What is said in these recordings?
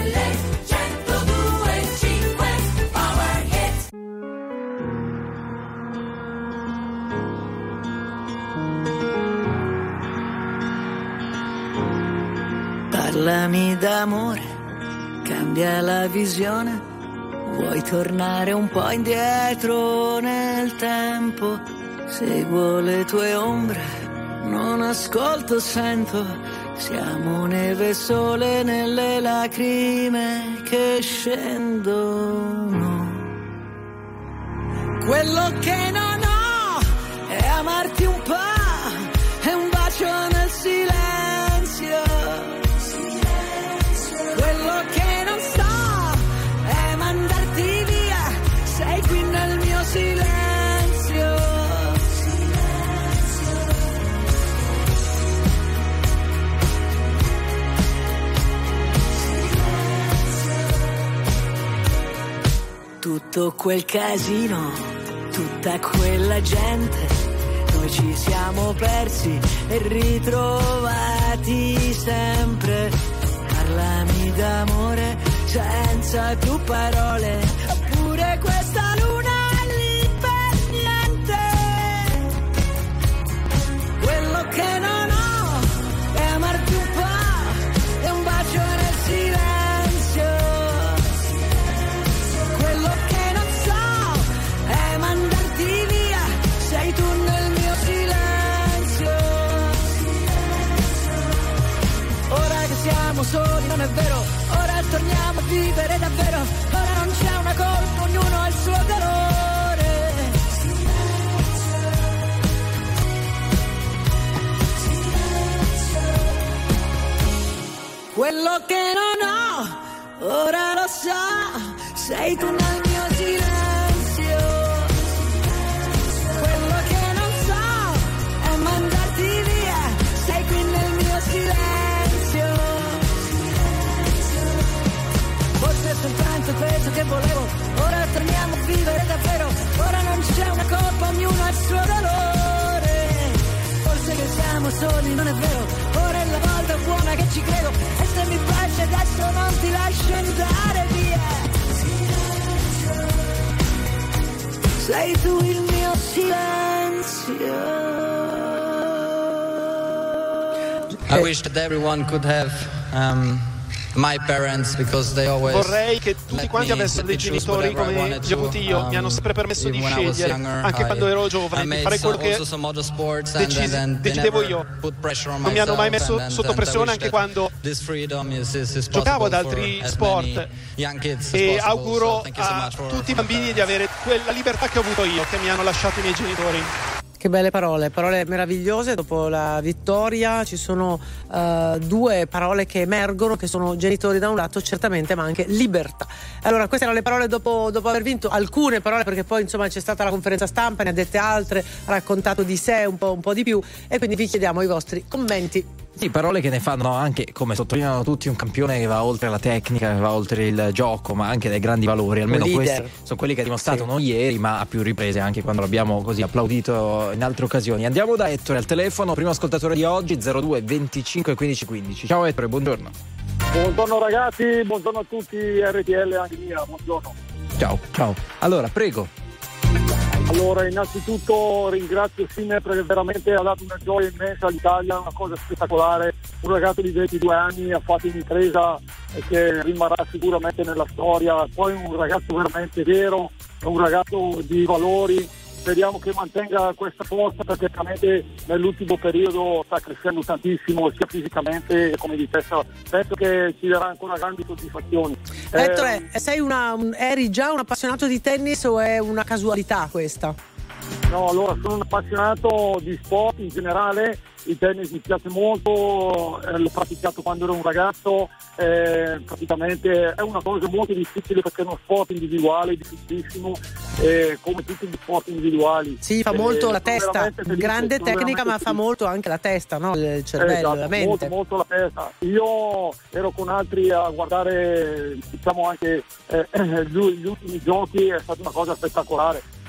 Power Hit. Parlami d'amore, cambia la visione. Vuoi tornare un po' indietro nel tempo? Seguo le tue ombre, non ascolto, sento. Siamo neve e sole nelle lacrime che scendono. Quello che non ho è amarti un po', è un bacio nel silenzio. Quello che non so è mandarti via, sei qui nel mio silenzio. Tutto quel casino, tutta quella gente, noi ci siamo persi e ritrovati sempre. Parlami d'amore senza più parole, pure questa luna è lì per niente. Quello che non ho è amarti un po', è un bacio nel silenzio. Quello che non so è mandarti via, sei tu nel mio silenzio. Ora che siamo soli non è vero, ora torniamo a vivere davvero, ora non c'è una colpa, ognuno ha il suo dolore. Quello che non ho, ora lo so, sei tu nel mio silenzio. Quello che non so è mandarti via, sei qui nel mio silenzio. Forse è soltanto questo che volevo, ora torniamo a vivere davvero, ora non c'è una colpa, ognuno ha il suo dolore. Forse che siamo soli, non è vero, ora è la volta buona che ci credo, e se mi piace adesso non ti lascio andare via. Sei tu il mio silenzio. I wish that everyone could have my parents, because they always vorrei che tutti quanti avessero dei genitori come li ho avuti io, mi hanno sempre permesso di scegliere, anche quando ero giovane, di fare quello che decidevo io. Non mi hanno mai messo sotto pressione anche quando giocavo ad altri sport, e auguro a tutti i bambini di avere quella libertà che ho avuto io, che mi hanno lasciato i miei genitori. Che belle parole meravigliose. Dopo la vittoria ci sono due parole che emergono, che sono genitori da un lato certamente, ma anche libertà. Allora, queste erano le parole dopo aver vinto, alcune parole, perché poi insomma c'è stata la conferenza stampa, ne ha dette altre, ha raccontato di sé un po' di più, e quindi vi chiediamo i vostri commenti. Sì, parole che ne fanno anche, come sottolineano tutti, un campione che va oltre la tecnica, che va oltre il gioco, ma anche dai grandi valori. Almeno questi sono quelli che ha dimostrato non ieri, ma a più riprese, anche quando l'abbiamo così applaudito in altre occasioni. Andiamo da Ettore al telefono, primo ascoltatore di oggi, 02 25 15 15. Ciao Ettore, buongiorno. Buongiorno ragazzi, buongiorno a tutti, RTL anche mia, buongiorno. Ciao. Allora, prego. Allora, innanzitutto ringrazio Sinner perché veramente ha dato una gioia immensa all'Italia, una cosa spettacolare. Un ragazzo di 22 anni ha fatto un'impresa che rimarrà sicuramente nella storia. Poi un ragazzo veramente vero, un ragazzo di valori. Speriamo che mantenga questa forza, perché veramente nell'ultimo periodo sta crescendo tantissimo, sia fisicamente come di testa. Penso che ci darà ancora grandi soddisfazioni. Ettore, eri già un appassionato di tennis o è una casualità questa? No, allora sono un appassionato di sport in generale, il tennis mi piace molto, l'ho praticato quando ero un ragazzo, praticamente è una cosa molto difficile perché è uno sport individuale, difficilissimo, come tutti gli sport individuali. Sì, fa molto la testa, grande tecnica, ma fa molto anche la testa, no? Il cervello, esatto, la mente. Molto la testa. Io ero con altri a guardare, diciamo anche gli ultimi giochi, è stata una cosa spettacolare.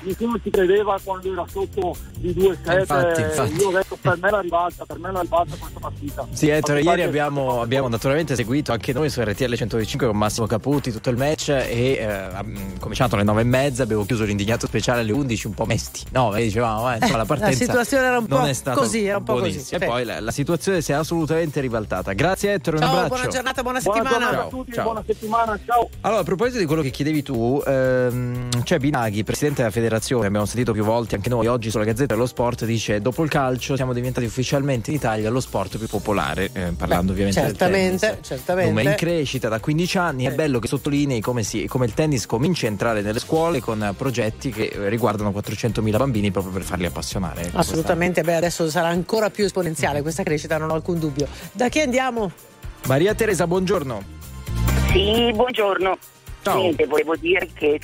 nessuno ci credeva quando era sotto di 2-7. Infatti. Io ho detto per me la ribalta questa partita. Sì, Ettore, ieri abbiamo naturalmente seguito anche noi su RTL 125 con Massimo Caputi tutto il match e cominciato alle 9:30, abbiamo chiuso l'indignato speciale alle 11 un po' mesti. No, dicevamo, insomma, la partenza la situazione era un po' così, era un po' così. E poi la situazione si è assolutamente ribaltata. Grazie Ettore, un ciao, abbraccio. buona giornata, buona settimana. Ciao a tutti, buona settimana, ciao. Allora, a proposito di quello che chiedevi tu, c'è Binaghi, presidente della federazione, abbiamo sentito più volte anche noi oggi sulla Gazzetta dello Sport, dice: dopo il calcio siamo diventati ufficialmente in Italia lo sport più popolare, parlando ovviamente del tennis. Certamente. Numeri in crescita da 15 anni, è bello che sottolinei come il tennis comincia a entrare nelle scuole con progetti che riguardano 400.000 bambini proprio per farli appassionare. Assolutamente, adesso sarà ancora più esponenziale questa crescita, non ho alcun dubbio. Da chi andiamo? Maria Teresa, buongiorno. Sì, buongiorno. Ciao. Niente, volevo dire che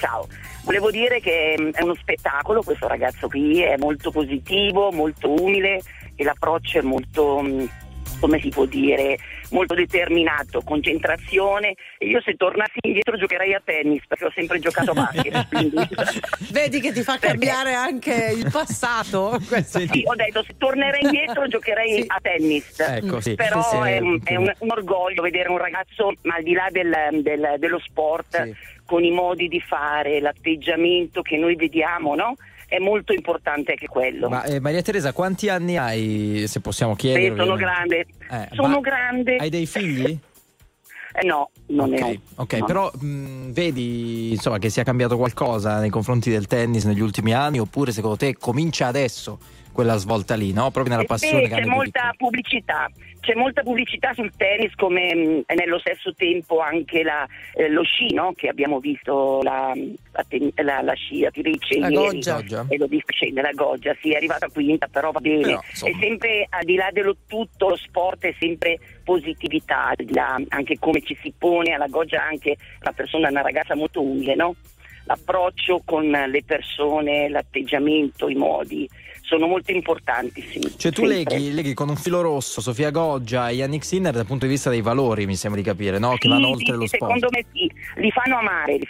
è uno spettacolo questo ragazzo qui, è molto positivo, molto umile e l'approccio è molto, come si può dire, molto determinato, concentrazione. E io se tornassi indietro giocherei a tennis perché ho sempre giocato a basket. Quindi... Vedi che ti fa cambiare anche il passato. Sì, ho detto se tornerei indietro giocherei a tennis. Ecco, sì. Però sì, è un orgoglio vedere un ragazzo, ma al di là dello sport, sì, con i modi di fare, l'atteggiamento che noi vediamo, no? È molto importante anche quello. Ma Maria Teresa, quanti anni hai, se possiamo chiedere? Sono grande. Sono grande. Hai dei figli? No, non ne ho. Ok, no. Però vedi insomma che sia cambiato qualcosa nei confronti del tennis negli ultimi anni, oppure secondo te comincia adesso quella svolta lì, no? Proprio nella passione che c'è molta pubblicità. C'è molta pubblicità sul tennis, come nello stesso tempo anche lo sci, no? Che abbiamo visto la sciatrice la ieri, Goggia. e l'ho vista scendere, la Goggia, sì, è arrivata quinta, però va bene. Però, è sempre, al di là dello tutto, lo sport è sempre positività, anche come ci si pone alla Goggia, anche la persona, una ragazza molto umile, no? L'approccio con le persone, l'atteggiamento, i modi sono molto importantissimi. Cioè tu leghi con un filo rosso Sofia Goggia e Yannick Sinner dal punto di vista dei valori, mi sembra di capire, no? Che vanno oltre lo sport. Secondo me sì, li fanno amare.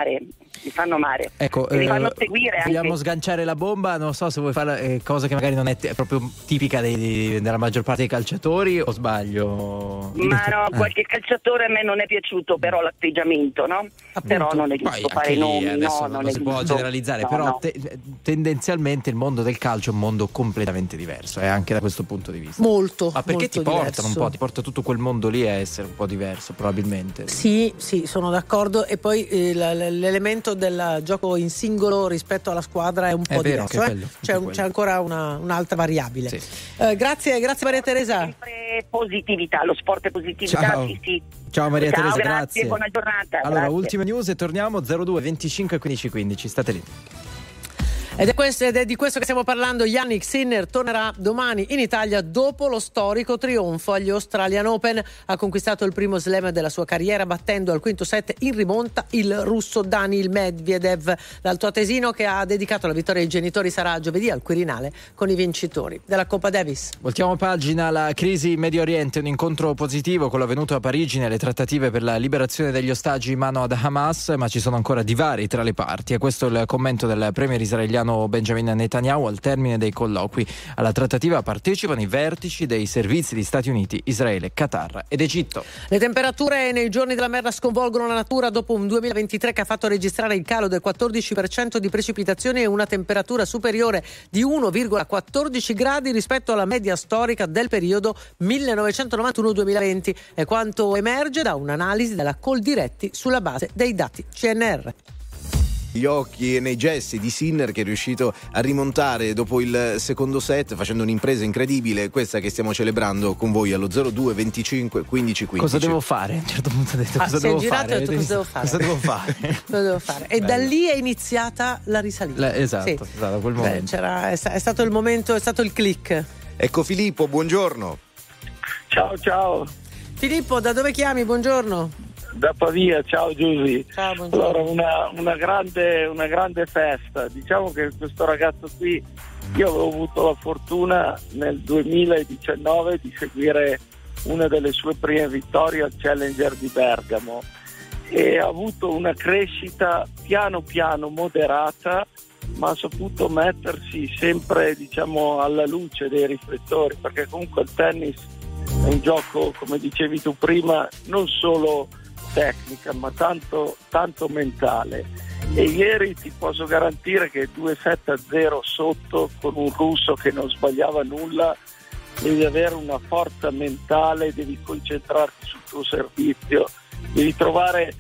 Ecco, li fanno seguire. Vogliamo anche. Sganciare la bomba, non so se vuoi fare cosa che magari non è proprio tipica della maggior parte dei calciatori, o sbaglio? Ma no, qualche calciatore a me non è piaciuto, però l'atteggiamento, no? Appunto. Però non è giusto fare nomi, adesso non si può generalizzare, no, però no. Tendenzialmente il mondo del calcio è un mondo completamente diverso, anche da questo punto di vista. Molto. Ma perché molto ti portano diverso. un po', ti porta tutto quel mondo lì a essere un po' diverso, probabilmente. Sì, sono d'accordo, e poi l'elemento del gioco in singolo rispetto alla squadra è un po' vero, diverso. C'è ancora un'altra variabile. Sì. Grazie Maria Teresa. Sempre positività, lo sport è positività. Ciao. Sì. Ciao Maria Teresa, grazie. Buona giornata. Allora, grazie. ultime news e torniamo 02 25 15 15, state lì. Ed è di questo che stiamo parlando. Yannick Sinner tornerà domani in Italia dopo lo storico trionfo agli Australian Open. Ha conquistato il primo slam della sua carriera battendo al quinto set in rimonta il russo Daniil Medvedev. L'altoatesino, che ha dedicato la vittoria ai genitori, sarà giovedì al Quirinale con i vincitori della Coppa Davis. Voltiamo pagina. La crisi in Medio Oriente, un incontro positivo con l'avvenuto a Parigi nelle trattative per la liberazione degli ostaggi in mano ad Hamas, ma ci sono ancora divari tra le parti, e questo è il commento del premier israeliano Benjamin Netanyahu al termine dei colloqui. Alla trattativa partecipano i vertici dei servizi di Stati Uniti, Israele, Qatar ed Egitto. Le temperature nei giorni della merda sconvolgono la natura dopo un 2023 che ha fatto registrare il calo del 14% di precipitazioni e una temperatura superiore di 1,14 gradi rispetto alla media storica del periodo 1991-2020, è quanto emerge da un'analisi della Coldiretti sulla base dei dati CNR. Gli occhi e nei gesti di Sinner, che è riuscito a rimontare dopo il secondo set facendo un'impresa incredibile, questa che stiamo celebrando con voi allo 02 25 15 15. Cosa devo fare? A un certo punto ho detto cosa devo fare? Ho detto, cosa devo fare? Cosa devo fare? E da lì è iniziata la risalita. Esatto, da quel momento. È stato il momento, è stato il click. Ecco Filippo, buongiorno. Ciao. Filippo, da dove chiami? Buongiorno. Da Pavia, ciao Giusy. Ciao, buongiorno. Allora, una grande festa. Diciamo che questo ragazzo qui, io avevo avuto la fortuna nel 2019 di seguire una delle sue prime vittorie al Challenger di Bergamo, e ha avuto una crescita piano piano moderata, ma ha saputo mettersi sempre, diciamo, alla luce dei riflettori, perché comunque il tennis è un gioco, come dicevi tu prima, non solo tecnica ma tanto mentale, e ieri ti posso garantire che 2-7-0 sotto con un russo che non sbagliava nulla, devi avere una forza mentale, devi concentrarti sul tuo servizio, devi trovare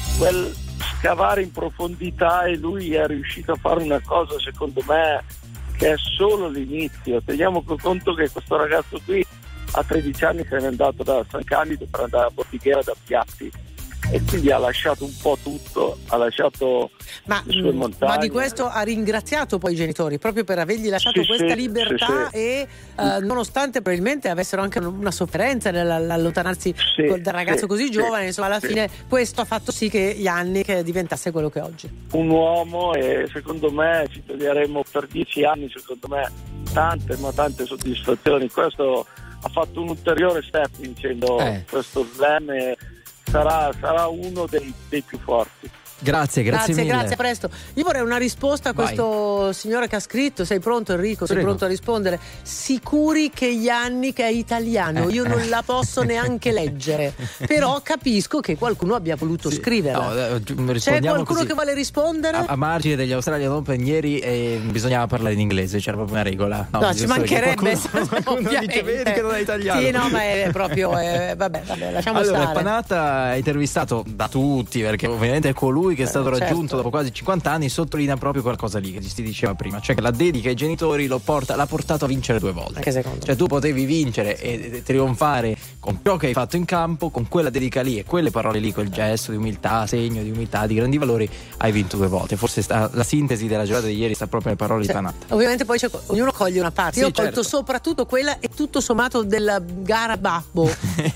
scavare in profondità, e lui è riuscito a fare una cosa, secondo me, che è solo l'inizio. Teniamo conto che questo ragazzo qui a 13 anni se n'è andato da San Candido per andare a Bordighera da Piatti, e quindi ha lasciato un po' tutto, ha lasciato le sue montagne. Ma di questo ha ringraziato poi i genitori, proprio per avergli lasciato questa libertà, e nonostante probabilmente avessero anche una sofferenza nell'allontanarsi dal ragazzo così giovane, insomma alla fine questo ha fatto sì che Jannik diventasse quello che è oggi. Un uomo, e secondo me ci toglieremo per 10 anni, secondo me, tante soddisfazioni. Questo ha fatto un ulteriore step vincendo questo slam, e sarà uno dei più forti. Grazie mille. Grazie, a presto. Io vorrei una risposta a questo signore che ha scritto. Sei pronto, Enrico? Sei pronto a rispondere? Sicuri che Jannik è italiano? Io non la posso neanche leggere, però capisco che qualcuno abbia voluto scriverla. C'è qualcuno che vuole rispondere? A margine degli Australian Open ieri bisognava parlare in inglese, c'era proprio una regola. No, ci mancherebbe. Qualcuno dice, vedi che non è italiano. Sì, no, ma è proprio vabbè, lasciamo stare. Allora, Panatta è intervistato da tutti, perché ovviamente è colui che è stato raggiunto dopo quasi 50 anni, sottolinea proprio qualcosa lì che si diceva prima, cioè che la dedica ai genitori l'ha portato a vincere 2 volte. Anche secondo. Cioè tu potevi vincere e trionfare con ciò che hai fatto in campo, con quella dedica lì e quelle parole lì, quel gesto di umiltà, segno di umiltà, di grandi valori, hai vinto 2 volte. Forse la sintesi della giornata di ieri sta proprio nelle parole di Panatta. Ovviamente poi ognuno coglie una parte. Io ho colto soprattutto quella e tutto sommato della gara babbo.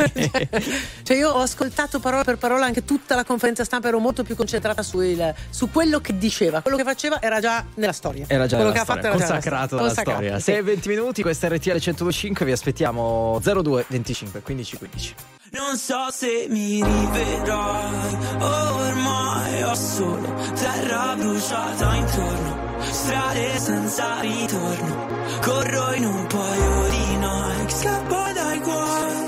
Cioè io ho ascoltato parola per parola anche tutta la conferenza stampa, ero molto più concentrata su quello che diceva, quello che faceva era già nella storia. Era già quello nella che storia, ha fatto consacrato dalla storia. 6 e 20 minuti, questa è RTL 102.5, vi aspettiamo 02 25 15 15. Non so se mi rivedrai, ormai ho solo terra bruciata intorno, strade senza ritorno, corro in un paio di Nike, scappo dai guai,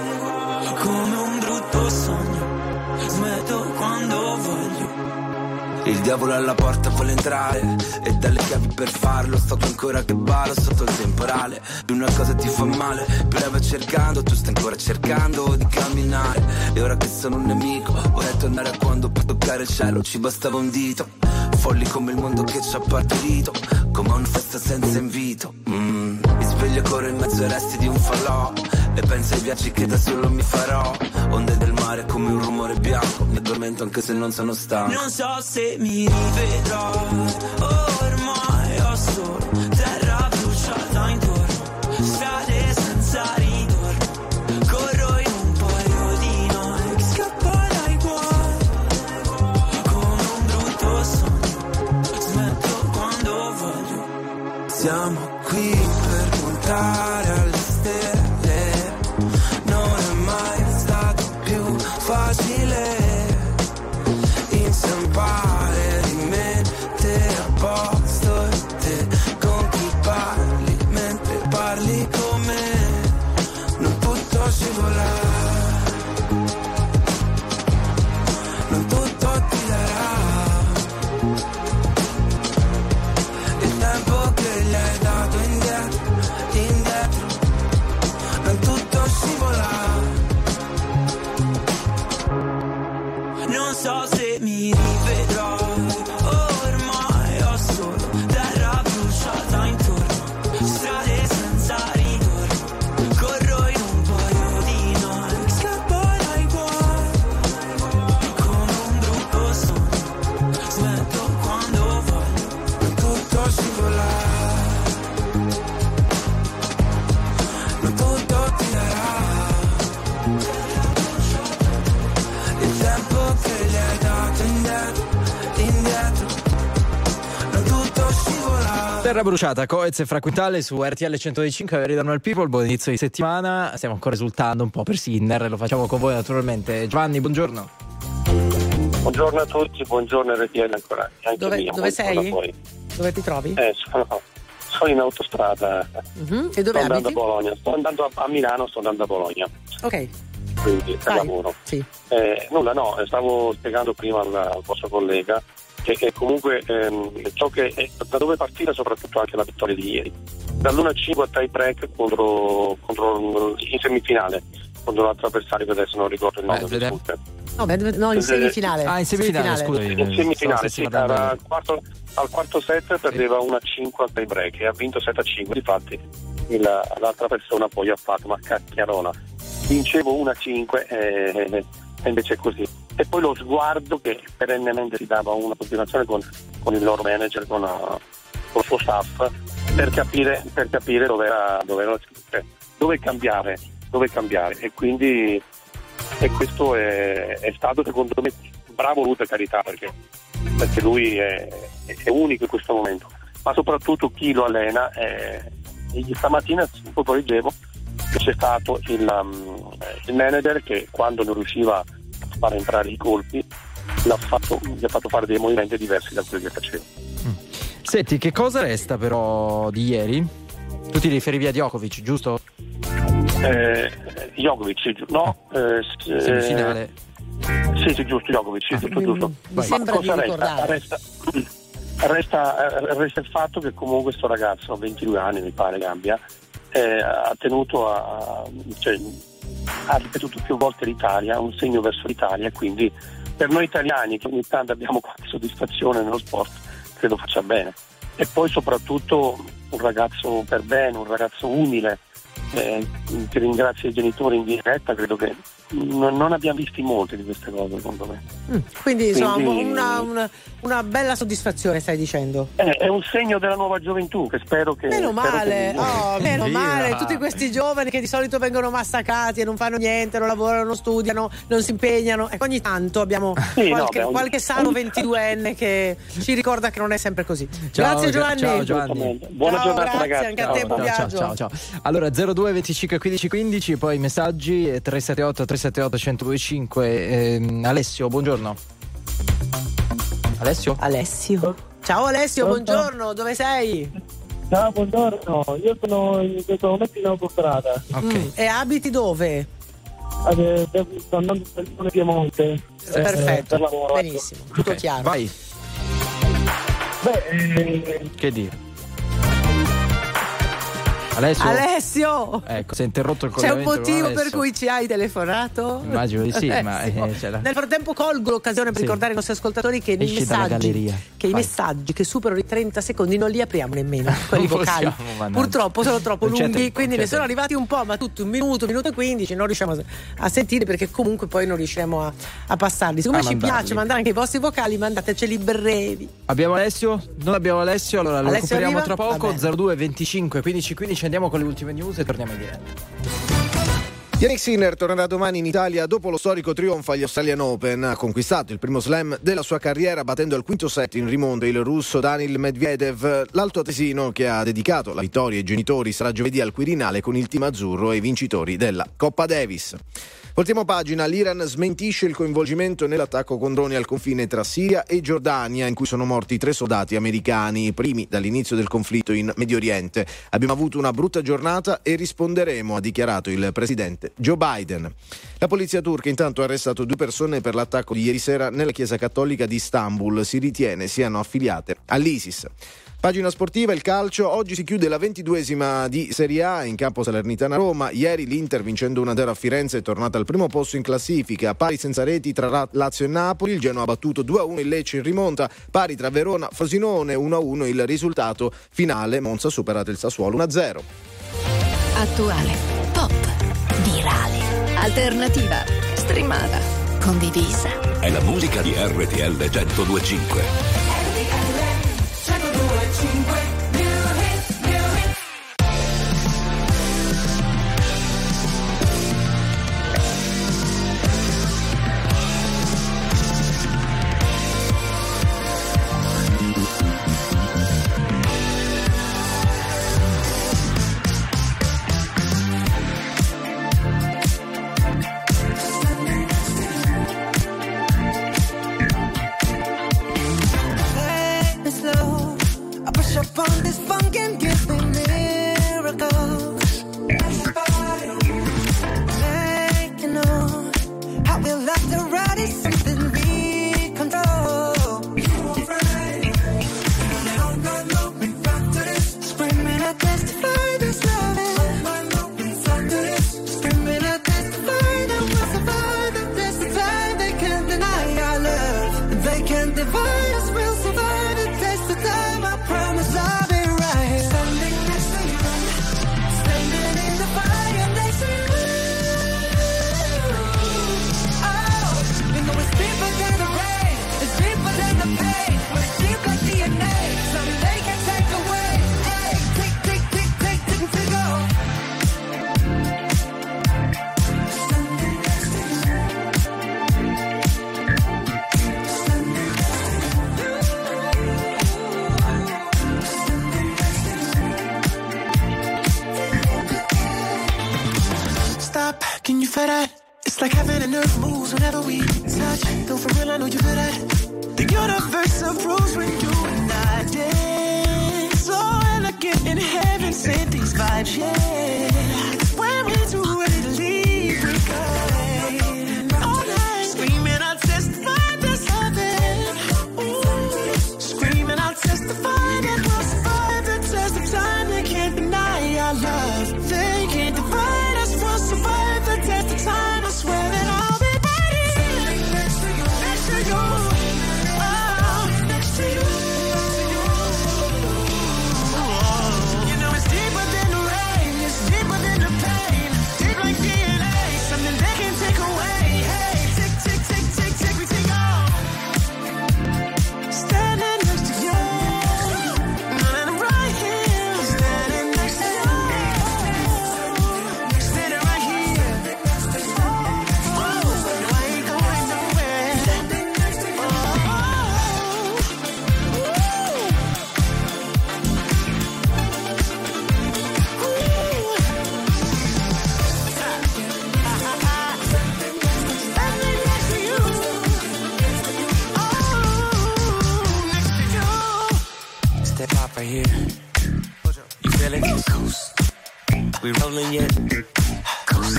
come un brutto sogno, smetto quando voglio. Il diavolo alla porta vuole entrare e dalle chiavi per farlo. Sto ancora che ballo sotto il temporale. Una cosa ti fa male, più la vai cercando, tu stai ancora cercando di camminare. E ora che sono un nemico vorrei tornare a quando per toccare il cielo ci bastava un dito. Folli come il mondo che ci ha partorito, come una festa senza invito. Mi sveglio e corro in mezzo ai resti di un falò e penso ai viaggi che da solo mi farò. Onde del mare come un rumore bianco, mi addormento anche se non sono stanco. Non so se mi rivedrai, ormai ho solo terra bruciata intorno, strade senza ritorno, corro in un paio di Nike, scappo dai guai, come un brutto sogno, smetto quando voglio. Siamo qui per puntare alle stelle, non è mai stato più facile inciampare, rimettere a posto te con chi parli mentre parli con me. Non tutto scivolerà, non tutto ti darà il tempo che gli hai dato indietro, non tutto scivolerà. Non so se mi rivedrai, ormai ho solo terra bruciata intorno, strade senza ritorno, corro in un paio di Nike, scappo dai guai, come un brutto sogno, smetto quando voglio. Non tutto scivolerà, non tutto ti darà il tempo che gli hai dato indietro, non tutto scivola. Terra bruciata, Coez e Fraquintale su RTL 105, Very Normal People, buon inizio di settimana, stiamo ancora esultando un po' per Sinner, lo facciamo con voi naturalmente. Giovanni, buongiorno. Buongiorno a tutti, buongiorno RTL ancora. Anche dove sei? Dove ti trovi? Sono in autostrada. E dove sto andando abiti? a Bologna. Sto andando a Milano, sto andando a Bologna. Ok. Quindi per lavoro. Sì. Stavo spiegando prima al vostro collega che comunque ciò che è, da dove partire soprattutto anche la vittoria di ieri. Dall'1-5 a tie break contro in semifinale contro l'altro avversario che adesso non ricordo il nome. In semifinale. In semifinale, scusa. In semifinale, sì, al quarto set perdeva 1-5 al tie break e ha vinto 7-5. Difatti l'altra persona poi ha fatto una cacchiarola. Vincevo 1-5 e invece è così. E poi lo sguardo che perennemente si dava una continuazione con il loro manager, con il suo staff, per capire dove cambiare. E quindi questo è stato secondo me bravo lui, per carità, perché lui è unico in questo momento, ma soprattutto chi lo allena. Stamattina proprio leggevo che c'è stato il manager che quando non riusciva a far entrare i colpi gli ha fatto fare dei movimenti diversi da quelli che faceva. Senti, che cosa resta però di ieri? Tu ti riferivi a Djokovic, giusto? Djokovic, no? Semifinale. Sì, giusto, Djokovic, giusto. Mi sembra di ricordare. Resta il fatto che comunque sto ragazzo, a 22 anni mi pare che abbia, ha tenuto ha ripetuto più volte l'Italia, un segno verso l'Italia, quindi per noi italiani che ogni tanto abbiamo qualche soddisfazione nello sport, credo faccia bene. E poi soprattutto un ragazzo per bene, un ragazzo umile, che ringrazia i genitori in diretta. Credo che non abbiamo visti molte di queste cose, secondo me. Quindi una bella soddisfazione, stai dicendo? È un segno della nuova gioventù che spero che... Meno male, tutti questi giovani che di solito vengono massacrati e non fanno niente, non lavorano, non studiano, non si impegnano. Ecco, ogni tanto abbiamo qualche sano 22enne che ci ricorda che non è sempre così. Grazie Giovanni. Ciao Giovanni. Buona giornata, grazie, ragazzi. Anche a te, buon viaggio. Ciao. Allora 02 25 15 15, poi messaggi 378 378 1025. Alessio, buongiorno. Alessio? Ciao Alessio, buongiorno, dove sei? Ciao, buongiorno, io sono in questo momento in autostrada. Ok. E abiti dove? Sto andando per Piemonte. Perfetto, per lavoro. benissimo, tutto chiaro. Vai. Che dire? Alessio? Ecco, si è interrotto il collegamento. C'è un motivo per cui ci hai telefonato? Immagino di sì, ma nel frattempo colgo l'occasione per ricordare ai nostri ascoltatori che i messaggi che superano i 30 secondi non li apriamo nemmeno, quelli vocali. Purtroppo sono troppo lunghi, quindi ne sono arrivati un po', ma tutti 1 minuto e 15 non riusciamo a sentire, perché comunque poi non riusciremo a passarli. Siccome ci piace mandare anche i vostri vocali, mandateceli brevi. Abbiamo Alessio? Non abbiamo Alessio, allora lo recuperiamo tra poco. 02 25 15 15. Andiamo con le ultime news e torniamo in diretta. Jannik Sinner tornerà domani in Italia dopo lo storico trionfo agli Australian Open. Ha conquistato il primo slam della sua carriera battendo al quinto set in rimonta il russo Daniil Medvedev. L'alto atesino, che ha dedicato la vittoria ai genitori, sarà giovedì al Quirinale con il team azzurro e i vincitori della Coppa Davis. Voltiamo pagina, l'Iran smentisce il coinvolgimento nell'attacco con droni al confine tra Siria e Giordania, in cui sono morti 3 soldati americani, primi dall'inizio del conflitto in Medio Oriente. Abbiamo avuto una brutta giornata e risponderemo, ha dichiarato il presidente Joe Biden. La polizia turca intanto ha arrestato 2 persone per l'attacco di ieri sera nella chiesa cattolica di Istanbul. Si ritiene siano affiliate all'ISIS. Pagina sportiva, il calcio. Oggi si chiude la 22esima di Serie A in campo Salernitana-Roma. Ieri l'Inter, vincendo 1-0 a Firenze, è tornata al primo posto in classifica, pari senza reti tra Lazio e Napoli. Il Genoa ha battuto 2-1 il Lecce in rimonta, pari tra Verona e Frosinone, 1-1 il risultato finale. Monza ha superato il Sassuolo 1-0. Attuale, pop, virale, alternativa, streamata, condivisa. È la musica di RTL 102.5. that at? It's like heaven and earth moves whenever we touch. Go for real, I know you feel that. The universe approves when you and I dance. So elegant in heaven, sent these vibes, yeah. When we're too ready to leave, we go all night. Screaming, I'll testify there's heaven. Ooh. Screaming, I'll testify that we'll survive the test of time. They can't deny our love. They can't divide us. We'll survive the test of time. I swear that I'll be right here next to you, next to you. Oh, next to you. You know it's deeper than the rain, it's deeper than the pain, deep like DNA, something they can't take away. Hey, tick, tick, tick, tick, tick, we take off. Standing next to you, and I'm right here, standing next to you, standing right here. Oh, no, I ain't going nowhere. Step up right here. You feel it? Coast. We rolling yet? Coast.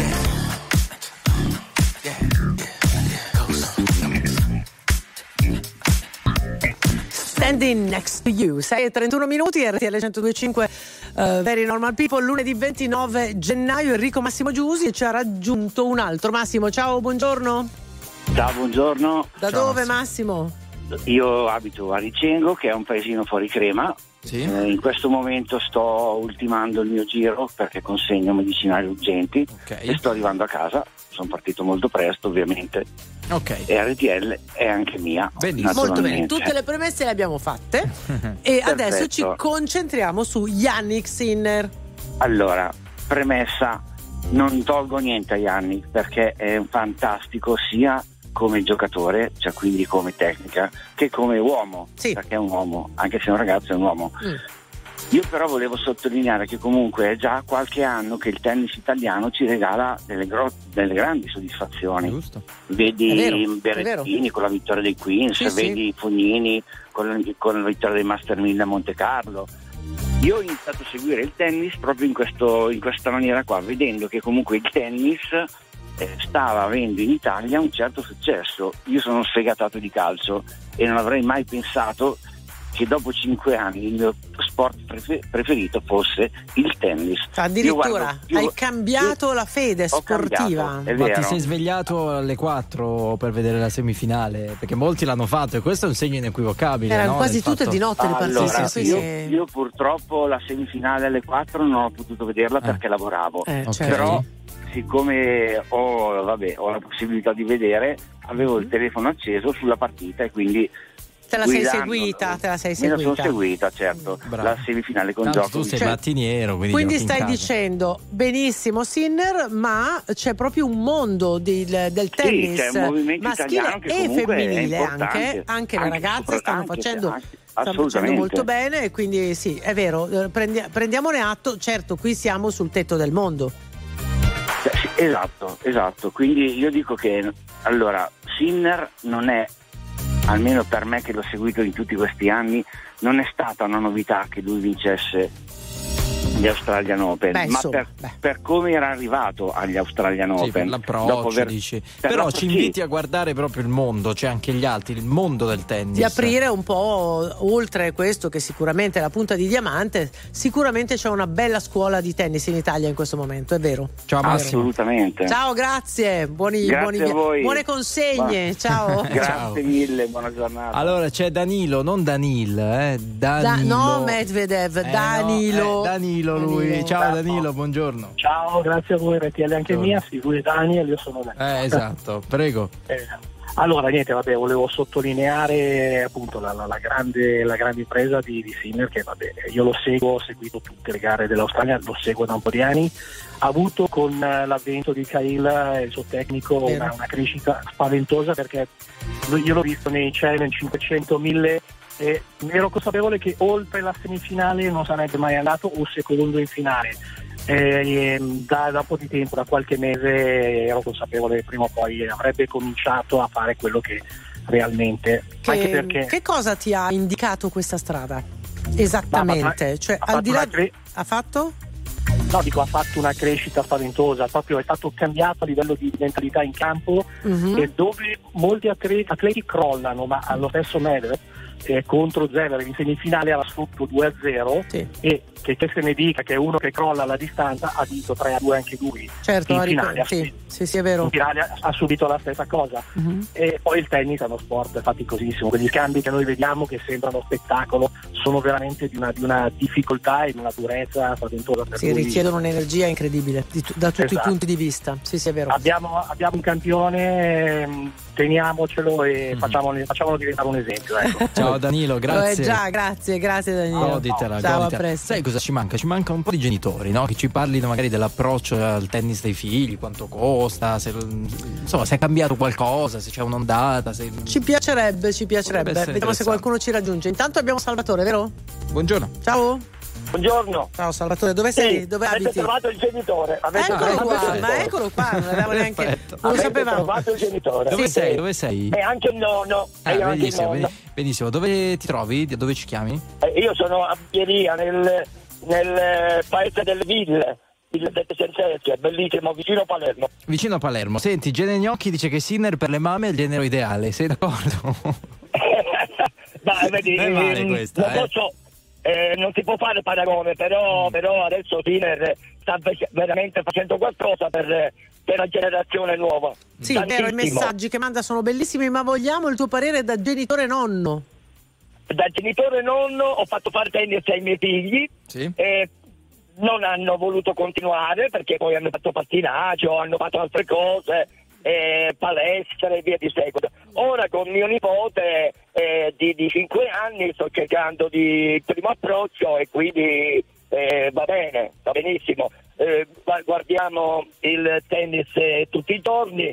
Standing Next to You, 6:31 minuti, RTL 102.5, Very Normal People, lunedì 29 gennaio. Enrico Massimo Giusi ci ha raggiunto un altro. Massimo, ciao, buongiorno. Ciao, buongiorno. Da Ciao, dove Massimo? Io abito a Ricengo, che è un paesino fuori Crema. Sì. In questo momento sto ultimando il mio giro perché consegno medicinali urgenti, e sto arrivando a casa. Sono partito molto presto, ovviamente. Ok. E RTL è anche mia. Benissimo. Molto bene, tutte le premesse le abbiamo fatte e adesso ci concentriamo su Jannik Sinner. Allora, premessa, non tolgo niente a Jannik perché è un fantastico sia come giocatore, cioè quindi come tecnica, che come uomo, perché è un uomo, anche se è un ragazzo è un uomo. Io però volevo sottolineare che comunque è già qualche anno che il tennis italiano ci regala delle grandi soddisfazioni. Giusto. Vedi Berrettini con la vittoria dei Queens, vedi Fognini con la vittoria dei Master 1000 a Monte Carlo. Io ho iniziato a seguire il tennis proprio in questa maniera qua, vedendo che comunque il tennis stava avendo in Italia un certo successo. Io sono sfegatato di calcio e non avrei mai pensato che dopo 5 anni il mio sport preferito fosse il tennis. Addirittura hai cambiato la fede sportiva. Ma ti sei svegliato alle 4 per vedere la semifinale? Perché molti l'hanno fatto e questo è un segno inequivocabile. Erano no? quasi tutte di notte le partite. Io purtroppo la semifinale alle 4 non ho potuto vederla perché lavoravo. Certo. Però siccome ho la possibilità di vedere, avevo il telefono acceso sulla partita e quindi te la sei seguita. Me la sono seguita, certo. La semifinale con Djokovic. Tu sei mattiniero, quindi stai dicendo benissimo Sinner, ma c'è proprio un mondo del tennis, c'è un movimento maschile che e femminile, è anche le ragazze stanno facendo molto bene, e quindi sì, è vero, prendiamone atto. Certo, qui siamo sul tetto del mondo. Esatto, quindi io dico che allora Sinner non è, almeno per me che l'ho seguito in tutti questi anni, non è stata una novità che lui vincesse gli Australian Open, per come era arrivato agli Australian Open, per l'approccio, dici. Però ci inviti a guardare proprio il mondo, c'è anche gli altri, il mondo del tennis, di aprire un po' oltre questo, che sicuramente è la punta di diamante. Sicuramente c'è una bella scuola di tennis in Italia in questo momento, è vero? Ciao Massimo. Assolutamente. Ciao, grazie, buone consegne. Ciao. Grazie mille, buona giornata. Allora c'è Danilo, non Danil, Danilo. No, Medvedev, Danilo. Danilo lui. Ciao Danilo, buongiorno. Ciao, grazie a voi RTL, anche mia, lui è Daniel, io sono Danilo. Esatto, prego. Allora niente, volevo sottolineare appunto la grande impresa di Sinner, che io lo seguo, ho seguito tutte le gare dell'Australia, lo seguo da un po' di anni. Ha avuto con l'avvento di Cahill, il suo tecnico, una crescita spaventosa, perché io l'ho visto nei Challenge 500, 1000 e mi ero consapevole che oltre la semifinale non sarebbe mai andato, o secondo in finale. Da un po' di tempo, da qualche mese, ero consapevole che prima o poi avrebbe cominciato a fare quello che realmente. Anche perché, che cosa ti ha indicato questa strada esattamente? Cioè, al di là ha fatto? No, dico, ha fatto una crescita spaventosa, proprio è stato cambiato a livello di mentalità in campo, dove molti atleti crollano, ma allo stesso Medvedev contro Zverev in semifinale era sotto 2-0, sì. E che se ne dica che è uno che crolla alla distanza, ha vinto 3-2 anche lui. Certo, in finale, sì, è vero. In finale ha subito la stessa cosa. E poi il tennis è uno sport faticosissimo, quegli scambi che noi vediamo che sembrano spettacolo sono veramente di una difficoltà e di una durezza spaventosa. Richiedono un'energia incredibile da tutti i punti di vista. Sì, è vero. Abbiamo un campione, teniamocelo e facciamolo diventare un esempio, ecco. Ciao Danilo, grazie. Grazie Danilo. Goditela. Ciao, a presto. Sai cosa ci manca? Ci manca un po' di genitori, no? Che ci parlino magari dell'approccio al tennis dei figli, quanto costa, se è cambiato qualcosa, se c'è un'ondata. Ci piacerebbe. Vediamo se qualcuno ci raggiunge. Intanto abbiamo Salvatore, vero? Buongiorno. Ciao. Buongiorno. Ciao Salvatore, dove sei? Dove abiti? Avete trovato il genitore. Eccolo qua, non l'avevo neanche. Non lo sapevamo. Trovato il genitore. Dove sei? E anche il nonno. Benissimo. Dove ti trovi? Dove ci chiami? Io sono a Pieria, nel paese delle Ville. Il Sensesia, bellissimo, vicino a Palermo. Vicino a Palermo. Senti, Gene Gnocchi dice che Sinner per le mamme è il genero ideale, sei d'accordo? Dai, vedi, non è male questa, non si può fare paragone, però adesso Sinner sta veramente facendo qualcosa per la generazione nuova. Sì, è vero, i messaggi che manda sono bellissimi, ma vogliamo il tuo parere da genitore nonno. Da genitore nonno ho fatto fare tennis ai miei figli. Sì. Non hanno voluto continuare perché poi hanno fatto pattinaggio, hanno fatto altre cose, palestre e via di seguito. Ora con mio nipote di 5 anni sto cercando il primo approccio e quindi va bene, va benissimo. Guardiamo il tennis tutti i giorni,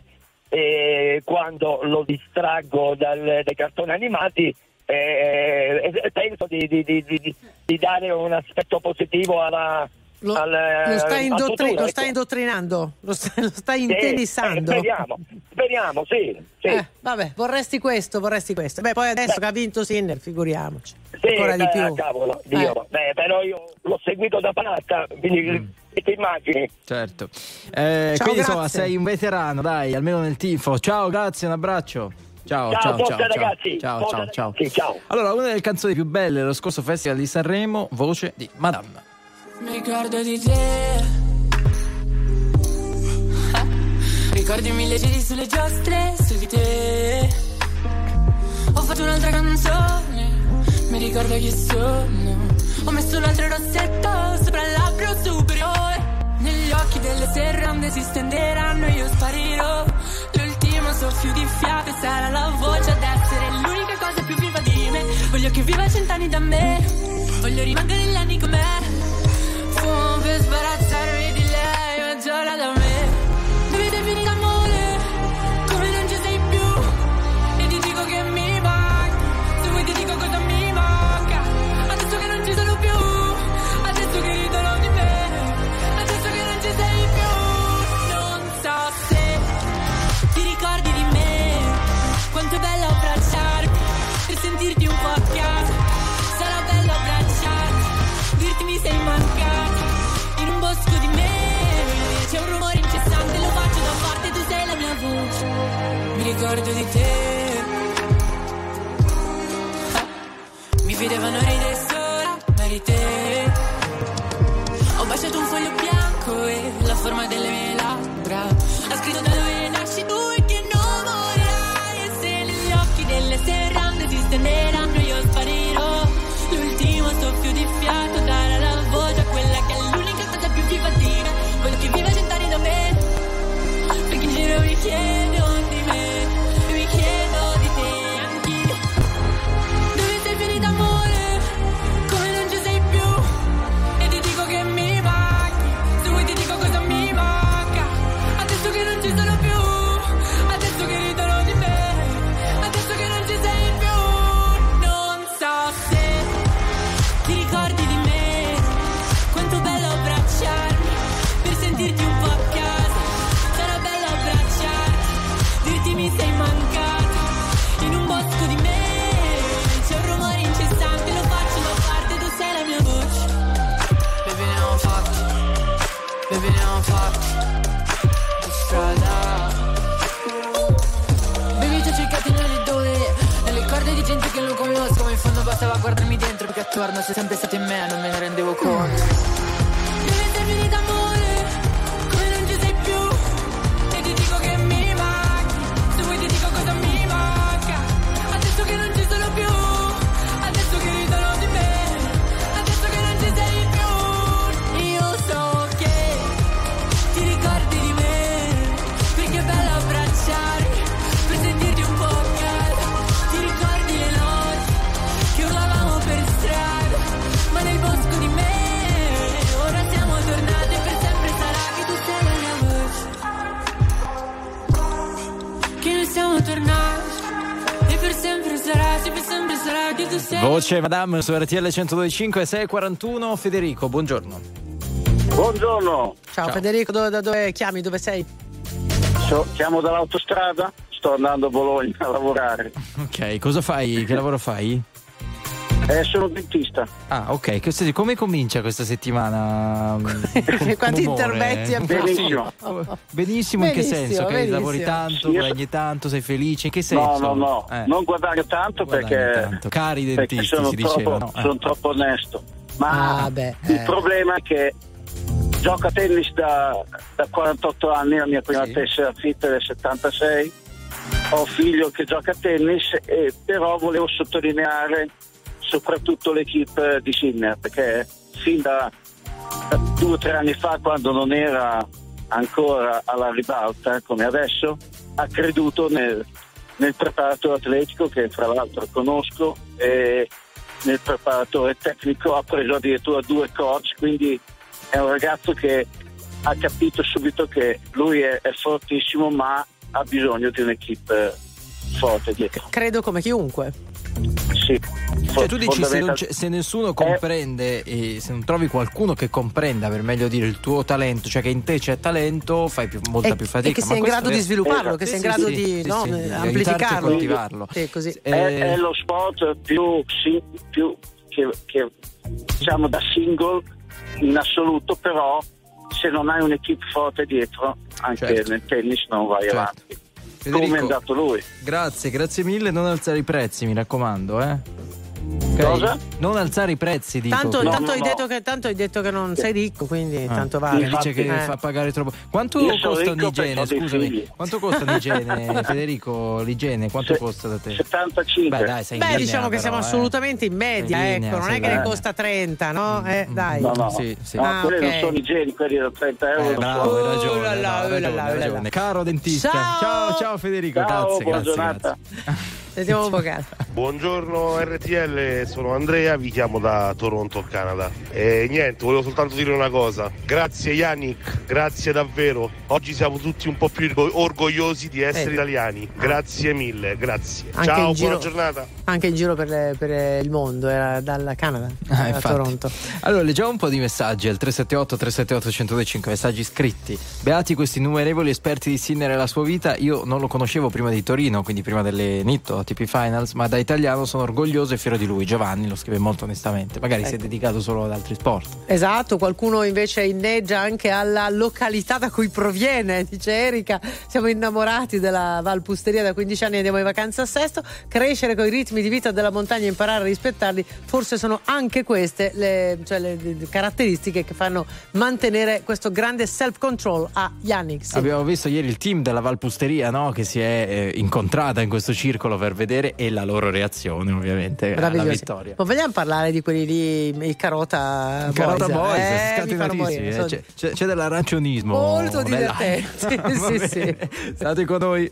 quando lo distraggo dai cartoni animati. Penso di dare un aspetto positivo lo stai indottrinando, lo stai intennissando. Speriamo, sì. Vabbè, vorresti questo. Beh, poi adesso che ha vinto Sinner, figuriamoci. Sì, ancora di più. Cavolo, Dio. Però io l'ho seguito da palazza, quindi ti immagini. Certo. Ciao, quindi insomma sei un veterano, dai, almeno nel tifo. Ciao, grazie, un abbraccio. Ciao ragazzi. Ciao. Ciao. Allora, una delle canzoni più belle dello scorso Festival di Sanremo, voce di Madame. Mi ricordo di te. Ricordi 1000 giri sulle giostre su di te. Ho fatto un'altra canzone. Mi ricordo chi sono. Ho messo un altro rossetto sopra il labbro superiore. Negli occhi delle serrande si stenderanno e io sparirò. L'ultimo soffio di fiato sarà la voce ad essere l'unica cosa più viva di me. Voglio che viva 100 anni da me. Voglio rimanere negli anni con me. Fumo per sbarazzarmi di lei, ma giorna da me. Dovete finire amore, come non ci sei più. E ti dico che mi manca, se vuoi ti dico cosa mi manca. Adesso che non ci sono più, adesso che ridono di me, adesso che non ci sei più. Non so se ti ricordi di me, quanto è bello abbracciarmi per sentirti un po' a casa. Sarà bello abbracciarti, dirti mi sei mancato in un bosco di me. C'è un rumore incessante, lo faccio da parte, tu sei la mia voce. Mi ricordo di te. Mi vedevano ridere sola, ma di te. Ho baciato un foglio bianco e la forma delle mie labbra. Ha scritto da dove nasci tu e che non morirai. E se negli occhi delle serrande si stenderanno io sparirò. L'ultimo soffio di fiato darà la voce a quella che è l'unica cosa più viva di me. Voglio che viva 100 anni da me. Perché in giro mi chiedo di me, mi chiedo di te anch'io. Dove sei finita amore? gente che non conosco, ma in fondo bastava guardarmi dentro, perché attorno sei sempre stato in me, non me ne rendevo conto. Nelle termini d'amore, come non ci sei più, e ti dico che mi manchi, se vuoi ti dico cosa mi manca, adesso che non ci sono più, adesso che ridono di me, adesso che non ci sei più. Io so che ti ricordi di me, perché è bello abbracciare, per sentirti un po' cara. Ti ricordi le notti che urlavamo per strada, ma nel bosco di me. Ora siamo tornate, per sempre sarà che tu sei la mia voce, che noi siamo tornati, e per sempre sarà, se per sempre sarà che tu sei. Voce Madame su RTL 102.5, 6:41. Federico, buongiorno. Buongiorno. Ciao Federico, da dove chiami? Dove sei? Chiamo dall'autostrada, sto andando a Bologna a lavorare. Ok, cosa fai? Che lavoro fai? Sono dentista. Ah, ok. Come comincia questa settimana? Quanti interventi abbiamo? Benissimo. In che senso? Che lavori tanto, guadagni tanto, sei felice? In che senso? No. Non guadagno tanto perché cari dentisti sono si diceva. Sono troppo onesto. Ma il problema è che gioco a tennis da 48 anni, la mia prima tessera FIT è del 76. Ho un figlio che gioca a tennis, però volevo sottolineare soprattutto l'equipe di Sinner, perché fin da 2 o 3 anni fa, quando non era ancora alla ribalta come adesso, ha creduto nel preparatore atletico, che fra l'altro conosco, e nel preparatore tecnico. Ha preso addirittura 2 coach, quindi è un ragazzo che ha capito subito che lui è fortissimo, ma ha bisogno di un'equipe forte dietro. Credo come chiunque. Sì. Cioè tu dici se nessuno comprende e se non trovi qualcuno che comprenda, per meglio dire, il tuo talento, cioè che in te c'è talento, fai molta più fatica. E che sei in grado di svilupparlo, che sei in grado di amplificarlo, coltivarlo. Così. È lo sport più che diciamo da single in assoluto, però se non hai un'equipe forte dietro, anche nel tennis non vai avanti. Federico, come è andato lui. Grazie mille, non alzare i prezzi, mi raccomando, Okay? Cosa? Non alzare i prezzi, dico. Tanto hai detto che non sei ricco, quindi tanto vale. Dice che fa pagare troppo. Quanto costa un'igiene? Scusami. Quanto costa un'igiene, Federico? L'igiene quanto costa da te? 75. Beh, dai, sei in linea, diciamo che siamo assolutamente in media, ecco, non è che ne costa 30, no? Dai. No. Sì. Quelli non sono igieni, quelli da 30 euro. Bravo, hai ragione. Caro dentista. Ciao Federico, grazie. Sentiamo un vocale. Buongiorno RTL, sono Andrea, vi chiamo da Toronto, Canada. E niente, volevo soltanto dire una cosa. Grazie Yannick, grazie davvero. Oggi siamo tutti un po' più orgogliosi di essere italiani. Grazie mille, grazie. Ciao, buona giornata. Anche in giro per il mondo, era dalla Canada, da Toronto. Allora, leggiamo un po' di messaggi al 378-378-1025, messaggi scritti. Beati questi innumerevoli esperti di Sinner e la sua vita. Io non lo conoscevo prima di Torino, quindi prima delle NIT ATP Finals, ma da italiano sono orgoglioso e fiero di lui. Giovanni lo scrive molto onestamente, magari si è dedicato solo ad altri sport. Esatto, qualcuno invece inneggia anche alla località da cui proviene, dice Erika, siamo innamorati della Valpusteria, da 15 anni andiamo in vacanza a Sesto, crescere con i ritmi di vita della montagna e imparare a rispettarli, forse sono anche queste le caratteristiche che fanno mantenere questo grande self control a Yannick. Sì. Abbiamo visto ieri il team della Valpusteria, no? Che si è incontrata in questo circolo per vedere, e la loro reazione ovviamente alla vittoria. Ma vogliamo parlare di quelli lì, il Carota Boys, scatenatissimi, c'è dell'arancianismo molto divertente. sì. State con noi.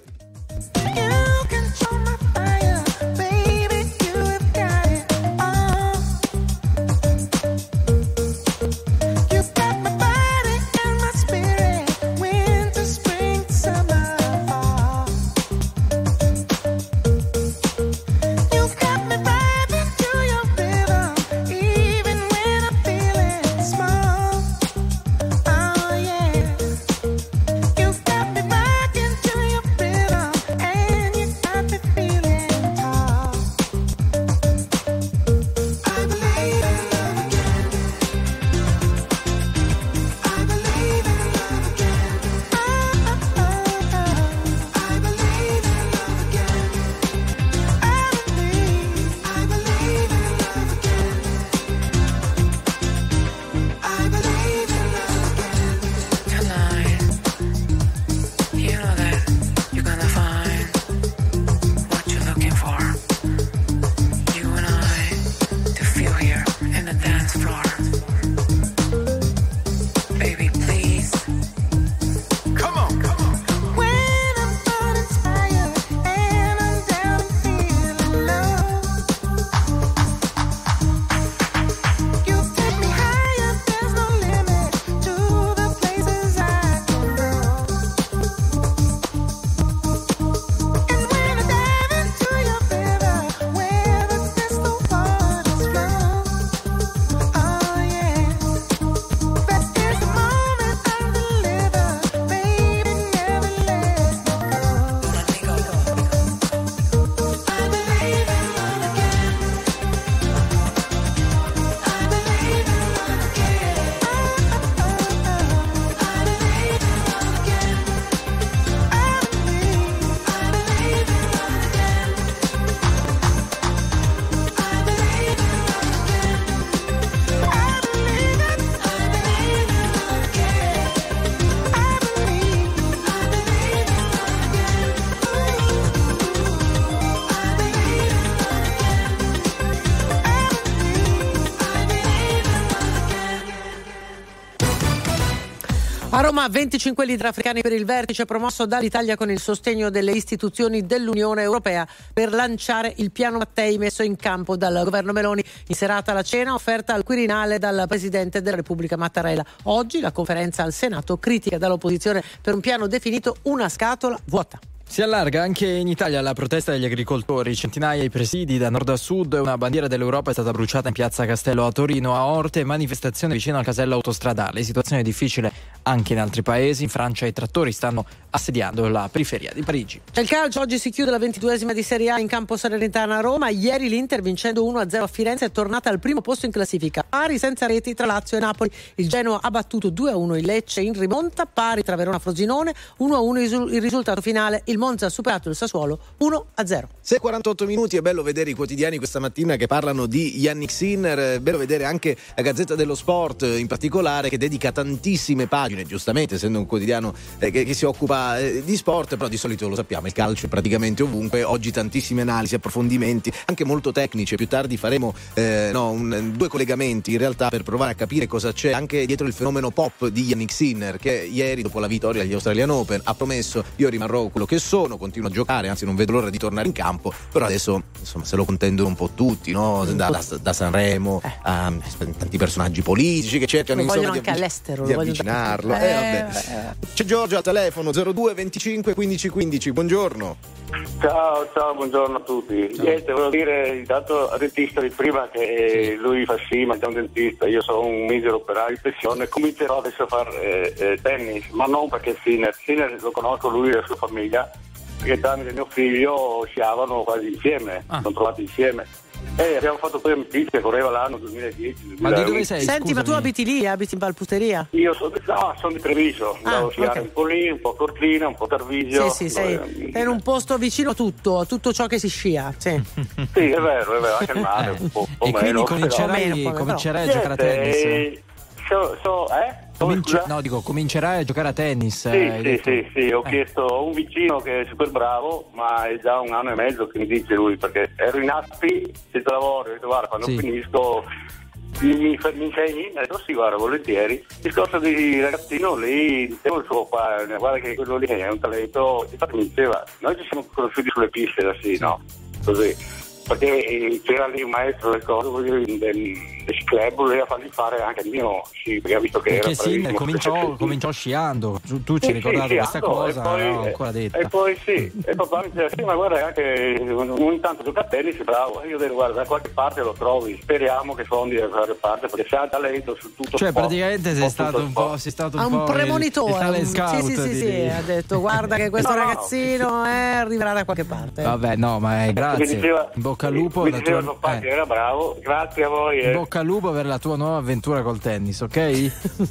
A Roma 25 leader africani per il vertice promosso dall'Italia con il sostegno delle istituzioni dell'Unione Europea per lanciare il piano Mattei messo in campo dal governo Meloni. In serata la cena offerta al Quirinale dal Presidente della Repubblica Mattarella. Oggi la conferenza al Senato critica dall'opposizione per un piano definito una scatola vuota. Si allarga anche in Italia la protesta degli agricoltori. Centinaia di presidi da nord a sud. Una bandiera dell'Europa è stata bruciata in piazza Castello a Torino. A Orte manifestazione vicino al casello autostradale. Situazione difficile anche in altri paesi. In Francia i trattori stanno assediando la periferia di Parigi. Nel calcio oggi si chiude la 22esima di Serie A in campo Salernitana a Roma. Ieri l'Inter, vincendo 1-0 a Firenze, è tornata al primo posto in classifica, pari senza reti tra Lazio e Napoli. Il Genoa ha battuto 2-1 il Lecce in rimonta, pari tra Verona e Frosinone, 1-1 il risultato finale. Il Monza ha superato il Sassuolo 1-0. 6:48 minuti, è bello vedere i quotidiani questa mattina che parlano di Yannick Sinner, è bello vedere anche la Gazzetta dello Sport in particolare, che dedica tantissime pagine, giustamente essendo un quotidiano che si occupa di sport, però di solito lo sappiamo, il calcio è praticamente ovunque. Oggi tantissime analisi, approfondimenti anche molto tecnici. Più tardi faremo due collegamenti in realtà per provare a capire cosa c'è anche dietro il fenomeno pop di Yannick Sinner, che ieri dopo la vittoria agli Australian Open ha promesso: io rimarrò quello che sono, continuo a giocare, anzi non vedo l'ora di tornare in campo. Però adesso insomma se lo contendono un po'. Tutti, no? Da Sanremo a tanti personaggi politici che cercano insomma anche all'estero, di avvicinarlo. C'è Giorgio al telefono 02 25 15 15. Buongiorno. Ciao, buongiorno a tutti. Niente, volevo dire intanto al dentista di prima che lui fa sì, ma è un dentista. Io sono un misero operaio di pensione, comincerò adesso a fare tennis, ma non perché Sinner lo conosco lui e la sua famiglia, perché tramite mio figlio sciavano quasi insieme, sono trovati insieme. Abbiamo fatto poi amicizia, correva l'anno 2010. Ma di dove sei? Senti, scusami. ma tu abiti lì? Abiti in Valpusteria? Io sono di Treviso, andavo a sciare un po' lì, un po' a Cortina, un po' a Tarvisio. Sì, sei in un posto vicino a tutto ciò che si scia. Sì, sì è vero, anche il mare, un po' e meno. Quindi comincerai a giocare a tennis? Comincerai a giocare a tennis? Sì, ho chiesto a un vicino che è super bravo, ma è già 1 anno e mezzo che mi dice lui, perché ero in Aspi, senza lavoro, ho detto guarda quando finisco mi insegni? Ha detto sì, guarda, volentieri. Il discorso di ragazzino lì, dicevo il suo padre, guarda che quello lì è un talento, infatti mi diceva, noi ci siamo conosciuti sulle piste da no? Così. Perché c'era lì un maestro del club, voleva fargli fare anche il mio sci, perché ha visto che perché era cominciò sciando, tu ci ricordavi questa cosa, poi, no, ancora detta. E poi e papà mi diceva sì, ma guarda anche ogni tanto gioca a tennis, bravo. Io devo guarda, da qualche parte lo trovi, speriamo che fondi da qualche parte, perché c'è talento su tutto. Cioè praticamente sei stato un po' un premonitore, scout sì, ha detto guarda che questo ragazzino arriverà da qualche parte. Vabbè, no, ma grazie. Bocca al lupo, mi diceva il papà che era bravo, grazie a voi. Bocca al lupo per la tua nuova avventura col tennis, ok?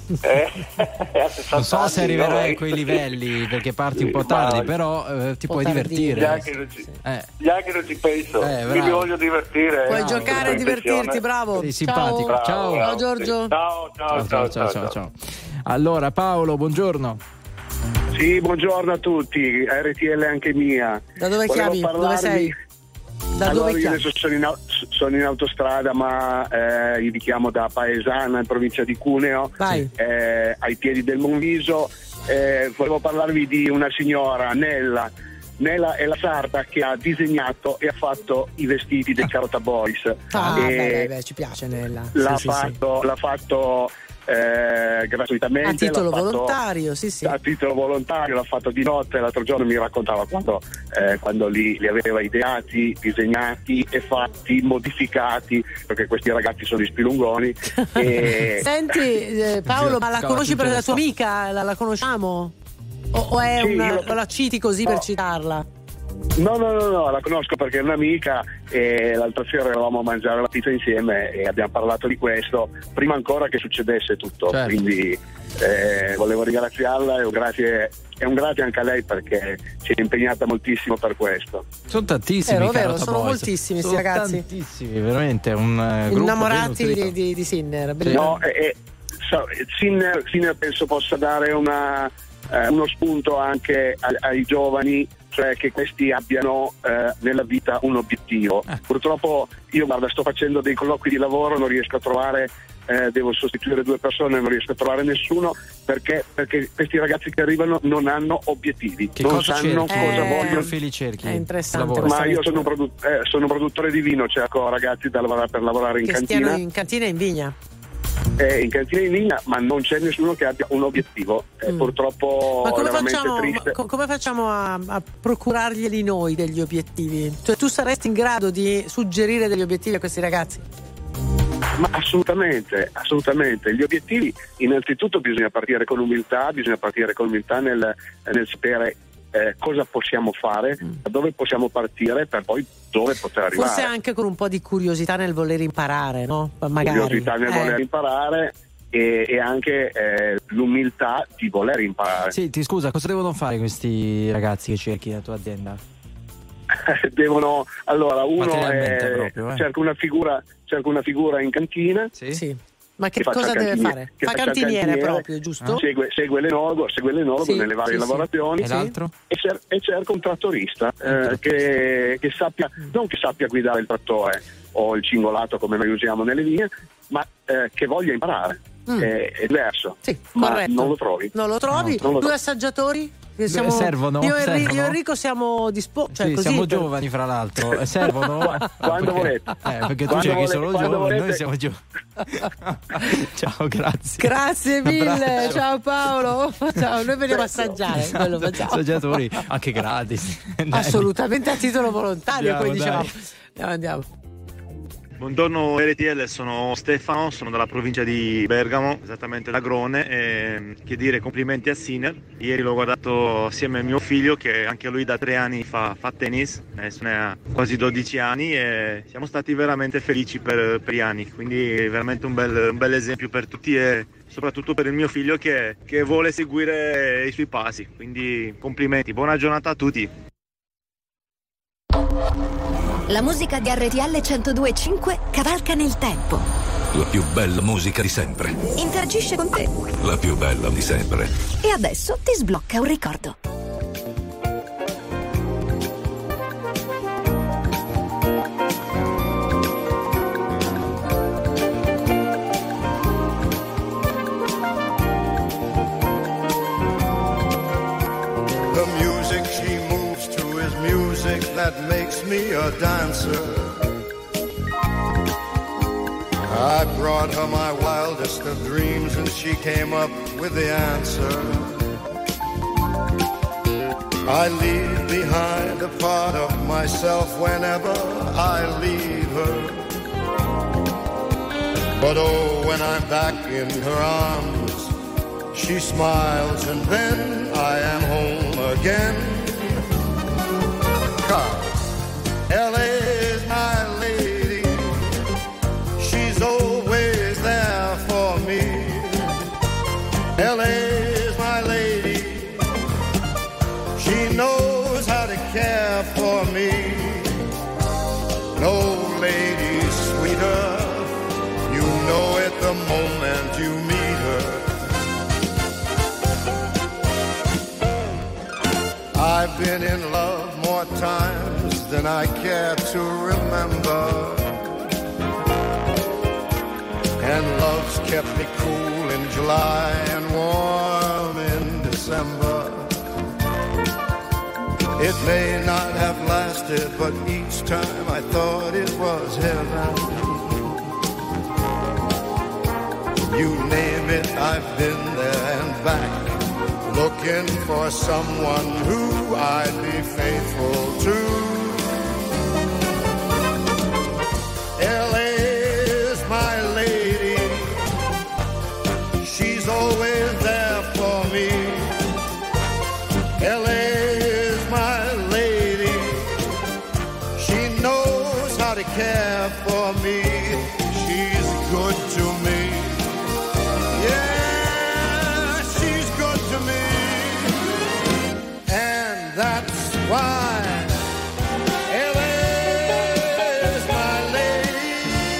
Non so se arriverai a quei livelli perché parti un po' tardi, però ti puoi divertire. Già che non ci penso, mi voglio divertire. Puoi giocare e divertirti, bravo. Sei simpatico. Ciao Giorgio. Ciao. Allora Paolo, buongiorno. Sì, buongiorno a tutti, RTL anche mia. Da dove chiami? Dove sei? Io adesso sono in autostrada, ma io vi chiamo da Paesana, in provincia di Cuneo, ai piedi del Monviso. Volevo parlarvi di una signora, Nella è la sarda che ha disegnato e ha fatto i vestiti dei Carota Boys. Ci piace Nella. L'ha fatto gratuitamente a titolo volontario, a titolo volontario, l'ha fatto di notte. L'altro giorno mi raccontava quando li aveva ideati, disegnati e fatti, modificati, perché questi ragazzi sono spilungoni. Senti Paolo, ma la conosci per la tua amica? La conosciamo? O la citi così per citarla? No, la conosco perché è un'amica e l'altra sera eravamo a mangiare la pizza insieme e abbiamo parlato di questo prima ancora che succedesse tutto, quindi volevo ringraziarla e un grazie anche a lei perché si è impegnata moltissimo per questo. Sono tantissimi, sono moltissimi questi ragazzi, tantissimi, veramente un gruppo innamorati di Sinner. No, Sinner penso possa dare uno spunto anche ai giovani cioè che questi abbiano nella vita un obiettivo. Purtroppo io sto facendo dei colloqui di lavoro, non riesco a trovare, devo sostituire 2 persone, non riesco a trovare nessuno perché questi ragazzi che arrivano non hanno obiettivi, non sanno cosa vogliono. Profili cerchi? È interessante. Ma io sono produttore di vino, cerco ragazzi da lavorare per lavorare in cantina. Che stiano in cantina e in vigna. In cantina e in vigna, ma non c'è nessuno che abbia un obiettivo. Purtroppo ma come è veramente facciamo, triste. come facciamo a procurarglieli noi degli obiettivi? Cioè tu saresti in grado di suggerire degli obiettivi a questi ragazzi? Ma assolutamente. Gli obiettivi, innanzitutto bisogna partire con umiltà nel sapere cosa possiamo fare, da dove possiamo partire per poi dove poter arrivare. Forse anche con un po' di curiosità nel voler imparare, no? Magari. Curiosità nel voler imparare e anche l'umiltà di voler imparare. Sì, scusa, cosa devono fare questi ragazzi che cerchi nella tua azienda? Allora, uno proprio, cerca una figura in cantina. Sì. Ma che cosa deve fare? Fa cantiniere proprio, giusto? Segue l'enologo nelle varie lavorazioni. E l'altro? E cerca un trattorista che sappia, non che sappia guidare il trattore o il cingolato come noi usiamo nelle vigne, ma che voglia imparare. È diverso. Sì, ma corretto. non lo trovi. Due assaggiatori? Servono? Io e Enrico siamo disposti. Cioè, così siamo giovani, fra l'altro. Servono? Quando volete. Perché tu cerchi solo giovani, noi siamo giovani. Ciao, grazie. Grazie mille, ciao Paolo. Ciao, noi veniamo a assaggiare. Quello facciamo. Assaggiatori anche gratis. Assolutamente a titolo volontario, poi diciamo. Andiamo. Buongiorno RTL, sono Stefano, sono dalla provincia di Bergamo, esattamente da Grone, e che dire complimenti a Sinner. Ieri l'ho guardato assieme a mio figlio che anche lui da 3 anni fa tennis, adesso ne ha quasi 12 anni e siamo stati veramente felici per gli anni, quindi veramente un bel esempio per tutti e soprattutto per il mio figlio che vuole seguire i suoi passi, quindi complimenti, buona giornata a tutti. La musica di RTL 102.5 cavalca nel tempo. La più bella musica di sempre. Interagisce con te. La più bella di sempre. E adesso ti sblocca un ricordo. The music she moves to is music that makes me a dancer. I brought her my wildest of dreams and she came up with the answer. I leave behind a part of myself whenever I leave her. But oh, when I'm back in her arms, she smiles and then I am home again. L.A. is my lady, she's always there for me. L.A. is my lady, she knows how to care for me. No lady sweeter, you know it the moment you meet her. I've been in love more times than I care to remember, and love's kept me cool in July and warm in December. It may not have lasted, but each time I thought it was heaven. You name it, I've been there and back, looking for someone who I'd be faithful to. L.A. is my lady, she's always there for me. L.A. is my lady, she knows how to care for me. She's good to me. Yeah, she's good to me. And that's why L.A. is my lady.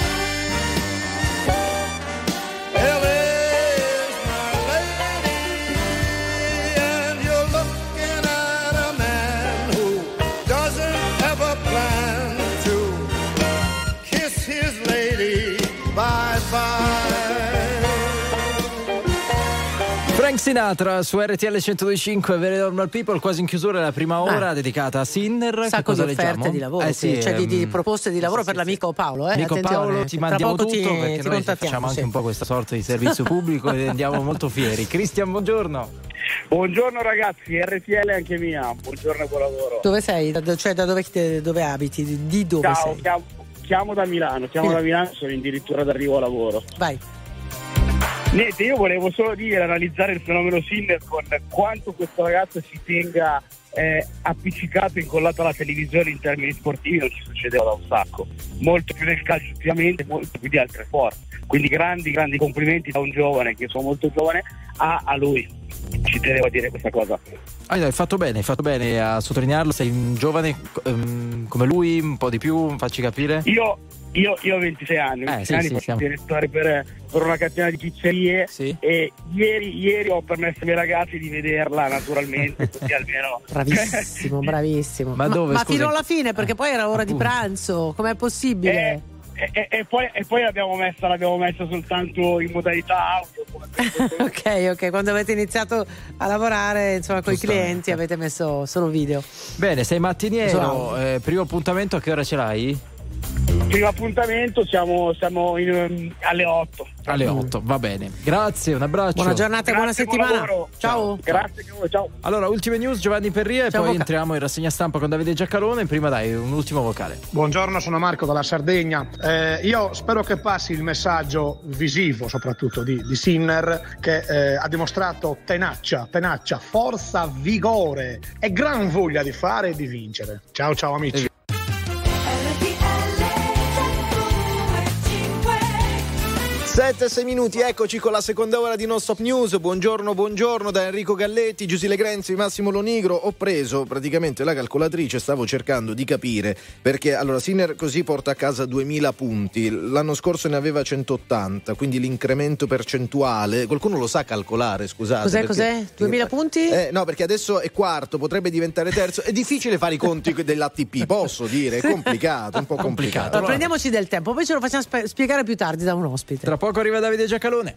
L.A. is my lady. And you're looking at a man who Frank Sinatra su RTL 102.5, Very Normal People, quasi in chiusura la prima ora dedicata a Sinner. Un sacco di offerte di lavoro, di proposte di lavoro per l'amico Paolo. Amico Paolo, ti mandiamo tutto perché noi facciamo anche un po' questa sorta di servizio pubblico e andiamo molto fieri. Cristian, buongiorno. Buongiorno ragazzi, RTL anche mia, buongiorno e buon lavoro. Dove sei? Da dove abiti? Di dove sei? Chiamo da Milano, sono addirittura d'arrivo a lavoro. Vai. Niente, io volevo solo analizzare il fenomeno Sinner con quanto questo ragazzo si tenga appiccicato, incollato alla televisione in termini sportivi. Non ci succedeva da un sacco, molto più nel calcio ultimamente, molto più di altre sport, quindi grandi complimenti da un giovane, che sono molto giovane, a lui. Ci tenevo a dire questa cosa. Hai fatto bene a sottolinearlo. Sei un giovane come lui, un po' di più, facci capire. Io ho 26 anni, sono direttore per una catena di pizzerie, e ieri ho permesso ai miei ragazzi di vederla naturalmente, così almeno. Bravissimo. Ma dove? Ma fino alla fine, perché poi era ora di pranzo, com'è possibile? E poi l'abbiamo messa soltanto in modalità audio. Ok, quando avete iniziato a lavorare con i clienti avete messo solo video. Bene, sei mattiniero, primo appuntamento a che ora ce l'hai? Primo appuntamento siamo alle 8. Alle 8, va bene. Grazie, un abbraccio. Buona giornata e buona settimana. Ciao. Grazie, ciao. Allora, ultime news, Giovanni Perria, e poi entriamo in rassegna stampa con Davide Giacalone. Prima un ultimo vocale. Buongiorno, sono Marco dalla Sardegna. Io spero che passi il messaggio visivo, soprattutto di Sinner, che ha dimostrato tenacia, forza, vigore e gran voglia di fare e di vincere. Ciao amici. 7-6 minuti, eccoci con la seconda ora di Non Stop News. Buongiorno da Enrico Galletti, Giusile Grenzi, Massimo Lonigro. Ho preso praticamente la calcolatrice, stavo cercando di capire perché allora Sinner così porta a casa 2000 punti, l'anno scorso ne aveva 180, quindi l'incremento percentuale, qualcuno lo sa calcolare, scusate. Cos'è? 2000 punti? No, perché adesso è quarto, potrebbe diventare terzo, è difficile fare i conti dell'ATP, posso dire, è complicato, un po' complicato. Allora, prendiamoci del tempo, poi ce lo facciamo spiegare più tardi da un ospite. Tra poco arriva Davide Giacalone.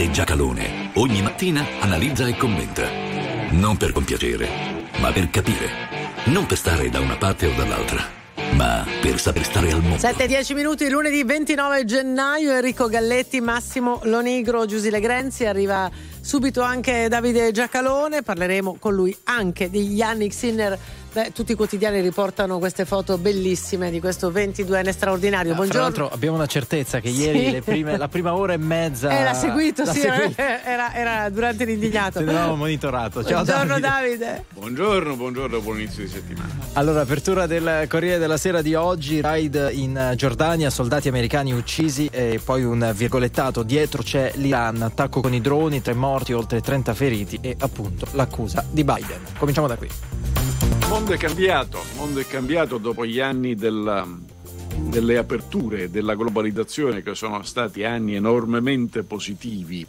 Davide Giacalone ogni mattina analizza e commenta. Non per compiacere, ma per capire. Non per stare da una parte o dall'altra, ma per saper stare al mondo. 7:10 minuti, lunedì 29 gennaio. Enrico Galletti, Massimo Lonigro, Giusile Grenzi. Arriva subito anche Davide Giacalone. Parleremo con lui anche di Jannik Sinner. Tutti i quotidiani riportano queste foto bellissime di questo 22enne straordinario. Buongiorno. Tra l'altro abbiamo una certezza che ieri la prima ora e mezza l'ha seguito, era durante l'indignato. Te l'avevamo monitorato. Ciao, buongiorno Davide. Buongiorno, buon inizio di settimana. Allora, apertura del Corriere della Sera di oggi, raid in Giordania, soldati americani uccisi e poi un virgolettato, dietro c'è l'Iran, attacco con i droni, 3 morti, oltre 30 feriti e appunto l'accusa di Biden. Cominciamo da qui. Il mondo è cambiato dopo gli anni delle aperture, della globalizzazione, che sono stati anni enormemente positivi,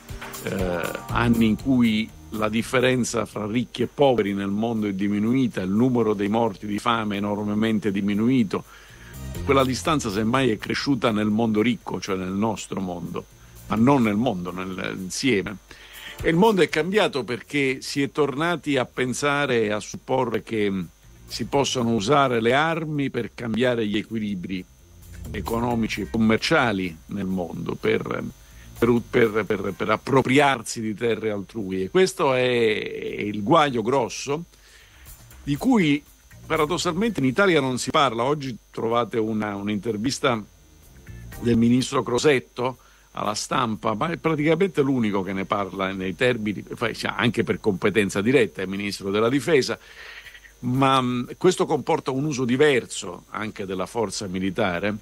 anni in cui la differenza fra ricchi e poveri nel mondo è diminuita, il numero dei morti di fame è enormemente diminuito. Quella distanza semmai è cresciuta nel mondo ricco, cioè nel nostro mondo, ma non nel mondo, nell'insieme. E il mondo è cambiato perché si è tornati a pensare e a supporre che si possano usare le armi per cambiare gli equilibri economici e commerciali nel mondo, per appropriarsi di terre altrui. E questo è il guaio grosso di cui paradossalmente in Italia non si parla. Oggi trovate un'intervista del ministro Crosetto alla Stampa, ma è praticamente l'unico che ne parla nei termini, anche per competenza diretta, è ministro della difesa, ma questo comporta un uso diverso anche della forza militare.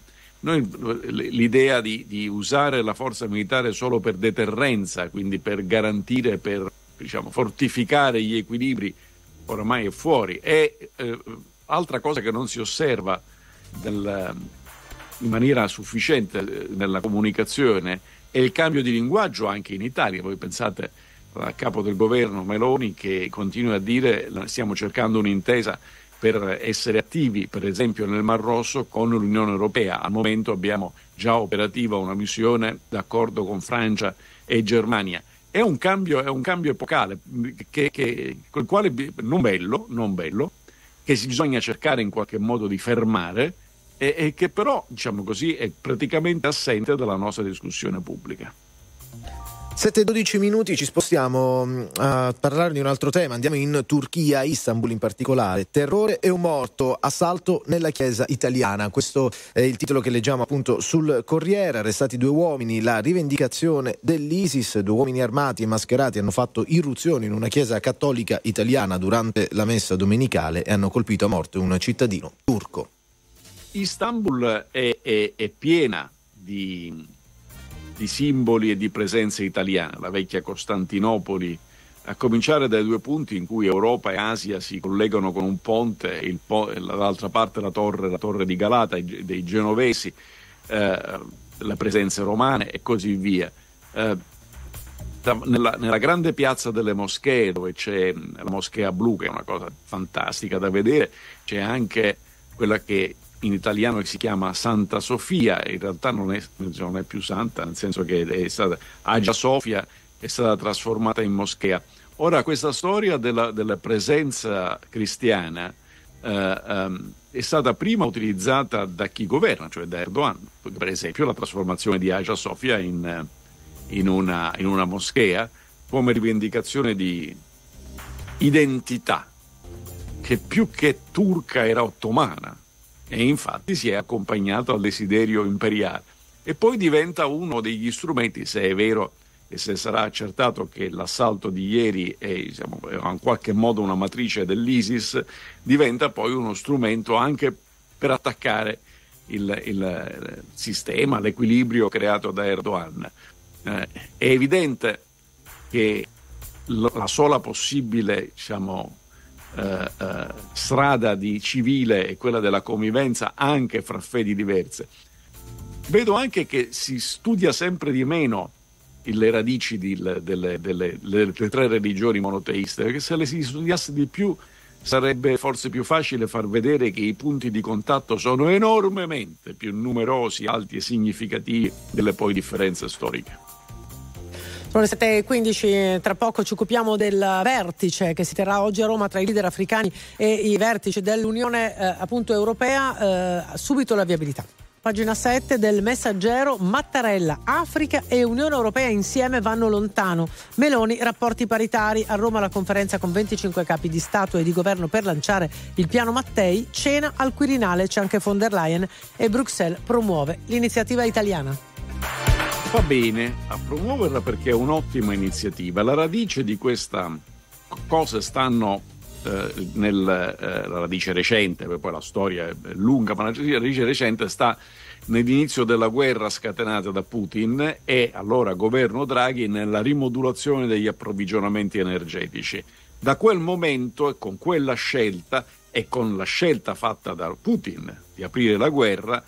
L'idea di usare la forza militare solo per deterrenza, quindi per garantire, per fortificare gli equilibri, oramai è fuori. E altra cosa che non si osserva in maniera sufficiente nella comunicazione è il cambio di linguaggio anche in Italia. Voi pensate al capo del governo Meloni che continua a dire stiamo cercando un'intesa per essere attivi per esempio nel Mar Rosso con l'Unione Europea. Al momento abbiamo già operativa una missione d'accordo con Francia e Germania. È un cambio epocale col quale non bello che si bisogna cercare in qualche modo di fermare e che però, è praticamente assente dalla nostra discussione pubblica. 7:12 minuti, ci spostiamo a parlare di un altro tema. Andiamo in Turchia, Istanbul in particolare. Terrore e un morto, assalto nella chiesa italiana. Questo è il titolo che leggiamo appunto sul Corriere. Arrestati 2 uomini, la rivendicazione dell'ISIS. 2 uomini armati e mascherati hanno fatto irruzione in una chiesa cattolica italiana durante la messa domenicale e hanno colpito a morte un cittadino turco. Istanbul è piena di simboli e di presenze italiane, la vecchia Costantinopoli, a cominciare dai 2 punti in cui Europa e Asia si collegano con un ponte, e dall'altra parte la torre di Galata dei genovesi, le presenze romane e così via. Nella grande piazza delle moschee, dove c'è la moschea blu, che è una cosa fantastica da vedere, c'è anche quella che in italiano si chiama Santa Sofia, in realtà non è più santa, nel senso che è stata Hagia Sofia, è stata trasformata in moschea. Ora, questa storia della presenza cristiana è stata prima utilizzata da chi governa, cioè da Erdogan. Per esempio la trasformazione di Hagia Sofia in una moschea come rivendicazione di identità che più che turca era ottomana, e infatti si è accompagnato al desiderio imperiale, e poi diventa uno degli strumenti, se è vero e se sarà accertato che l'assalto di ieri è in qualche modo una matrice dell'ISIS, diventa poi uno strumento anche per attaccare il sistema, l'equilibrio creato da Erdogan. È evidente che la sola possibile strada di civile è quella della convivenza anche fra fedi diverse. Vedo anche che si studia sempre di meno le radici delle 3 religioni monoteiste, perché se le si studiasse di più sarebbe forse più facile far vedere che i punti di contatto sono enormemente più numerosi, alti e significativi delle poi differenze storiche. Sono le 7:15, tra poco ci occupiamo del vertice che si terrà oggi a Roma tra i leader africani e i vertici dell'Unione appunto europea. Subito la viabilità. Pagina 7 del Messaggero: Mattarella, Africa e Unione Europea insieme vanno lontano. Meloni, rapporti paritari. A Roma la conferenza con 25 capi di Stato e di governo per lanciare il piano Mattei. Cena al Quirinale, c'è anche von der Leyen e Bruxelles promuove l'iniziativa italiana. Va bene a promuoverla perché è un'ottima iniziativa. La radice di questa cosa stanno la radice recente, poi la storia è lunga, ma la radice recente sta nell'inizio della guerra scatenata da Putin e allora governo Draghi nella rimodulazione degli approvvigionamenti energetici. Da quel momento e con quella scelta e con la scelta fatta da Putin di aprire la guerra,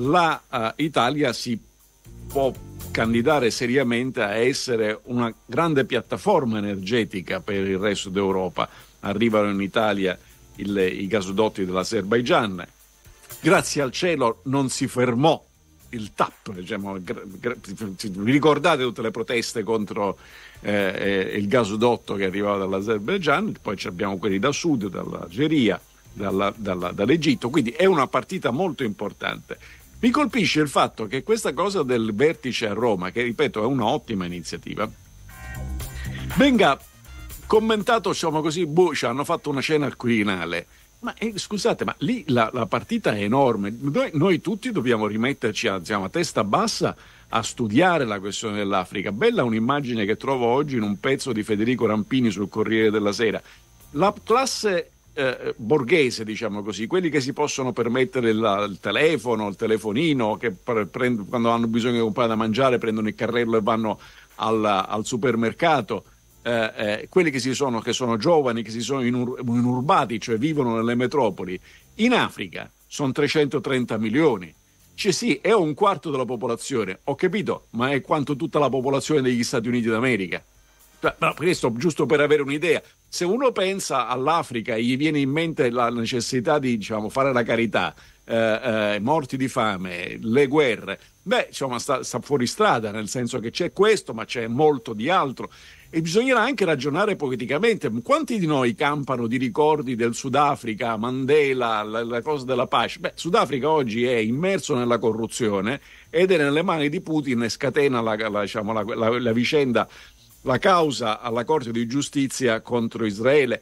Italia si può candidare seriamente a essere una grande piattaforma energetica per il resto d'Europa. Arrivano in Italia i gasodotti dell'Azerbaigian. Grazie al cielo non si fermò il TAP, diciamo, vi ricordate tutte le proteste contro il gasodotto che arrivava dall'Azerbaigian, poi abbiamo quelli da sud, dall'Algeria, dall'Egitto, quindi è una partita molto importante. Mi colpisce il fatto che questa cosa del vertice a Roma, che ripeto è un'ottima iniziativa, venga commentato, diciamo così, hanno fatto una cena al Quirinale. Ma scusate, ma lì la partita è enorme. Noi tutti dobbiamo rimetterci a testa bassa a studiare la questione dell'Africa. Bella un'immagine che trovo oggi in un pezzo di Federico Rampini sul Corriere della Sera. La classe borghese, diciamo così, quelli che si possono permettere il telefono, il telefonino, che quando hanno bisogno di comprare da mangiare prendono il carrello e vanno al supermercato, quelli che sono giovani, che si sono inurbati, cioè vivono nelle metropoli. In Africa sono 330 milioni. Cioè sì, è un quarto della popolazione, ho capito, ma è quanto tutta la popolazione degli Stati Uniti d'America. No, questo giusto per avere un'idea. Se uno pensa all'Africa e gli viene in mente la necessità di, diciamo, fare la carità, morti di fame, le guerre, insomma sta fuori strada, nel senso che c'è questo, ma c'è molto di altro. E bisognerà anche ragionare politicamente. Quanti di noi campano di ricordi del Sudafrica, Mandela, la cosa della pace? Sudafrica oggi è immerso nella corruzione ed è nelle mani di Putin e scatena la vicenda, la causa alla Corte di Giustizia contro Israele.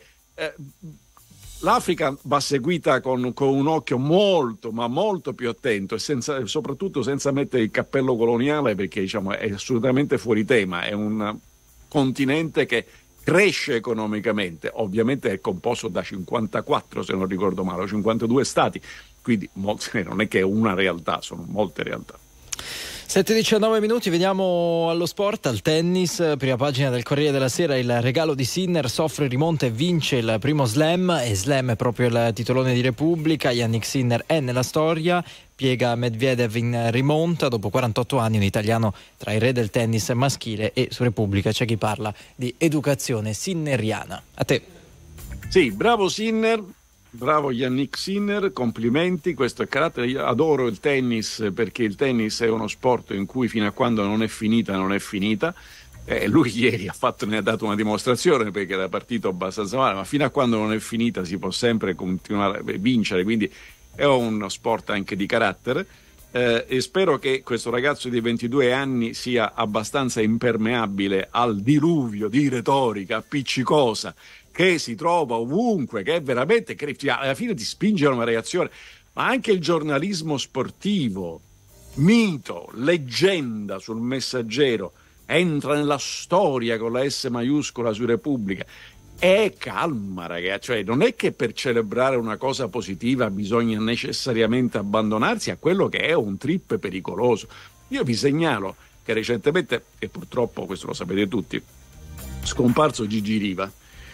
L'Africa va seguita con un occhio molto, ma molto più attento e soprattutto senza mettere il cappello coloniale, perché diciamo, è assolutamente fuori tema. È un continente che cresce economicamente, ovviamente è composto da 54, se non ricordo male, 52 stati, quindi non è che è una realtà, sono molte realtà. 7:19 minuti, veniamo allo sport, al tennis. Prima pagina del Corriere della Sera: il regalo di Sinner, soffre, rimonta e vince il primo slam, e slam è proprio il titolone di Repubblica. Yannick Sinner è nella storia, piega Medvedev in rimonta dopo 48 anni, un italiano tra i re del tennis maschile. E su Repubblica c'è chi parla di educazione sinneriana. A te. Sì, bravo Sinner. Bravo Yannick Sinner, complimenti, questo è carattere. Io adoro il tennis perché il tennis è uno sport in cui fino a quando non è finita non è finita. Lui ieri ne ha dato una dimostrazione, perché era partito abbastanza male, ma fino a quando non è finita si può sempre continuare a vincere, quindi è uno sport anche di carattere. E spero che questo ragazzo di 22 anni sia abbastanza impermeabile al diluvio di retorica appiccicosa che si trova ovunque, che è veramente, alla fine ti spinge a una reazione. Ma anche il giornalismo sportivo, mito, leggenda sul Messaggero, entra nella storia con la S maiuscola su Repubblica. Calma, ragazzi, cioè non è che per celebrare una cosa positiva bisogna necessariamente abbandonarsi a quello che è un trip pericoloso. Io vi segnalo che recentemente, e purtroppo questo lo sapete tutti, scomparso Gigi Riva.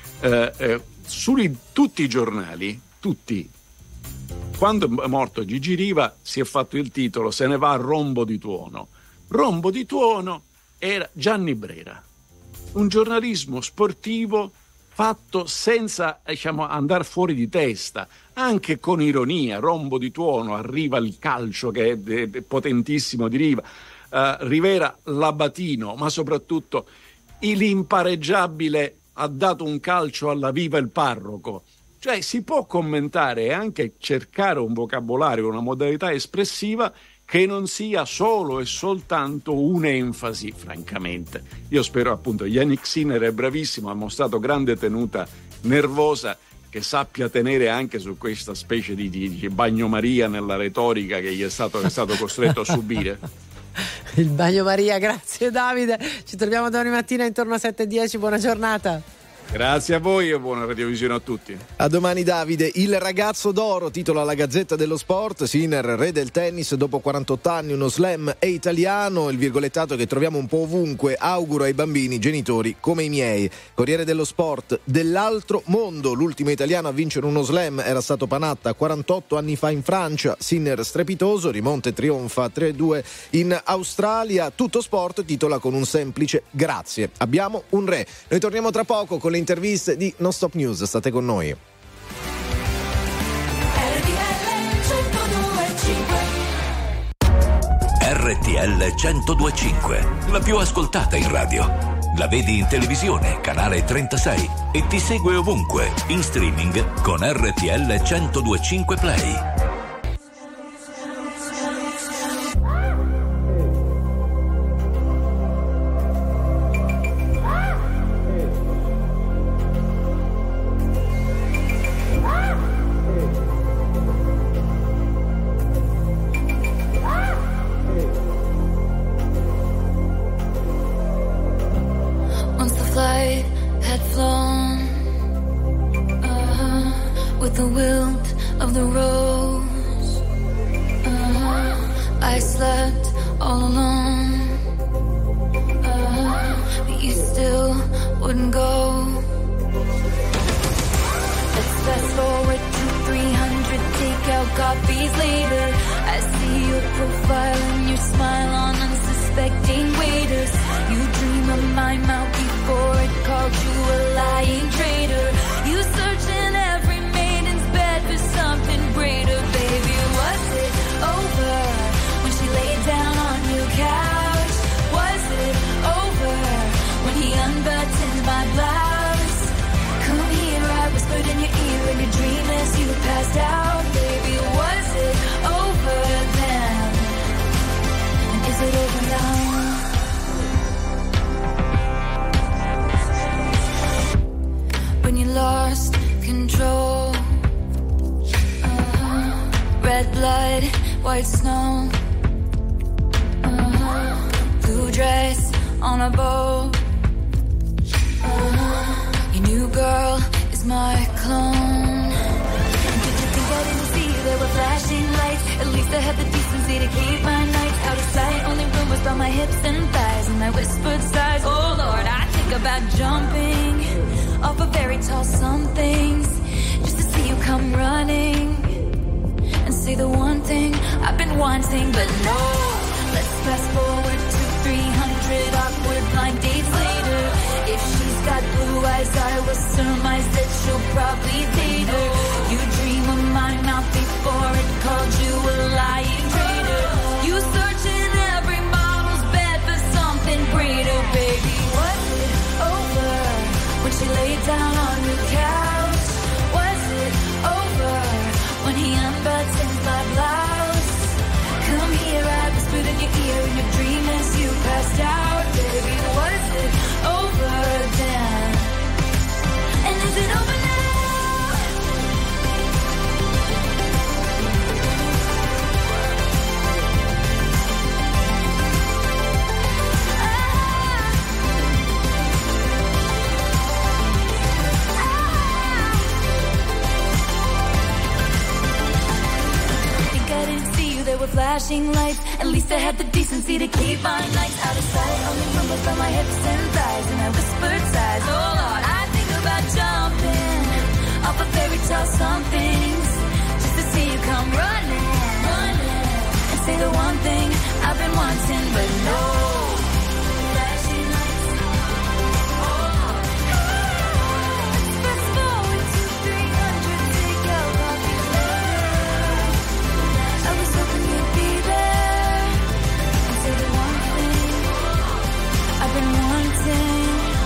Su tutti i giornali, tutti, quando è morto Gigi Riva si è fatto il titolo "Se ne va a Rombo di Tuono". Rombo di Tuono era Gianni Brera, un giornalismo sportivo fatto senza, diciamo, andare fuori di testa, anche con ironia. Rombo di Tuono, arriva il calcio che è potentissimo di Riva, Rivera Labatino, ma soprattutto l'impareggiabile ha dato un calcio alla viva il parroco. Cioè si può commentare e anche cercare un vocabolario, una modalità espressiva che non sia solo e soltanto un'enfasi, francamente. Io spero, appunto, Jannik Sinner è bravissimo, ha mostrato grande tenuta nervosa, che sappia tenere anche su questa specie di bagnomaria nella retorica che gli è stato costretto a subire. Il bagnomaria, grazie Davide. Ci troviamo domani mattina intorno a 7:10. Buona giornata. Grazie a voi e buona radiovisione a tutti. A domani Davide. Il ragazzo d'oro, titola la Gazzetta dello Sport. Sinner, re del tennis, dopo 48 anni uno slam è italiano. Il virgolettato che troviamo un po' ovunque: auguro ai bambini genitori come i miei. Corriere dello Sport, dell'altro mondo, l'ultimo italiano a vincere uno slam era stato Panatta 48 anni fa in Francia. Sinner strepitoso, rimonta e trionfa 3-2 in Australia. Tutto Sport titola con un semplice grazie, abbiamo un re. Noi torniamo tra poco con le interviste di Non Stop News, state con noi. RTL 102.5, la più ascoltata in radio. La vedi in televisione, canale 36, e ti segue ovunque, in streaming con RTL 102.5 Play. With the wilt of the rose, I slept all alone, but you still wouldn't go. Let's fast forward to 300 takeout coffees later. I see your profile and your smile on unsuspecting waiters. You dream of my mouth before it called you a lying traitor. You search in every maiden's bed for something greater, baby. Was it over when she laid down on your couch? Was it over when he unbuttoned my blouse? Come here, I whispered in your ear in your dream as you passed out, baby. Was it over then? And is it over now? When you lost control, red blood, white snow, blue dress on a boat, your new girl is my clone. Did you think I didn't see there were flashing lights? At least I had the decency to keep my nights out of sight. Only rumors about my hips and thighs and my whispered sighs. Oh Lord, I think about jumping off a very tall somethings just to see you come running and say the one thing I've been wanting, but no. Let's fast forward to 300 awkward blind dates later. If she's got blue eyes, I will surmise that she'll probably date her. You dream of my mouth before it called you a lying traitor. You search in every model's bed for something greater, baby. Was it over when she laid down on your couch? Was it over when he unbuttoned my blouse? Come here, I whispered in your ear in your dream as you passed out, baby. Was it over then? And is it over now? I didn't see you, there were flashing lights. At least I had the decency to keep my nights out of sight. Only rumbles about my hips and thighs and I whispered sighs. Oh Lord, I think about jumping off a fairy tale somethings just to see you come running and say the one thing I've been wanting, but no. Flashing lights. Fast forward to 300 takeout coffees later. I was hoping you'd be there and say the one thing I've been wanting.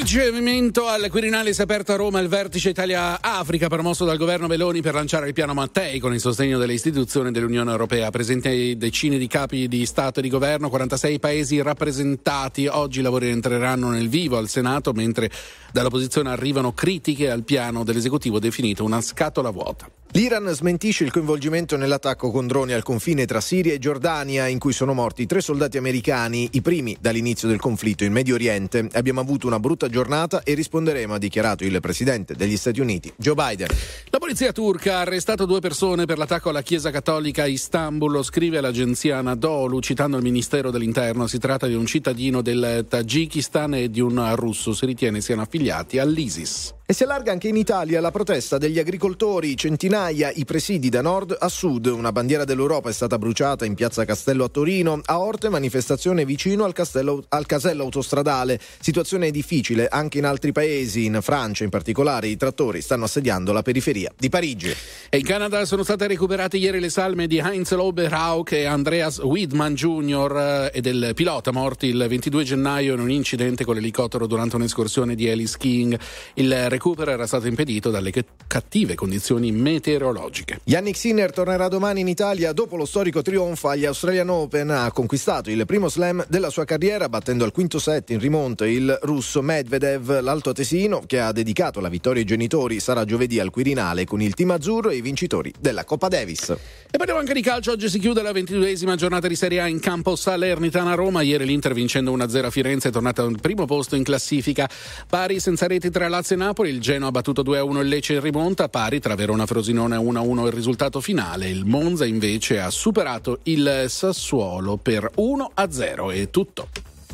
Ricevimento al Quirinale si è aperto a Roma il vertice Italia-Africa promosso dal governo Meloni per lanciare il piano Mattei con il sostegno delle istituzioni dell'Unione Europea. Presenti decine di capi di Stato e di governo, 46 paesi rappresentati. Oggi i lavori entreranno nel vivo al Senato, mentre dall'opposizione arrivano critiche al piano dell'esecutivo definito una scatola vuota. L'Iran smentisce il coinvolgimento nell'attacco con droni al confine tra Siria e Giordania, in cui sono morti 3 soldati americani, i primi dall'inizio del conflitto in Medio Oriente. Abbiamo avuto una brutta giornata e risponderemo, ha dichiarato il presidente degli Stati Uniti, Joe Biden. La polizia turca ha arrestato 2 persone per l'attacco alla chiesa cattolica a Istanbul, lo scrive l'agenzia Anadolu, citando il Ministero dell'Interno. Si tratta di un cittadino del Tagikistan e di un russo, si ritiene siano affiliati all'ISIS. E si allarga anche in Italia la protesta degli agricoltori, centinaia i presidi da nord a sud. Una bandiera dell'Europa è stata bruciata in piazza Castello a Torino, a Orte manifestazione vicino al casello autostradale. Situazione difficile anche in altri paesi, in Francia in particolare i trattori stanno assediando la periferia di Parigi. E in Canada sono state recuperate ieri le salme di Heinz Oberhauck e Andreas Widmann Jr. e del pilota morti il 22 gennaio in un incidente con l'elicottero durante un'escursione di heli skiing. Il recupero era stato impedito dalle cattive condizioni meteorologiche. Jannik Sinner tornerà domani in Italia dopo lo storico trionfo agli Australian Open. Ha conquistato il primo slam della sua carriera battendo al quinto set in rimonta il russo Medvedev. L'altoatesino, che ha dedicato la vittoria ai genitori, sarà giovedì al Quirinale con il team azzurro e i vincitori della Coppa Davis. E parliamo anche di calcio. Oggi si chiude la 22esima giornata di Serie A in campo Salernitana-Roma. Ieri l'Inter, vincendo 1-0 a Firenze, è tornata al primo posto in classifica. Pari senza reti tra Lazio e Napoli. Il Genoa ha battuto 2-1 il Lecce in rimonta, pari tra Verona e Frosinone 1-1 il risultato finale. Il Monza invece ha superato il Sassuolo per 1-0. È tutto.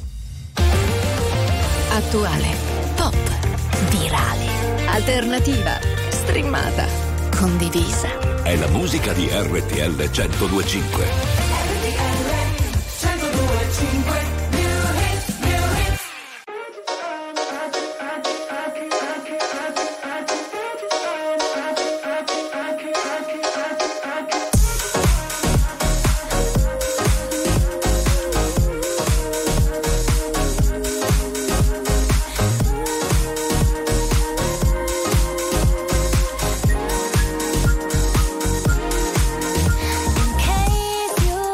Attuale, pop, virale, alternativa, streamata, condivisa. È la musica di RTL 102.5. In case you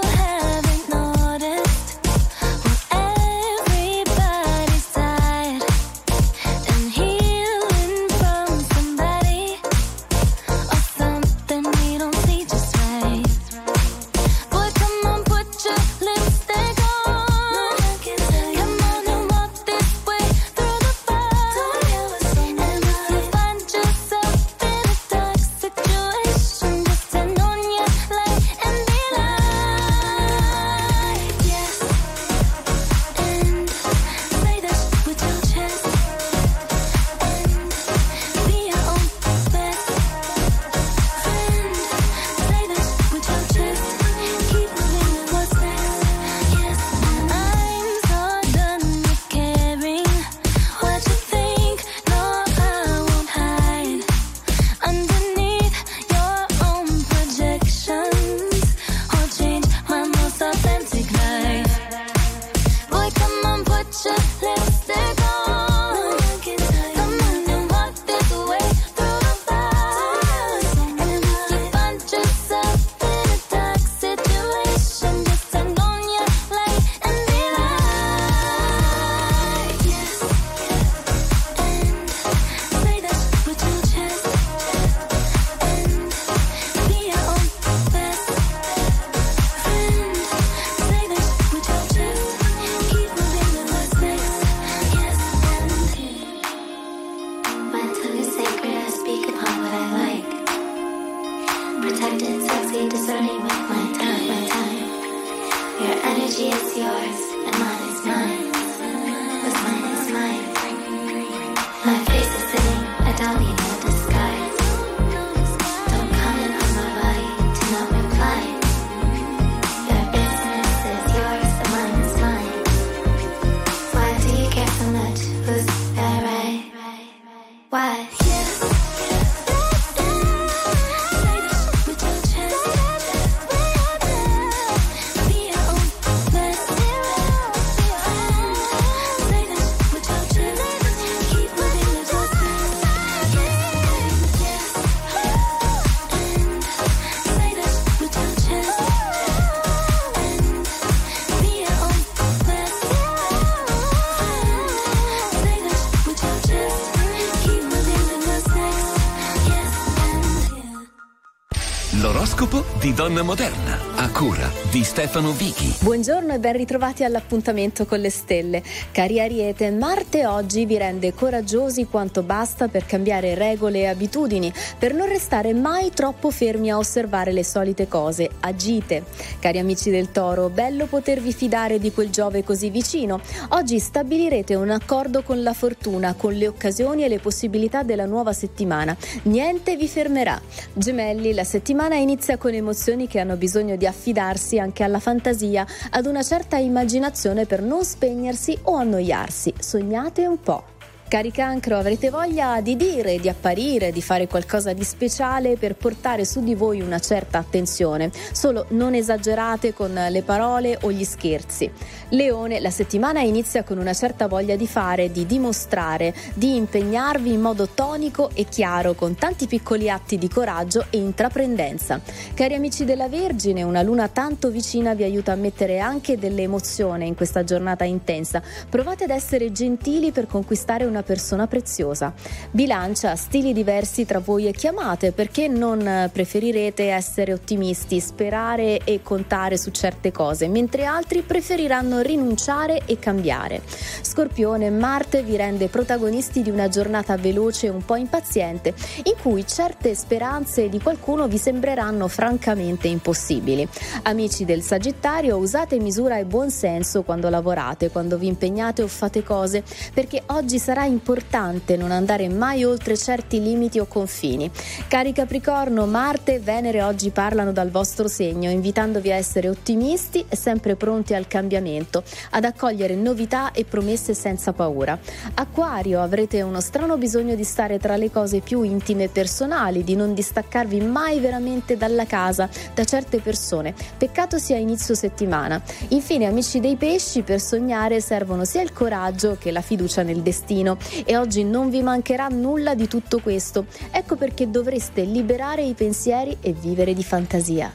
L'oroscopo di Donna Moderna, a cura di Stefano Vichi. Buongiorno e ben ritrovati all'appuntamento con le stelle. Cari Ariete, Marte oggi vi rende coraggiosi quanto basta per cambiare regole e abitudini, per non restare mai troppo fermi a osservare le solite cose. Agite. Cari amici del Toro, bello potervi fidare di quel Giove così vicino. Oggi stabilirete un accordo con la fortuna, con le occasioni e le possibilità della nuova settimana. Niente vi fermerà. Gemelli, la settimana inizia con emozioni che hanno bisogno di affidarsi anche alla fantasia, ad una certa immaginazione per non spegnersi o annoiarsi. Sognate un po'. Cari Cancro, avrete voglia di dire, di apparire, di fare qualcosa di speciale per portare su di voi una certa attenzione. Solo non esagerate con le parole o gli scherzi. Leone, la settimana inizia con una certa voglia di fare, di dimostrare, di impegnarvi in modo tonico e chiaro, con tanti piccoli atti di coraggio e intraprendenza. Cari amici della Vergine, una luna tanto vicina vi aiuta a mettere anche dell'emozione in questa giornata intensa. Provate ad essere gentili per conquistare una persona preziosa. Bilancia, stili diversi tra voi e chiamate, perché non preferirete essere ottimisti, sperare e contare su certe cose, mentre altri preferiranno rinunciare e cambiare. Scorpione, Marte vi rende protagonisti di una giornata veloce e un po' impaziente, in cui certe speranze di qualcuno vi sembreranno francamente impossibili. Amici del Sagittario, usate misura e buon senso quando lavorate, quando vi impegnate o fate cose, perché oggi sarà importante non andare mai oltre certi limiti o confini. Cari Capricorno, Marte e Venere oggi parlano dal vostro segno, invitandovi a essere ottimisti e sempre pronti al cambiamento, ad accogliere novità e promesse senza paura. Acquario, avrete uno strano bisogno di stare tra le cose più intime e personali, di non distaccarvi mai veramente dalla casa, da certe persone. Peccato sia inizio settimana. Infine, amici dei Pesci, per sognare servono sia il coraggio che la fiducia nel destino. E oggi non vi mancherà nulla di tutto questo. Ecco perché dovreste liberare i pensieri e vivere di fantasia.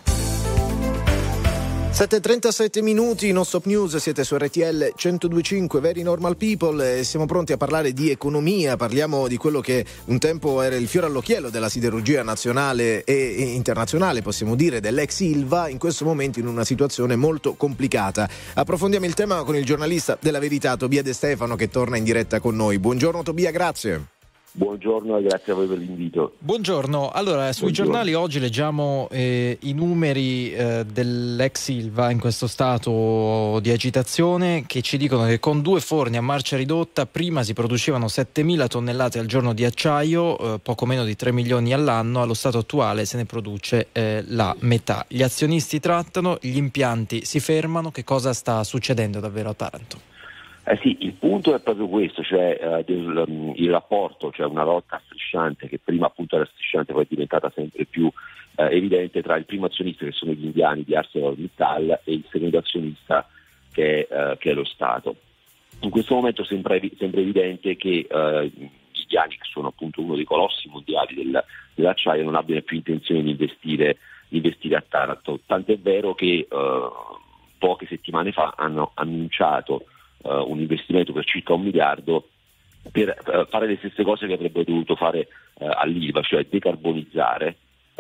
7:37 minuti, non stop news, siete su RTL 102.5, Very Normal People, e siamo pronti a parlare di economia. Parliamo di quello che un tempo era il fiore all'occhiello della siderurgia nazionale e internazionale, possiamo dire, dell'ex Ilva, in questo momento in una situazione molto complicata. Approfondiamo il tema con il giornalista della Verità Tobia De Stefano, che torna in diretta con noi. Buongiorno Tobia, grazie. Buongiorno e grazie a voi per l'invito. Buongiorno, allora sui giornali oggi leggiamo i numeri dell'ex Ilva in questo stato di agitazione, che ci dicono che con 2 forni a marcia ridotta prima si producevano 7.000 tonnellate al giorno di acciaio, poco meno di 3 milioni all'anno. Allo stato attuale se ne produce la metà. Gli azionisti trattano, gli impianti si fermano. Che cosa sta succedendo davvero a Taranto? Sì, il punto è proprio questo, cioè il rapporto, cioè una lotta strisciante che prima appunto era strisciante, poi è diventata sempre più evidente tra il primo azionista, che sono gli indiani di ArcelorMittal, e il secondo azionista che è lo Stato. In questo momento sembra evidente che gli indiani, che sono appunto uno dei colossi mondiali dell'acciaio, non abbiano più intenzione di investire a Taranto, tant'è vero che poche settimane fa hanno annunciato un investimento per circa 1 miliardo per fare le stesse cose che avrebbero dovuto fare all'Ilva, cioè decarbonizzare,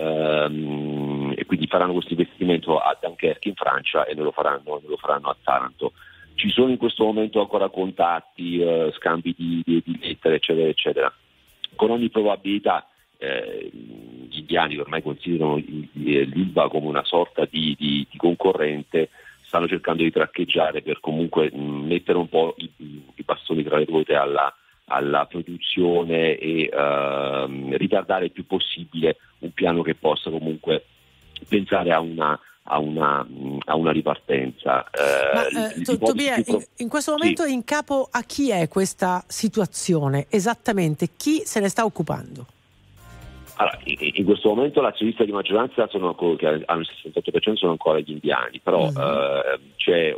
e quindi faranno questo investimento a Dunkerque in Francia e lo faranno a Taranto. Ci sono in questo momento ancora contatti, scambi di lettere, eccetera, eccetera. Con ogni probabilità gli indiani, che ormai considerano l'Ilva come una sorta di concorrente, stanno cercando di traccheggiare per comunque mettere un po' i bastoni tra le ruote alla produzione e ritardare il più possibile un piano che possa comunque pensare a una ripartenza. Tobia, in questo momento in capo a chi è questa situazione? Esattamente chi se ne sta occupando? Allora, in questo momento l'azionista di maggioranza che hanno il 68% sono ancora gli indiani, però c'è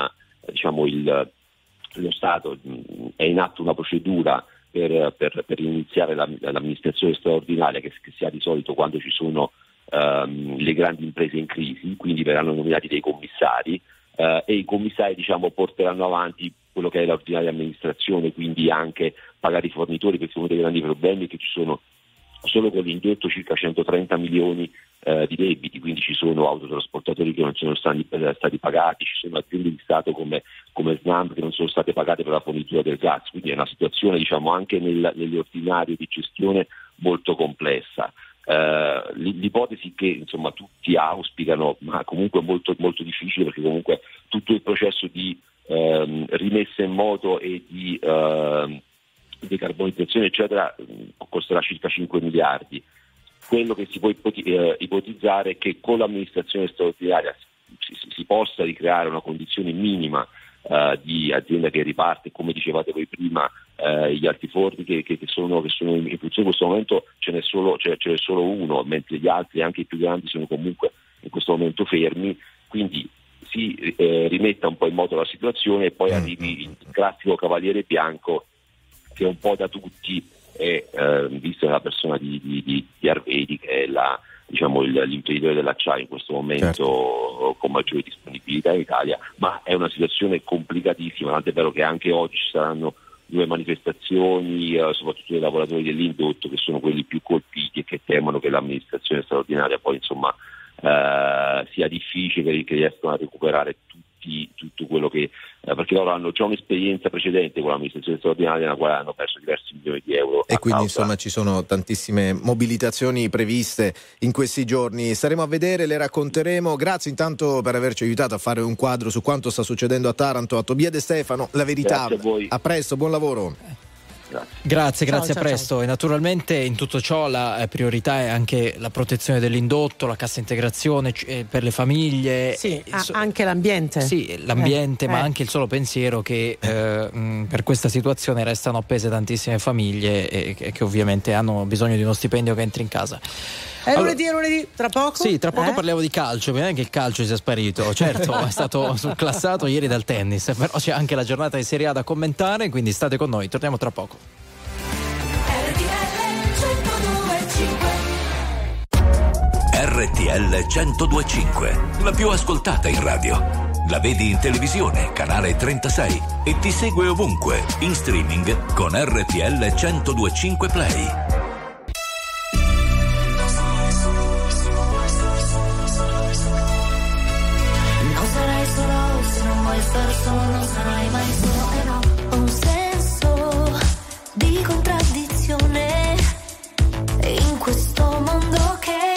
lo Stato è in atto una procedura per iniziare l'amministrazione straordinaria che si ha di solito quando ci sono le grandi imprese in crisi, quindi verranno nominati dei commissari e i commissari porteranno avanti quello che è l'ordinaria amministrazione, quindi anche pagare i fornitori, perché uno dei grandi problemi è che ci sono solo con l'indotto circa 130 milioni di debiti, quindi ci sono autotrasportatori che non sono stati pagati, ci sono aziende di Stato come Snam che non sono state pagate per la fornitura del gas, quindi è una situazione, diciamo, anche negli ordinari di gestione molto complessa. L'ipotesi che insomma tutti auspicano, ma comunque molto, molto difficile, perché comunque tutto il processo di rimessa in moto e di decarbonizzazione eccetera costerà circa 5 miliardi. Quello che si può ipotizzare è che con l'amministrazione straordinaria si possa ricreare una condizione minima di azienda che riparte, come dicevate voi prima, gli altiforni che sono in funzione. In questo momento ce n'è solo uno, mentre gli altri, anche i più grandi, sono comunque in questo momento fermi, quindi si rimetta un po' in moto la situazione e poi arrivi il classico cavaliere bianco che un po' da tutti è visto nella persona di Arvedi, che è l'imprenditore dell'acciaio in questo momento, con maggiore disponibilità in Italia, ma è una situazione complicatissima, tant'è vero che anche oggi ci saranno 2 manifestazioni, soprattutto dei lavoratori dell'indotto, che sono quelli più colpiti e che temono che l'amministrazione straordinaria poi insomma sia difficile che riescano a recuperare tutto quello che perché loro hanno già un'esperienza precedente con l'amministrazione straordinaria nella quale hanno perso diversi milioni di euro. E quindi insomma ci sono tantissime mobilitazioni previste in questi giorni. Staremo a vedere, le racconteremo. Grazie intanto per averci aiutato a fare un quadro su quanto sta succedendo a Taranto. A Tobia De Stefano, La Verità. Grazie a voi. A presto, buon lavoro. Grazie, a presto. E naturalmente in tutto ciò la priorità è anche la protezione dell'indotto, la cassa integrazione per le famiglie, anche l'ambiente. Sì, l'ambiente, ma anche il solo pensiero che per questa situazione restano appese tantissime famiglie e che ovviamente hanno bisogno di uno stipendio che entri in casa. È lunedì, tra poco? Sì, tra poco parliamo di calcio, non è che il calcio sia sparito, certo è stato surclassato ieri dal tennis, però c'è anche la giornata di Serie A da commentare, quindi state con noi, torniamo tra poco. RTL 102.5, la più ascoltata in radio. La vedi in televisione, canale 36, e ti segue ovunque, in streaming con RTL 102.5 Play. Non sarai mai solo, però un senso di contraddizione in questo mondo che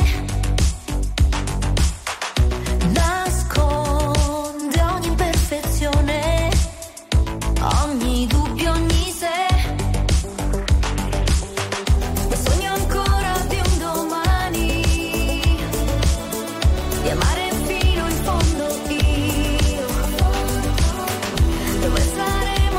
nasconde ogni imperfezione, ogni dubbio, ogni sé. Sogno ancora di un domani, di amare fino in fondo io. Dove saremo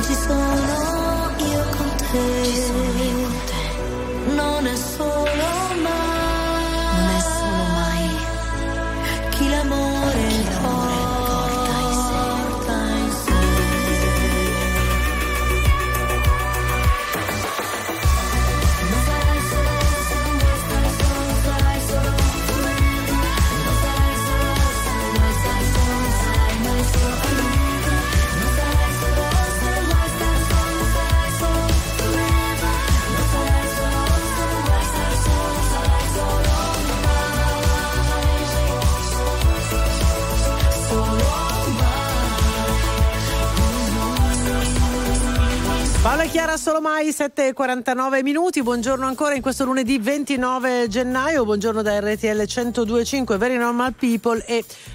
e ci sono io con te. Ci sono io con te. Non è solo mai, non è solo mai chi l'amore porta in sé. Non sarai solo se non vuoi stare solo, sarai solo forever. Non sarai solo se non vuoi stare solo, sarai mai solo forever. Non sarai solo se non vuoi stare solo, sarai solo forever. Non sarai solo se non vuoi stare solo, sarai solo Paola e Chiara, solo mai 7:49 minuti. Buongiorno ancora in questo lunedì 29 gennaio. Buongiorno da RTL 102.5 Very Normal People.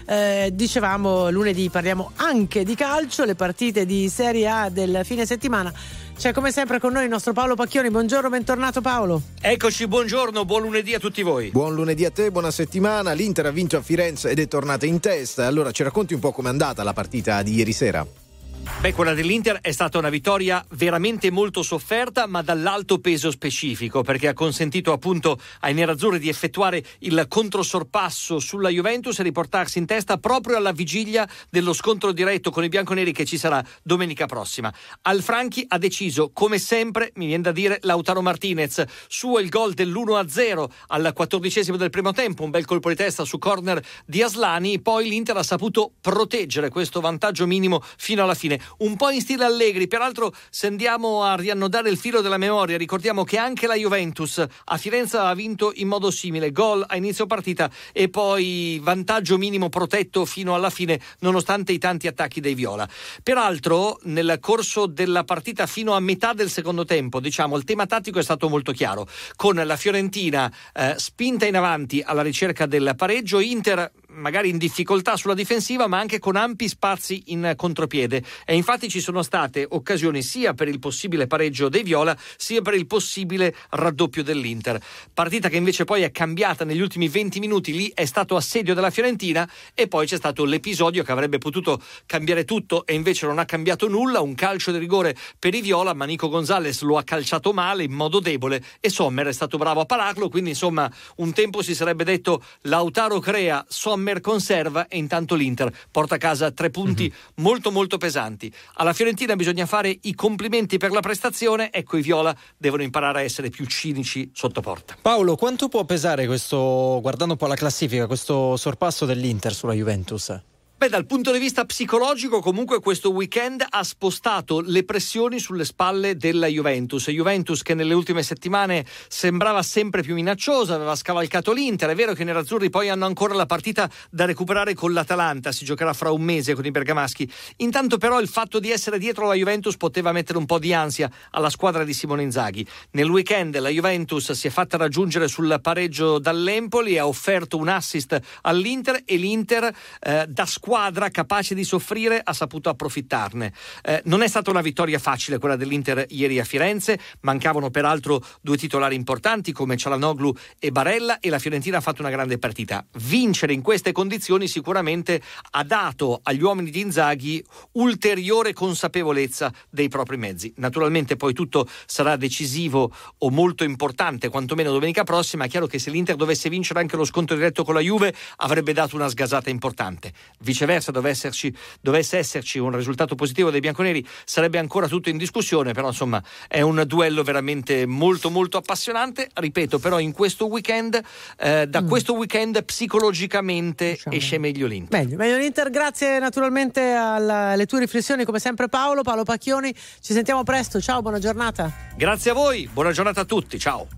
E dicevamo lunedì parliamo anche di calcio, le partite di Serie A del fine settimana. C'è come sempre con noi il nostro Paolo Pacchioni. Buongiorno, bentornato Paolo. Eccoci, buongiorno, buon lunedì a tutti voi. Buon lunedì a te, buona settimana. L'Inter ha vinto a Firenze ed è tornata in testa. Allora ci racconti un po' com'è andata la partita di ieri sera? Beh, quella dell'Inter è stata una vittoria veramente molto sofferta, ma dall'alto peso specifico, perché ha consentito appunto ai nerazzurri di effettuare il controsorpasso sulla Juventus e riportarsi in testa proprio alla vigilia dello scontro diretto con i bianconeri che ci sarà domenica prossima. Al Franchi ha deciso, come sempre, mi viene da dire, Lautaro Martinez. Suo il gol dell'1-0 al 14° del primo tempo, un bel colpo di testa su corner di Aslani. Poi l'Inter ha saputo proteggere questo vantaggio minimo fino alla fine. Un po' in stile Allegri, peraltro se andiamo a riannodare il filo della memoria ricordiamo che anche la Juventus a Firenze ha vinto in modo simile, gol a inizio partita e poi vantaggio minimo protetto fino alla fine nonostante i tanti attacchi dei viola. Peraltro nel corso della partita fino a metà del secondo tempo, diciamo, il tema tattico è stato molto chiaro, con la Fiorentina spinta in avanti alla ricerca del pareggio, Inter magari in difficoltà sulla difensiva ma anche con ampi spazi in contropiede, e infatti ci sono state occasioni sia per il possibile pareggio dei viola sia per il possibile raddoppio dell'Inter. Partita che invece poi è cambiata negli ultimi 20 minuti, lì è stato assedio della Fiorentina e poi c'è stato l'episodio che avrebbe potuto cambiare tutto e invece non ha cambiato nulla, un calcio di rigore per i viola, ma Nico Gonzalez lo ha calciato male in modo debole e Sommer è stato bravo a pararlo, quindi insomma un tempo si sarebbe detto Lautaro crea, Sommer conserva e intanto l'Inter porta a casa 3 punti molto molto pesanti. Alla Fiorentina bisogna fare i complimenti per la prestazione, ecco i viola devono imparare a essere più cinici sotto porta. Paolo, quanto può pesare questo, guardando un po' la classifica, questo sorpasso dell'Inter sulla Juventus? Beh, dal punto di vista psicologico comunque questo weekend ha spostato le pressioni sulle spalle della Juventus che nelle ultime settimane sembrava sempre più minacciosa, aveva scavalcato l'Inter. È vero che i nerazzurri poi hanno ancora la partita da recuperare con l'Atalanta, si giocherà fra un mese con i bergamaschi. Intanto però il fatto di essere dietro la Juventus poteva mettere un po' di ansia alla squadra di Simone Inzaghi. Nel weekend la Juventus si è fatta raggiungere sul pareggio dall'Empoli, ha offerto un assist all'Inter e l'Inter da squadra capace di soffrire ha saputo approfittarne. Non è stata una vittoria facile quella dell'Inter ieri a Firenze, mancavano peraltro 2 titolari importanti come Çalhanoğlu e Barella e la Fiorentina ha fatto una grande partita. Vincere in queste condizioni sicuramente ha dato agli uomini di Inzaghi ulteriore consapevolezza dei propri mezzi. Naturalmente poi tutto sarà decisivo o molto importante quantomeno domenica prossima. È chiaro che se l'Inter dovesse vincere anche lo scontro diretto con la Juve avrebbe dato una sgasata importante. Viceversa dovesse esserci un risultato positivo dei bianconeri sarebbe ancora tutto in discussione, però insomma è un duello veramente molto molto appassionante. Ripeto, però in questo weekend da questo weekend psicologicamente esce meglio l'Inter. Meglio l'Inter. Grazie naturalmente alle tue riflessioni come sempre Paolo Pacchioni, ci sentiamo presto, ciao, buona giornata. Grazie a voi, buona giornata a tutti, ciao.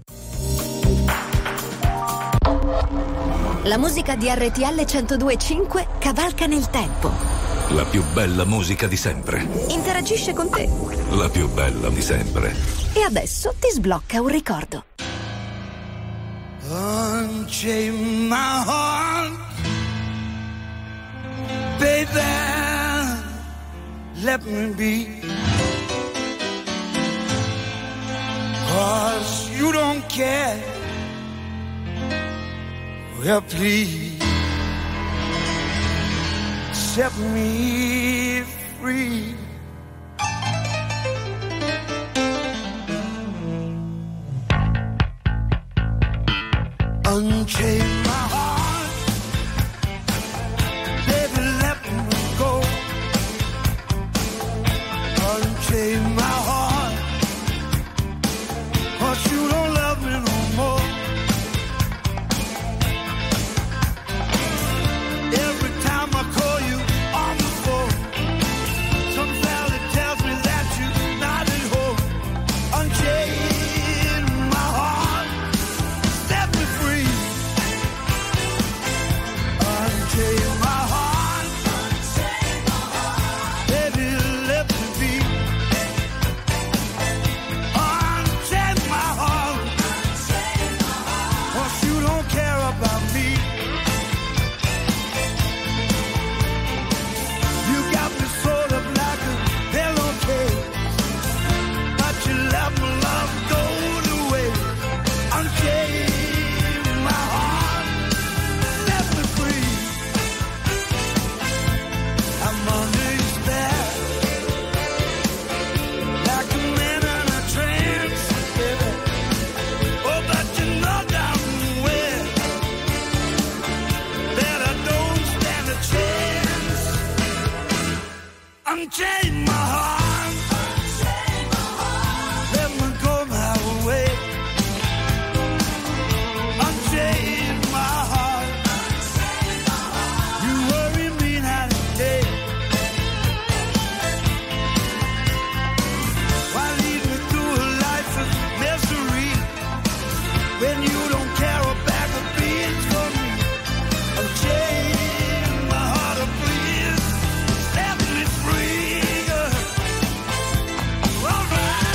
La musica di RTL 102.5 cavalca nel tempo. La più bella musica di sempre. Interagisce con te. La più bella di sempre. E adesso ti sblocca un ricordo. Unchain my heart, baby, let me be, 'cause you don't care. Well, please set me free. unchain my heart, baby, let me go. Unchain my heart, 'cause you don't love me no more. Every time I call you on the phone, some fella tells me that you're not at home. Unchain my heart, set me free. Unchain my heart, baby, let me be. Unchain my heart, 'cause you don't care about me. You got me sort of like a pillowcase, but you let my love go to waste. Unchain my heart, set me free. I'm under your spell, like a man in a trance, baby. Oh, but you know damn well that I don't stand a chance. Unchain my heart, let me go my way. Unchain my heart, you worry me night and day. Why lead me through a life of misery when you don't care a bag of beans for me? Unchain my heart, oh please, set me free. All right.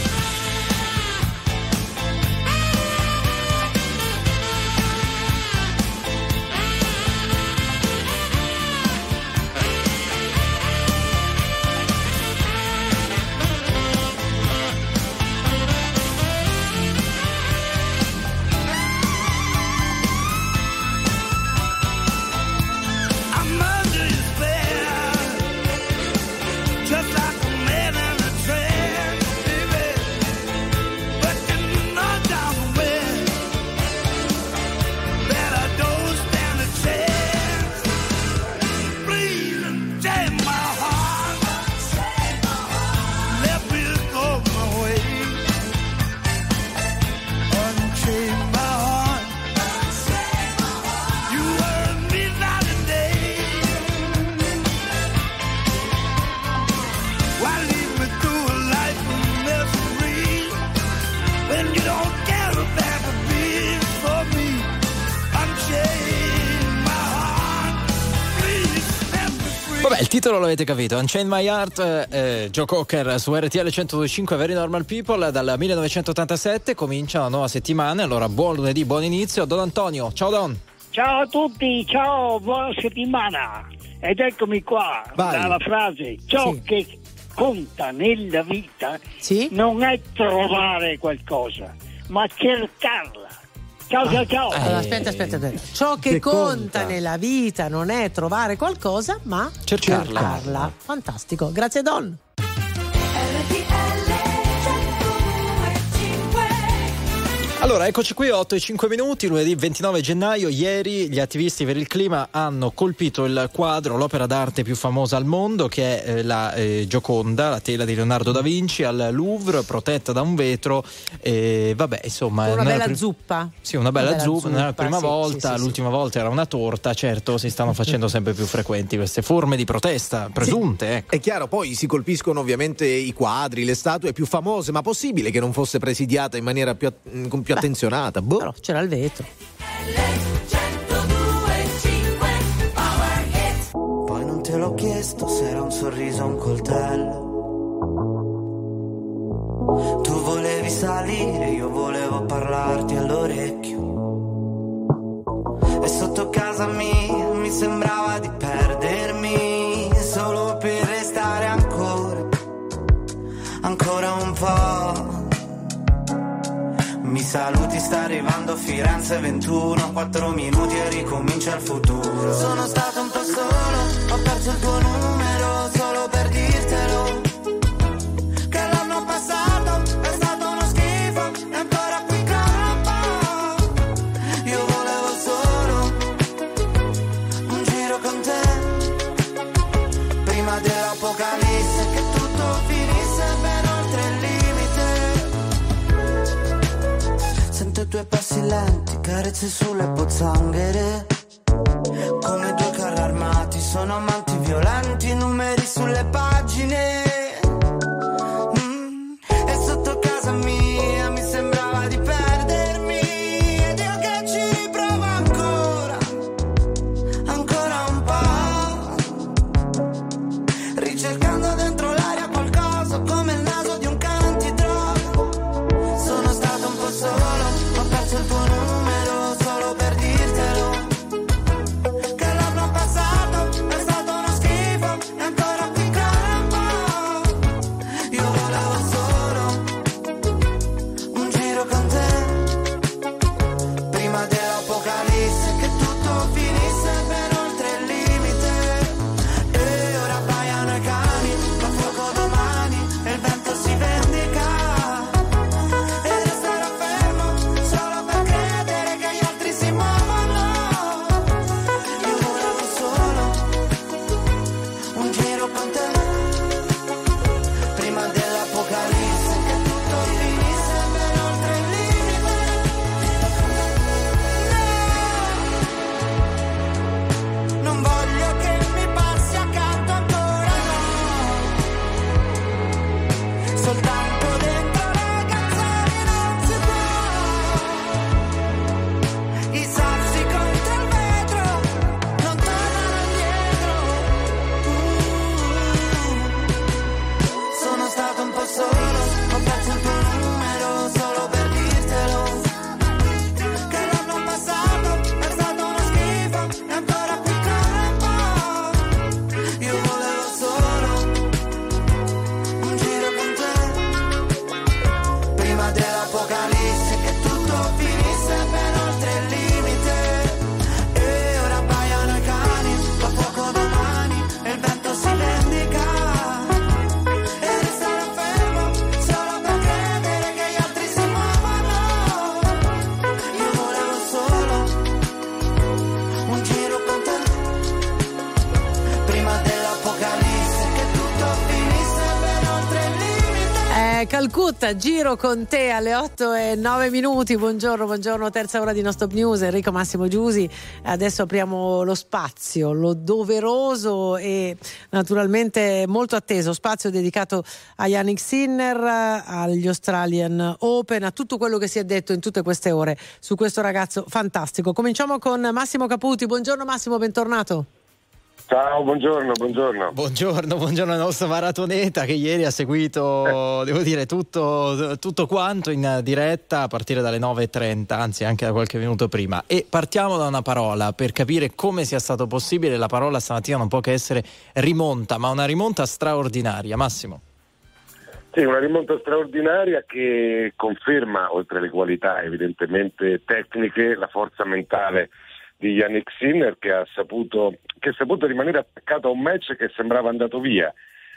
I'm under your spell, just like a man in a trance, baby. But you know down well that I don't stand a chance. Please unchain my heart, let me go my way. Unchain my heart, you worry me night and day. Why lead me through a life of misery when you don't care a bag of beans for me? Unchain my heart, please set me free. Vabbè, il titolo l'avete capito, Unchain My Heart, Joe Cocker su RTL 102.5 Very Normal People. Dal 1987 comincia una nuova settimana, allora buon lunedì, buon inizio. Don Antonio, ciao Don. Ciao a tutti, ciao, buona settimana. Ed eccomi qua, dalla frase: ciò che conta nella vita non è trovare qualcosa, ma cercarla. Ciao, ciao. Allora, aspetta. Ciò che conta nella vita non è trovare qualcosa, ma cercarla. Fantastico, grazie Don. Allora, eccoci qui, 8:05, lunedì 29 gennaio. Ieri gli attivisti per il clima hanno colpito il quadro, l'opera d'arte più famosa al mondo, che è la Gioconda, la tela di Leonardo da Vinci, al Louvre, protetta da un vetro. Vabbè, insomma, una bella zuppa. Sì, una bella zuppa. Non era la prima volta, l'ultima volta era una torta. Certo, si stanno facendo sempre più frequenti queste forme di protesta, presunte. Sì, ecco. È chiaro, poi si colpiscono ovviamente i quadri, le statue più famose, ma possibile che non fosse presidiata in maniera più attenzionata? Boh. Però c'era il vetro. Poi non te l'ho chiesto se era un sorriso o un coltello. Tu volevi salire, io volevo parlarti all'orecchio. E sotto casa mia mi sembrava di perdermi, solo per restare ancora un po'. Mi saluti, sta arrivando Firenze 21, 4 minuti e ricomincia il futuro. Sono stato un po' solo, ho perso il tuo numero solo per dirtelo, che l'anno passato è stato uno schifo e ancora qui campo. Io dell'apocalisse, che tutto finisse ben oltre il limite. Sento i tuoi passi lenti, carezze sulle pozzanghere, come due carri armati, sono amanti violenti, numeri sulle pagine. E sotto casa mia mi sembrava di perdermi, ed io che ci riprovo ancora un po', ricercando dentro l'aria qualcosa come il naso di un cane antidroga. Sono stato un po' solo, ho perso il tuo numero solo per dirtelo. Calcutta, giro con te alle 8:09. Buongiorno, terza ora di No Stop News. Enrico Massimo Giusi. Adesso apriamo lo spazio, lo doveroso e naturalmente molto atteso spazio dedicato a Jannik Sinner, agli Australian Open, a tutto quello che si è detto in tutte queste ore su questo ragazzo fantastico. Cominciamo con Massimo Caputi. Buongiorno Massimo, bentornato. Ciao, buongiorno. Buongiorno al nostro maratoneta che ieri ha seguito, devo dire, tutto quanto in diretta a partire dalle 9:30, anzi anche da qualche minuto prima. E partiamo da una parola per capire come sia stato possibile. La parola stamattina non può che essere rimonta, ma una rimonta straordinaria. Massimo. Sì, una rimonta straordinaria che conferma, oltre le qualità evidentemente tecniche, la forza mentale di Jannik Sinner che ha saputo rimanere attaccato a un match che sembrava andato via,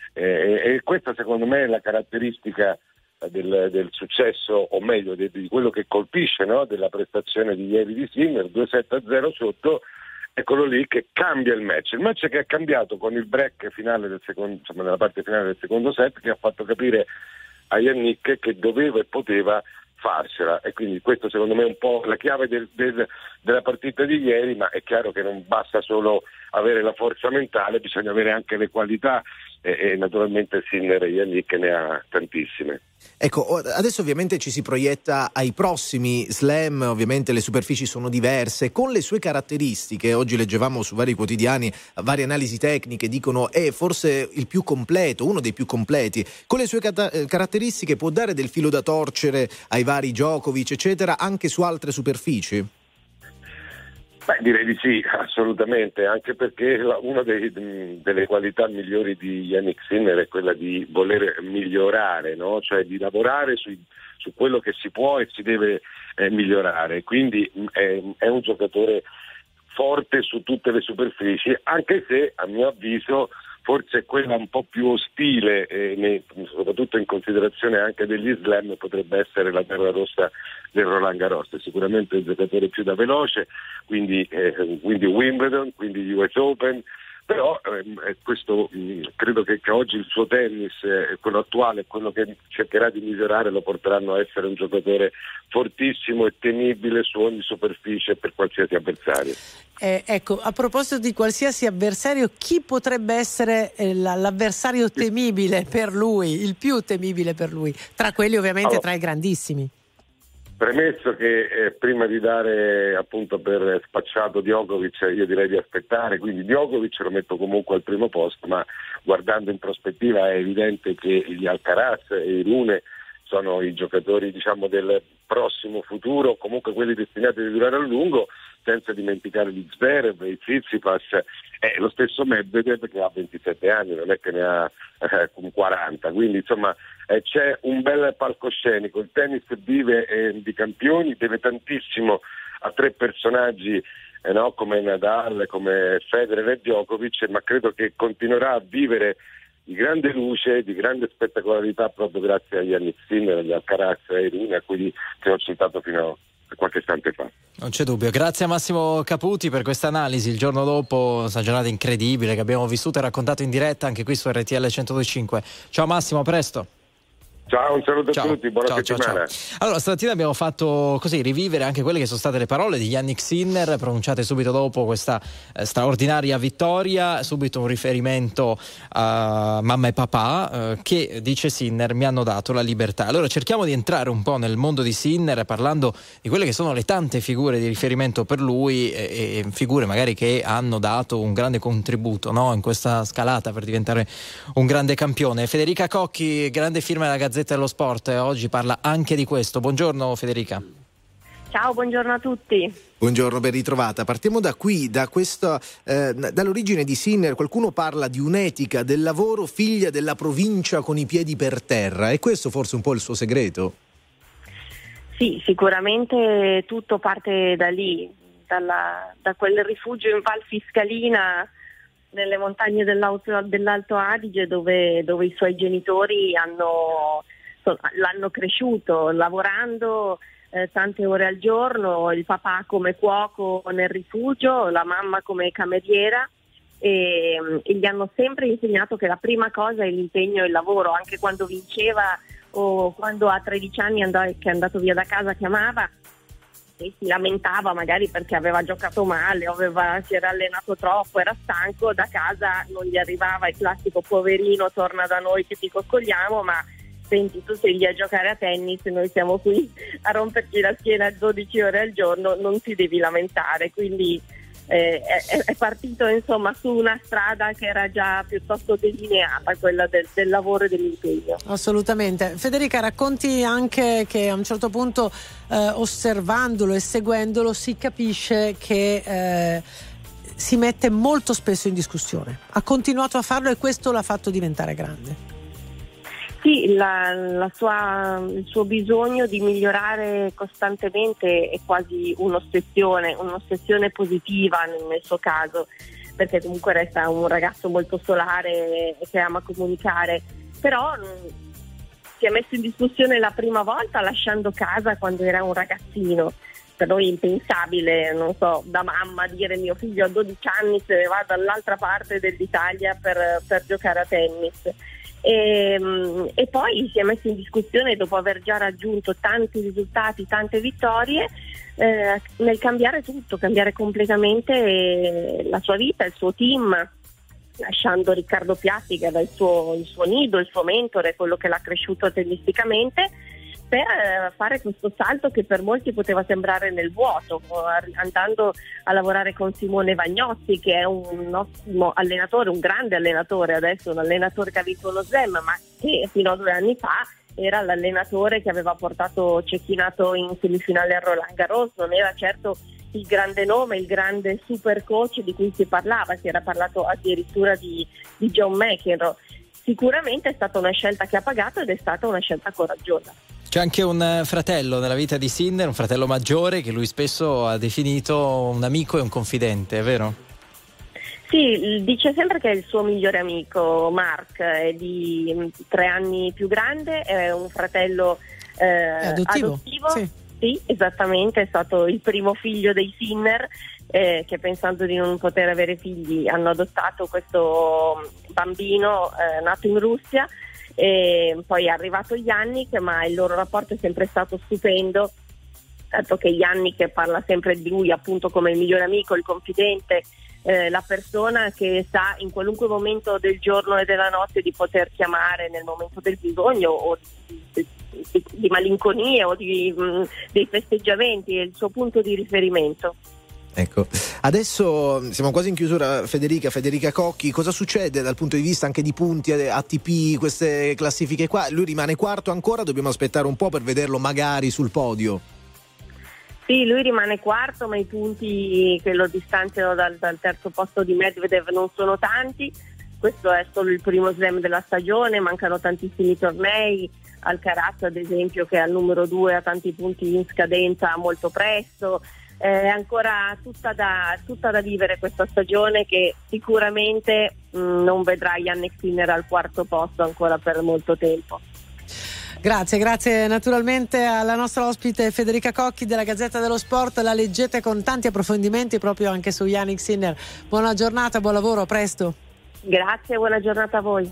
e questa secondo me è la caratteristica del successo, o meglio di quello che colpisce, no? Della prestazione di ieri di Sinner. 2-7-0 sotto, eccolo lì che cambia il match che ha cambiato con il break finale del secondo, insomma nella parte finale del secondo set, che ha fatto capire a Jannik che doveva e poteva farsela, e quindi questo secondo me è un po' la chiave della partita di ieri. Ma è chiaro che non basta solo avere la forza mentale, bisogna avere anche le qualità, e naturalmente Sinner e Jannik ne ha tantissime. Ecco, adesso ovviamente ci si proietta ai prossimi slam, ovviamente le superfici sono diverse, con le sue caratteristiche. Oggi leggevamo su vari quotidiani varie analisi tecniche, dicono è forse il più completo, uno dei più completi. Con le sue caratteristiche può dare del filo da torcere ai vari Djokovic, eccetera, anche su altre superfici? Beh, direi di sì, assolutamente, anche perché una delle qualità migliori di Jannik Sinner è quella di voler migliorare, no? Cioè di lavorare su quello che si può e si deve migliorare. Quindi è un giocatore forte su tutte le superfici, anche se a mio avviso forse quella un po' più ostile, soprattutto in considerazione anche degli slam, potrebbe essere la terra rossa del Roland Garros. È sicuramente il giocatore più da veloce, quindi Wimbledon, quindi US Open, però questo credo che oggi il suo tennis, quello attuale, quello che cercherà di migliorare, lo porteranno a essere un giocatore fortissimo e temibile su ogni superficie per qualsiasi avversario. Ecco, a proposito di qualsiasi avversario, chi potrebbe essere l'avversario temibile per lui, il più temibile per lui, tra quelli ovviamente tra i grandissimi? Premesso che prima di dare appunto per spacciato Djokovic, io direi di aspettare, quindi Djokovic lo metto comunque al primo posto, ma guardando in prospettiva è evidente che gli Alcaraz e i Rune sono i giocatori, diciamo, del prossimo futuro, comunque quelli destinati a durare a lungo, senza dimenticare gli Zverev, i Tsitsipas, lo stesso Medvedev che ha 27 anni, non è che ne ha 40, quindi insomma c'è un bel palcoscenico, il tennis vive di campioni, deve tantissimo a tre personaggi come Nadal, come Federer e Djokovic, ma credo che continuerà a vivere di grande luce, di grande spettacolarità proprio grazie agli Jannik Sinner, agli Alcaraz e ai Rune, a cui che ho citato fino a qualche istante fa. Non c'è dubbio. Grazie a Massimo Caputi per questa analisi il giorno dopo questa giornata incredibile che abbiamo vissuto e raccontato in diretta anche qui su RTL 102.5. Ciao Massimo, a presto. Ciao, un saluto a tutti, buona settimana. Ciao. Allora, stamattina abbiamo fatto così rivivere anche quelle che sono state le parole di Jannik Sinner pronunciate subito dopo questa straordinaria vittoria, subito un riferimento a mamma e papà che, dice Sinner, mi hanno dato la libertà. Allora cerchiamo di entrare un po' nel mondo di Sinner parlando di quelle che sono le tante figure di riferimento per lui e figure magari che hanno dato un grande contributo, no? In questa scalata per diventare un grande campione. Federica Cocchi, grande firma della Gazzetta dello Sport, oggi parla anche di questo. Buongiorno Federica. Ciao, buongiorno a tutti. Buongiorno, ben ritrovata. Partiamo da qui, da questa, dall'origine di Sinner. Qualcuno parla di un'etica del lavoro figlia della provincia con i piedi per terra. È questo forse un po' il suo segreto? Sì, sicuramente tutto parte da lì, da quel rifugio in Val Fiscalina, nelle montagne dell'Alto Adige, dove i suoi genitori l'hanno cresciuto lavorando tante ore al giorno, il papà come cuoco nel rifugio, la mamma come cameriera, e gli hanno sempre insegnato che la prima cosa è l'impegno e il lavoro. Anche quando vinceva o quando a 13 anni che è andato via da casa chiamava e si lamentava magari perché aveva giocato male o si era allenato troppo, era stanco, da casa non gli arrivava il classico poverino torna da noi che ti coccoliamo, ma senti, tu sei lì a giocare a tennis, noi siamo qui a romperti la schiena 12 ore al giorno, non ti devi lamentare. Quindi è partito insomma su una strada che era già piuttosto delineata, quella del lavoro e dell'impegno. Assolutamente. Federica, racconti anche che a un certo punto osservandolo e seguendolo si capisce che si mette molto spesso in discussione. Ha continuato a farlo e questo l'ha fatto diventare grande. Sì, il suo bisogno di migliorare costantemente è quasi un'ossessione positiva nel suo caso, perché comunque resta un ragazzo molto solare e che ama comunicare, però si è messo in discussione la prima volta lasciando casa quando era un ragazzino. Per noi è impensabile, non so, da mamma dire mio figlio a 12 anni se ne va dall'altra parte dell'Italia per giocare a tennis. E poi si è messo in discussione, dopo aver già raggiunto tanti risultati, tante vittorie, nel cambiare tutto, cambiare completamente la sua vita, il suo team, lasciando Riccardo Piatti che era il suo nido, il suo mentore, quello che l'ha cresciuto tennisticamente, per fare questo salto che per molti poteva sembrare nel vuoto, andando a lavorare con Simone Vagnozzi, che è un ottimo allenatore, un grande allenatore, adesso un allenatore che ha vinto lo Slam, ma che fino a 2 anni fa era l'allenatore che aveva portato Cecchinato in semifinale a Roland Garros. Non era certo il grande nome, il grande super coach di cui si parlava, si era parlato addirittura di John McEnroe. Sicuramente è stata una scelta che ha pagato ed è stata una scelta coraggiosa. C'è anche un fratello nella vita di Sinner, un fratello maggiore che lui spesso ha definito un amico e un confidente, è vero? Sì, dice sempre che è il suo migliore amico. Mark è di 3 anni più grande, è un fratello adottivo. Sì. Sì, esattamente, è stato il primo figlio dei Sinner che pensando di non poter avere figli hanno adottato questo bambino nato in Russia, e poi è arrivato Yannick, ma il loro rapporto è sempre stato stupendo, tanto che Yannick parla sempre di lui appunto come il migliore amico, il confidente, la persona che sa in qualunque momento del giorno e della notte di poter chiamare nel momento del bisogno o di malinconia o dei festeggiamenti, è il suo punto di riferimento. Ecco, adesso siamo quasi in chiusura. Federica Cocchi, cosa succede dal punto di vista anche di punti, ATP, queste classifiche qua? Lui rimane quarto ancora, dobbiamo aspettare un po' per vederlo magari sul podio? Sì, lui rimane quarto, ma i punti che lo distanziano dal terzo posto di Medvedev non sono tanti. Questo è solo il primo slam della stagione, mancano tantissimi tornei. Alcaraz ad esempio, che è al numero 2, ha tanti punti in scadenza molto presto. È ancora tutta da vivere questa stagione, che sicuramente non vedrà Jannik Sinner al quarto posto ancora per molto tempo. Grazie naturalmente alla nostra ospite Federica Cocchi della Gazzetta dello Sport. La leggete con tanti approfondimenti proprio anche su Jannik Sinner. Buona giornata, buon lavoro, a presto. Grazie, buona giornata a voi.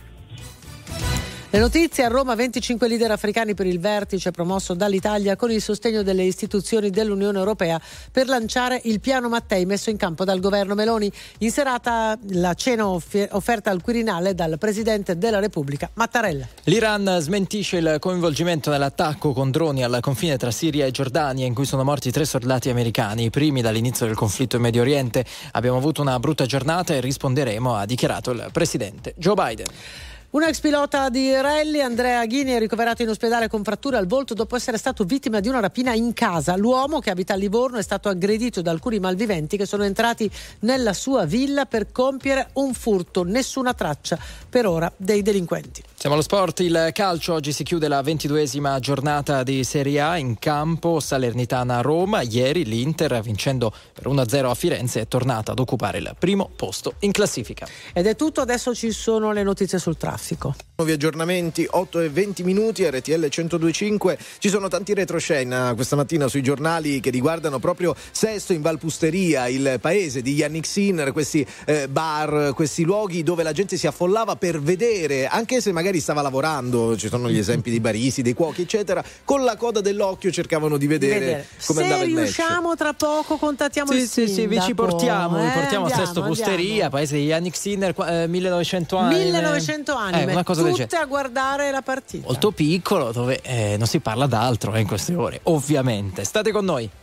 Le notizie: a Roma 25 leader africani per il vertice promosso dall'Italia con il sostegno delle istituzioni dell'Unione Europea per lanciare il piano Mattei messo in campo dal governo Meloni. In serata la cena offerta al Quirinale dal Presidente della Repubblica Mattarella. L'Iran smentisce il coinvolgimento nell'attacco con droni al confine tra Siria e Giordania, in cui sono morti 3 soldati americani, i primi dall'inizio del conflitto in Medio Oriente. Abbiamo avuto una brutta giornata e risponderemo, ha dichiarato il Presidente Joe Biden. Un ex pilota di rally, Andrea Aghini, è ricoverato in ospedale con fratture al volto dopo essere stato vittima di una rapina in casa. L'uomo, che abita a Livorno, è stato aggredito da alcuni malviventi che sono entrati nella sua villa per compiere un furto. Nessuna traccia per ora dei delinquenti. Siamo allo sport, il calcio. Oggi si chiude la 22esima giornata di Serie A. In campo Salernitana-Roma. Ieri l'Inter, vincendo per 1-0 a Firenze, è tornata ad occupare il primo posto in classifica. Ed è tutto, adesso ci sono le notizie sul traffico. Nuovi aggiornamenti, 8:20, RTL 102.5. Ci sono tanti retroscena questa mattina sui giornali che riguardano proprio Sesto in Valpusteria, il paese di Jannik Sinner, questi bar, questi luoghi dove la gente si affollava per vedere, anche se magari stava lavorando. Ci sono gli esempi di baristi, dei cuochi eccetera, con la coda dell'occhio cercavano di vedere come andava il match. Se riusciamo tra poco contattiamo il sindaco. Sì, vi ci portiamo, a Sesto Pusteria, paese di Jannik Sinner, 1900 anni. 1900 anni. Una cosa tutte a guardare la partita. Molto piccolo, dove non si parla d'altro in queste ore, ovviamente. State con noi.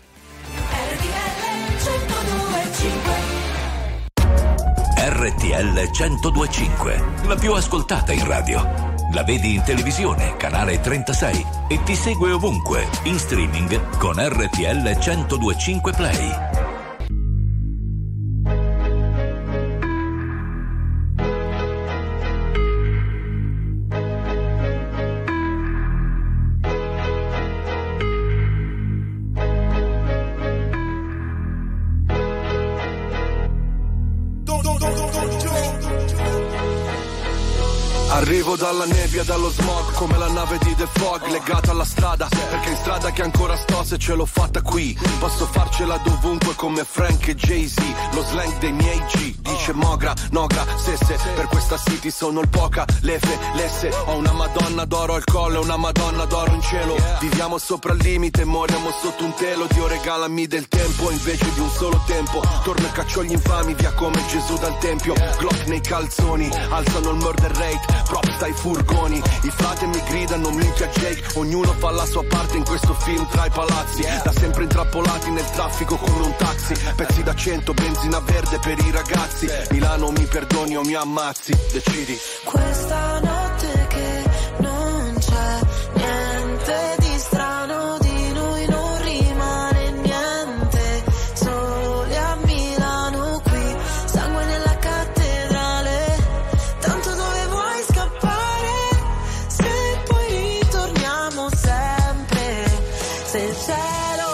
RTL 102.5, la più ascoltata in radio. La vedi in televisione, canale 36, e ti segue ovunque, in streaming con RTL 102.5 Play. Arrivo dalla nebbia, dallo smog, come la nave di The Fog, legata alla strada, perché in strada che ancora sto, se ce l'ho fatta qui, posso farcela dovunque come Frank e Jay-Z, lo slang dei miei G, dice Mogra, Nogra, Sesse, per questa city sono il Poca, Lefe, Lesse, ho una Madonna d'oro al collo e una Madonna d'oro in cielo, viviamo sopra il limite, moriamo sotto un telo, Dio regalami del tempo invece di un solo tempo, torno e caccio gli infami via come Gesù dal tempio, Glock nei calzoni, alzano il murder rate, props dai furgoni, i frate mi gridano minchia Jake, ognuno fa la sua parte in questo film tra i palazzi, da sempre intrappolati nel traffico come un taxi, pezzi da 100, benzina verde per i ragazzi, Milano mi perdoni o mi ammazzi, decidi. Questa notte che non c'è niente di strano, di noi non rimane niente, soli a Milano qui, sangue nella cattedrale, tanto dove vuoi scappare, se poi ritorniamo sempre, se il cielo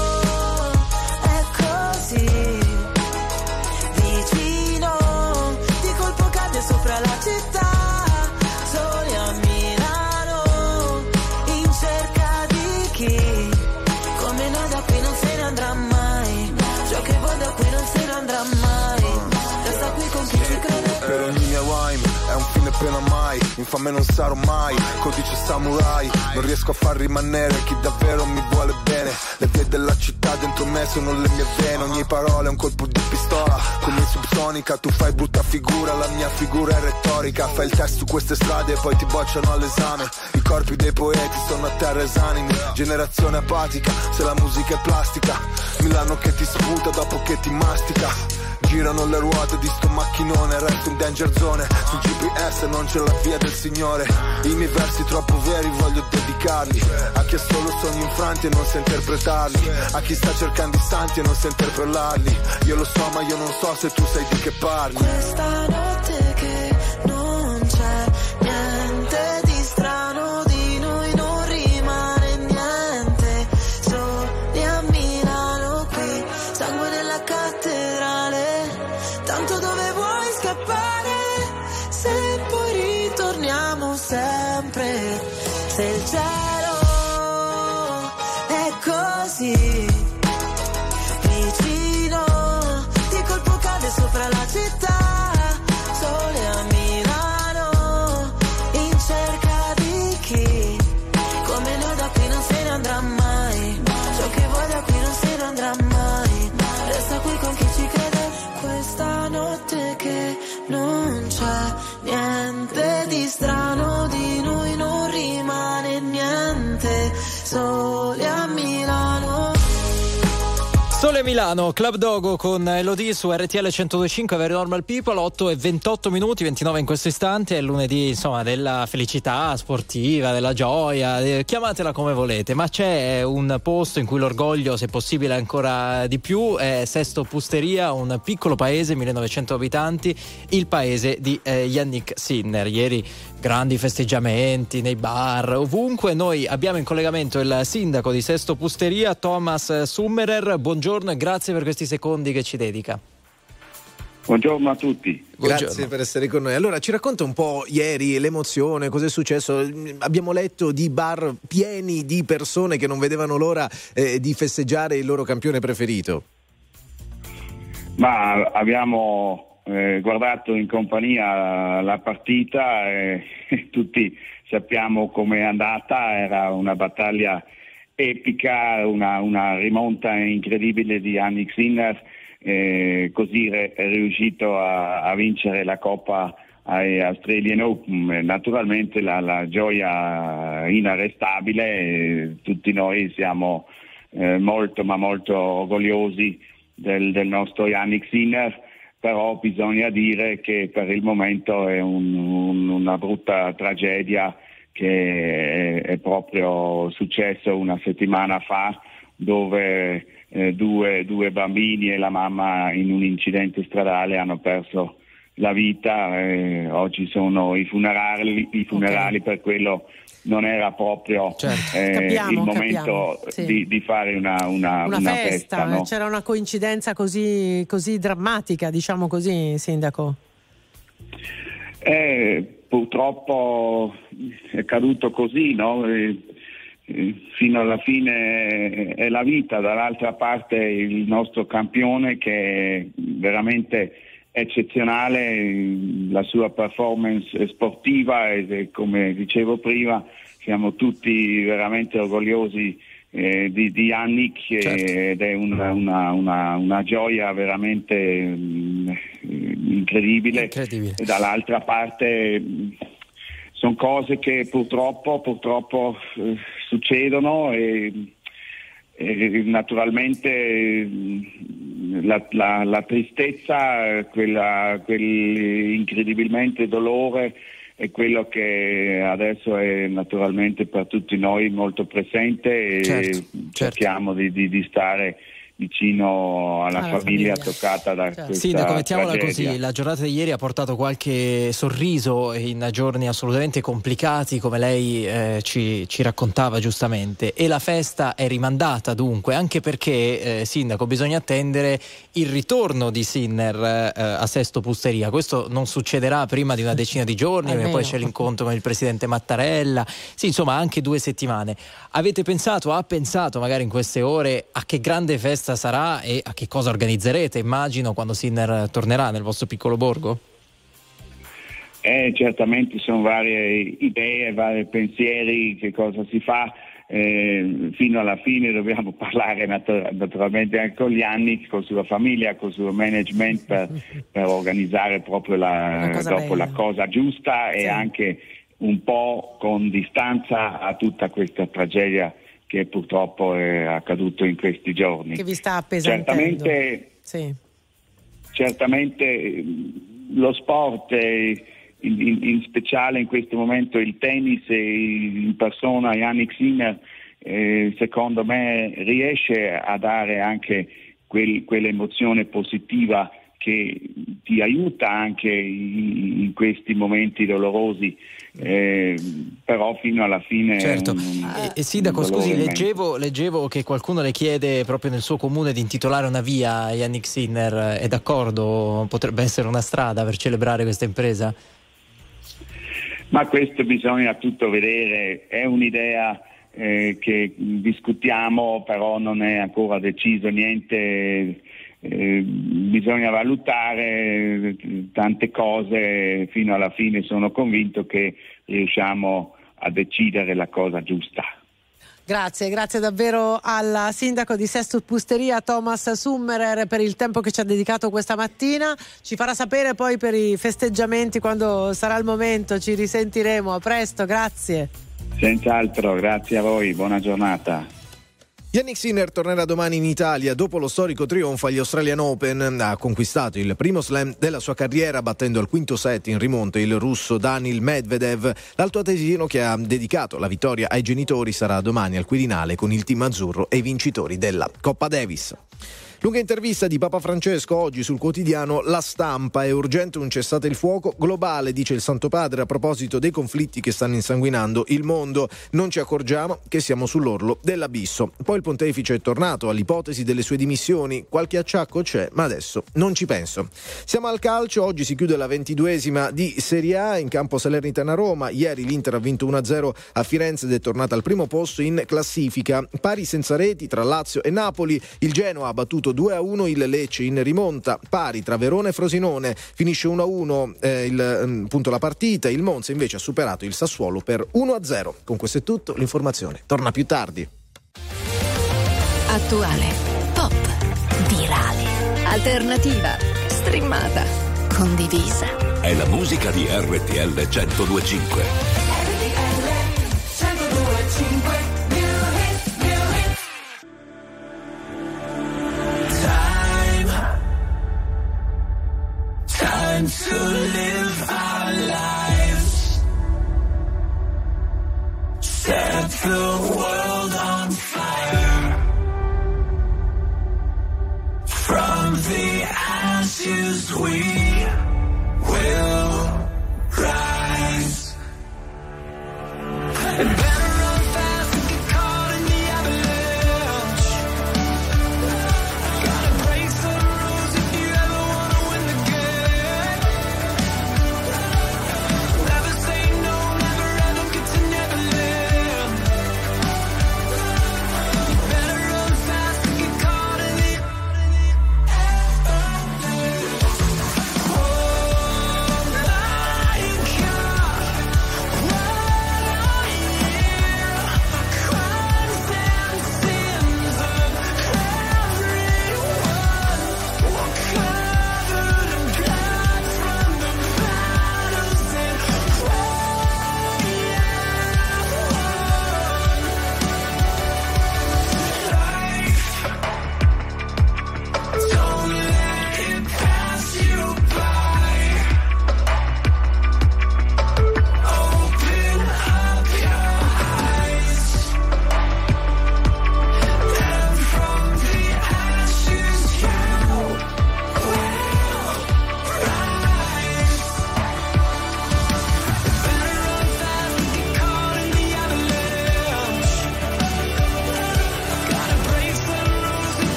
è così vicino, di colpo cade sopra la città. appena mai, infame non sarò mai, codice samurai, non riesco a far rimanere chi davvero mi vuole bene. Le vie della città dentro me sono le mie vene, ogni parola è un colpo di pistola, come subsonica, tu fai brutta figura, la mia figura è retorica, fai il test su queste strade e poi ti bocciano all'esame. I corpi dei poeti sono a terra esanimi, generazione apatica, se la musica è plastica, Milano che ti sputa dopo che ti mastica. Girano le ruote di sto macchinone, resto in danger zone, sul GPS non c'è la via del Signore. I miei versi troppo veri voglio dedicarli a chi ha solo sogni infranti e non sa interpretarli, a chi sta cercando i santi e non sa interpellarli. Io lo so ma io non so se tu sai di che parli. Questa notte che non c'è niente di strano, di noi non rimane niente, soli a Milano qui, sangue nella cattedrale. Tanto dove vuoi scappare, se poi ritorniamo sempre, se il cielo è così vicino, di colpo cade sopra la città, sole a Milano, in cerca di chi, come noi da qui non se ne andrà mai, ciò che vuoi da qui non se ne andrà mai, resta qui con chi ci crede. Questa notte che non c'è niente di strano, di noi non rimane niente, soli a Milano. Sole Milano, Club Dogo con Elodie su RTL 102.5, Very Normal People, 8:28 minuti, 29 in questo istante, è lunedì insomma della felicità sportiva, della gioia, chiamatela come volete, ma c'è un posto in cui l'orgoglio, se possibile ancora di più, è Sesto Pusteria, un piccolo paese, 1900 abitanti, il paese di Yannick Sinner. Ieri grandi festeggiamenti nei bar, ovunque. Noi abbiamo in collegamento il sindaco di Sesto Pusteria, Thomas Summerer. Buongiorno e grazie per questi secondi che ci dedica. Buongiorno a tutti. Grazie per essere con noi. Allora, ci racconta un po' ieri l'emozione, cosa è successo? Abbiamo letto di bar pieni di persone che non vedevano l'ora di festeggiare il loro campione preferito. Ma abbiamo guardato in compagnia la partita e tutti sappiamo com'è andata, era una battaglia epica, una rimonta incredibile di Yannick Sinner, così è riuscito a vincere la Coppa ai Australian Open. Naturalmente la gioia inarrestabile, tutti noi siamo molto ma molto orgogliosi del nostro Yannick Sinner. Però bisogna dire che per il momento è una brutta tragedia che è proprio successo una settimana fa, dove due bambini e la mamma in un incidente stradale hanno perso la vita. Oggi sono i funerali okay. Per quello non era proprio il momento sì. di fare una festa, no? C'era una coincidenza così drammatica, diciamo così, sindaco? Purtroppo è caduto così, no? Fino alla fine è la vita. Dall'altra parte il nostro campione, che è veramente eccezionale, la sua performance sportiva, e come dicevo prima siamo tutti veramente orgogliosi di Yannick, certo. Ed è una gioia veramente incredibile. E dall'altra parte sono cose che purtroppo succedono e naturalmente la tristezza, quel incredibilmente dolore è quello che adesso è naturalmente per tutti noi molto presente, e cerchiamo di stare vicino alla famiglia toccata da questa Sindaco, mettiamola tragedia. così, la giornata di ieri ha portato qualche sorriso in giorni assolutamente complicati, come lei ci raccontava giustamente, e la festa è rimandata dunque, anche perché Sindaco, bisogna attendere il ritorno di Sinner a Sesto Pusteria. Questo non succederà prima di una decina di giorni, perché poi c'è l'incontro con il presidente Mattarella, sì, insomma anche 2 settimane. Ha pensato magari in queste ore a che grande festa sarà e a che cosa organizzerete, immagino, quando Sinner tornerà nel vostro piccolo borgo? Certamente sono varie idee, vari pensieri, che cosa si fa. Fino alla fine dobbiamo parlare naturalmente anche con Yannick, con sua famiglia, con il suo management per organizzare proprio la cosa giusta e anche un po' con distanza a tutta questa tragedia che purtroppo è accaduto in questi giorni. Che vi sta appesantendo. Certamente lo sport, in speciale in questo momento il tennis e in persona Jannik Sinner, secondo me riesce a dare anche quell'emozione positiva che ti aiuta anche in questi momenti dolorosi, però fino alla fine. Certo. Sindaco, scusi, leggevo che qualcuno le chiede proprio nel suo comune di intitolare una via a Jannik Sinner. È d'accordo? Potrebbe essere una strada per celebrare questa impresa? Ma questo bisogna tutto vedere, è un'idea che discutiamo, però non è ancora deciso niente. Bisogna valutare tante cose, fino alla fine sono convinto che riusciamo a decidere la cosa giusta. Grazie davvero al sindaco di Sesto Pusteria Thomas Summerer per il tempo che ci ha dedicato questa mattina. Ci farà sapere poi per i festeggiamenti quando sarà il momento, ci risentiremo. A presto, grazie. Senz'altro, grazie a voi, buona giornata. Jannik Sinner tornerà domani in Italia dopo lo storico trionfo agli Australian Open. Ha conquistato il primo slam della sua carriera battendo al quinto set in rimonta il russo Daniil Medvedev. L'altoatesino che ha dedicato la vittoria ai genitori sarà domani al Quirinale con il team azzurro e i vincitori della Coppa Davis. Lunga intervista di Papa Francesco oggi sul quotidiano La Stampa. È urgente un cessate il fuoco globale, dice il Santo Padre a proposito dei conflitti che stanno insanguinando il mondo. Non ci accorgiamo che siamo sull'orlo dell'abisso. Poi il pontefice è tornato all'ipotesi delle sue dimissioni. Qualche acciacco c'è, ma adesso non ci penso. Siamo al calcio, oggi si chiude la 22esima di Serie A in campo Salernitana-Roma. Ieri l'Inter ha vinto 1-0 a Firenze ed è tornata al primo posto in classifica. Pari senza reti tra Lazio e Napoli. Il Genoa ha battuto 2-1 il Lecce in rimonta, pari tra Verona e Frosinone, finisce 1-1 la partita. Il Monza invece ha superato il Sassuolo per 1-0. Con questo è tutto, l'informazione torna più tardi. Attuale, pop, virale, alternativa, streamata, condivisa. È la musica di RTL 102.5. Time to live our lives, set the world on fire, from the ashes we will rise.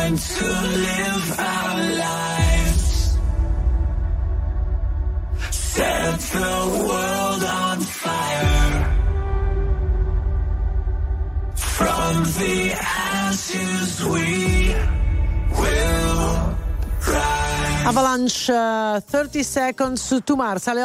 time to live our lives. Set the world on fire. From the ashes we will rise. Avalanche, 30 Seconds to Mars, alle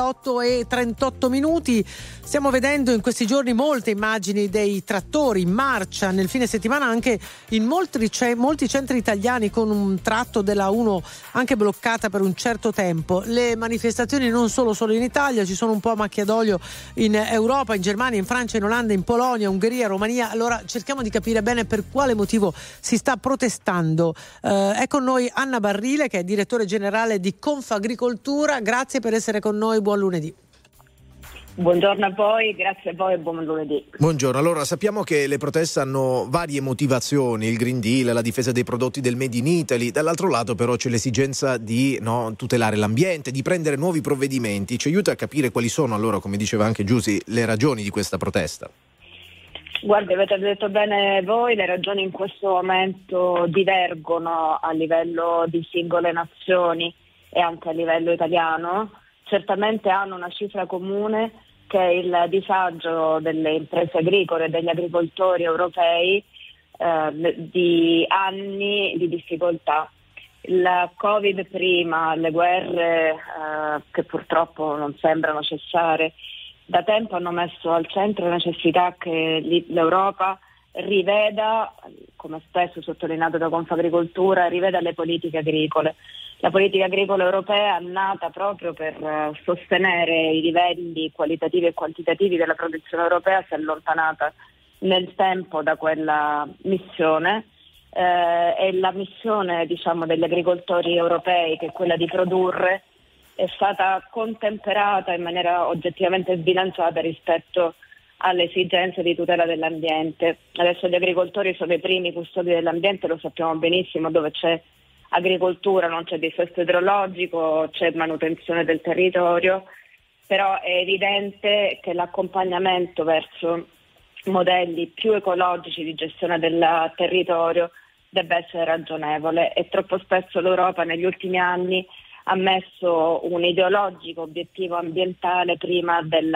8:38. Stiamo vedendo in questi giorni molte immagini dei trattori in marcia nel fine settimana anche in molti centri italiani, con un tratto della 1 anche bloccata per un certo tempo. Le manifestazioni non solo in Italia, ci sono un po' a macchia d'olio in Europa, in Germania, in Francia, in Olanda, in Polonia, Ungheria, Romania. Allora cerchiamo di capire bene per quale motivo si sta protestando. È con noi Anna Barrile, che è direttore generale di Confagricoltura. Grazie per essere con noi, buon lunedì. Buongiorno a voi, grazie a voi e buon lunedì. Buongiorno, allora sappiamo che le proteste hanno varie motivazioni, il Green Deal, la difesa dei prodotti del Made in Italy, dall'altro lato però c'è l'esigenza di tutelare l'ambiente, di prendere nuovi provvedimenti. Ci aiuta a capire quali sono allora, come diceva anche Giusy, le ragioni di questa protesta? Guardi, avete detto bene voi, le ragioni in questo momento divergono a livello di singole nazioni e anche a livello italiano. Certamente hanno una cifra comune, che è il disagio delle imprese agricole e degli agricoltori europei di anni di difficoltà. Il Covid prima, le guerre che purtroppo non sembrano cessare, da tempo hanno messo al centro la necessità che l'Europa riveda, come spesso sottolineato da Confagricoltura, riveda le politiche agricole. La politica agricola europea è nata proprio per sostenere i livelli qualitativi e quantitativi della produzione europea, si è allontanata nel tempo da quella missione e la missione degli agricoltori europei, che è quella di produrre, è stata contemperata in maniera oggettivamente sbilanciata rispetto alle esigenze di tutela dell'ambiente. Adesso gli agricoltori sono i primi custodi dell'ambiente, lo sappiamo benissimo, dove c'è agricoltura non c'è dissesto idrologico, c'è manutenzione del territorio, però è evidente che l'accompagnamento verso modelli più ecologici di gestione del territorio deve essere ragionevole, e troppo spesso l'Europa negli ultimi anni ha messo un ideologico obiettivo ambientale prima del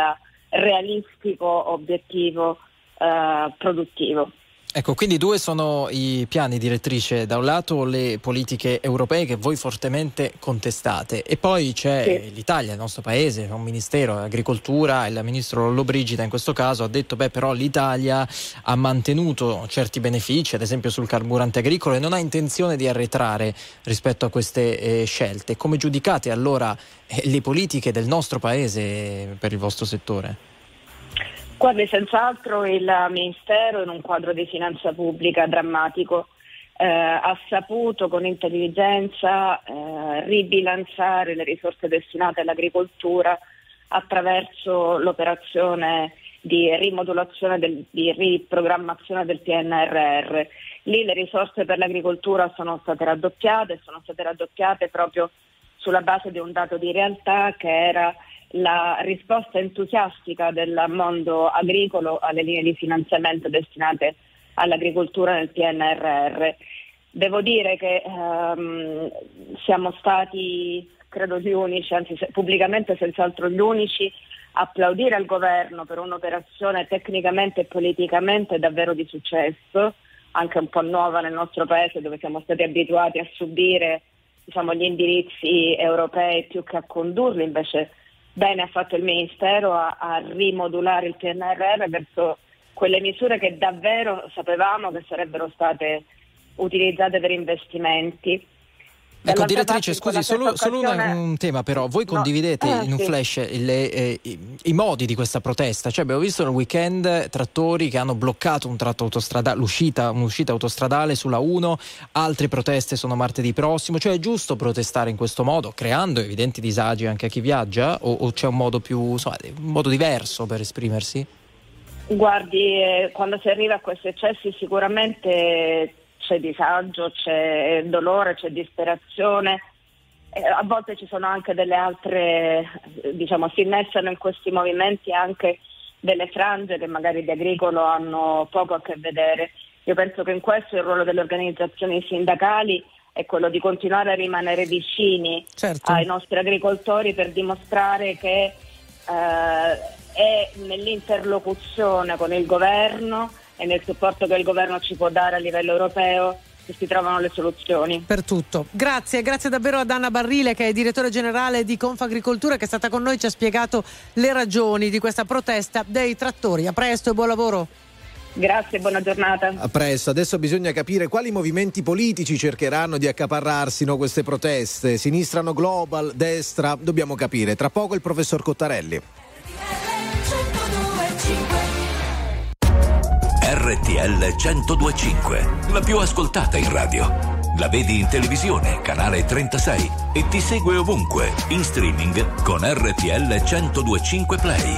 realistico obiettivo produttivo. Ecco, quindi due sono i piani, direttrice: da un lato le politiche europee che voi fortemente contestate, e poi c'è l'Italia, il nostro paese, un ministero, agricoltura, il ministro Lollobrigida in questo caso ha detto però l'Italia ha mantenuto certi benefici, ad esempio sul carburante agricolo, e non ha intenzione di arretrare rispetto a queste scelte. Come giudicate allora le politiche del nostro paese per il vostro settore? Guardi, senz'altro il Ministero, in un quadro di finanza pubblica drammatico, ha saputo con intelligenza ribilanciare le risorse destinate all'agricoltura attraverso l'operazione di rimodulazione, di riprogrammazione del PNRR. Lì le risorse per l'agricoltura sono state raddoppiate proprio sulla base di un dato di realtà, che era la risposta entusiastica del mondo agricolo alle linee di finanziamento destinate all'agricoltura nel PNRR. Devo dire che siamo stati, credo, gli unici, anzi pubblicamente senz'altro gli unici, a applaudire al governo per un'operazione tecnicamente e politicamente davvero di successo, anche un po' nuova nel nostro paese, dove siamo stati abituati a subire gli indirizzi europei più che a condurli. Invece bene ha fatto il Ministero a rimodulare il PNRR verso quelle misure che davvero sapevamo che sarebbero state utilizzate per investimenti. Ecco, direttrice, scusi, solo un tema però. Voi condividete in un flash i modi di questa protesta? Cioè, abbiamo visto nel weekend trattori che hanno bloccato un tratto autostradale, un'uscita autostradale sulla 1, altre proteste sono martedì prossimo. Cioè, è giusto protestare in questo modo, creando evidenti disagi anche a chi viaggia, o c'è un modo un modo diverso per esprimersi? Guardi, quando si arriva a questi eccessi sicuramente c'è disagio, c'è dolore, c'è disperazione, a volte ci sono anche delle altre, si innestano in questi movimenti anche delle frange che magari di agricolo hanno poco a che vedere. Io penso che in questo il ruolo delle organizzazioni sindacali è quello di continuare a rimanere vicini ai nostri agricoltori per dimostrare che è nell'interlocuzione con il governo e nel supporto che il governo ci può dare a livello europeo che si trovano le soluzioni. Per tutto. Grazie davvero ad Anna Barrile, che è direttore generale di Confagricoltura, che è stata con noi, ci ha spiegato le ragioni di questa protesta dei trattori. A presto e buon lavoro. Grazie, buona giornata. A presto. Adesso bisogna capire quali movimenti politici cercheranno di accaparrarsi queste proteste. Sinistra no global, destra, dobbiamo capire. Tra poco il professor Cottarelli. RTL 102.5, la più ascoltata in radio. La vedi in televisione, canale 36, e ti segue ovunque, in streaming con RTL 102.5 Play.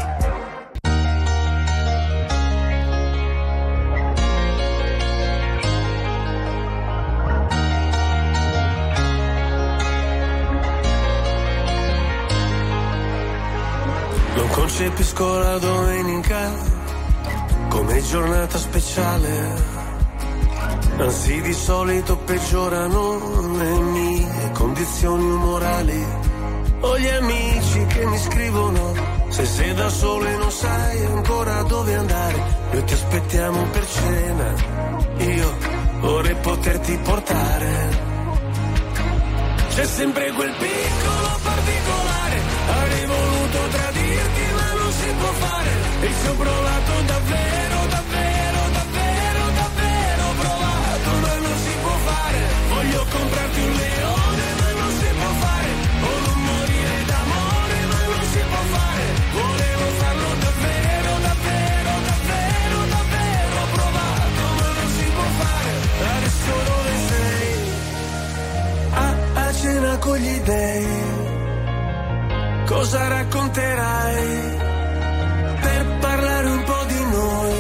Non concepisco la domenica come giornata speciale, anzi di solito peggiorano le mie condizioni umorali. Ho gli amici che mi scrivono: se sei da solo e non sai ancora dove andare, noi ti aspettiamo per cena, io vorrei poterti portare. C'è sempre quel piccolo particolare, avrei voluto tradirti ma non si può fare, e ci ho provato davvero, davvero, davvero, davvero provato, ma non si può fare. Voglio comprarti un leone ma non si può fare, o non morire d'amore ma non si può fare. Volevo farlo davvero, davvero, davvero, davvero provato, ma non si può fare. Adesso dove sei? A cena con gli dèi, cosa racconterai per parlare un po' di noi?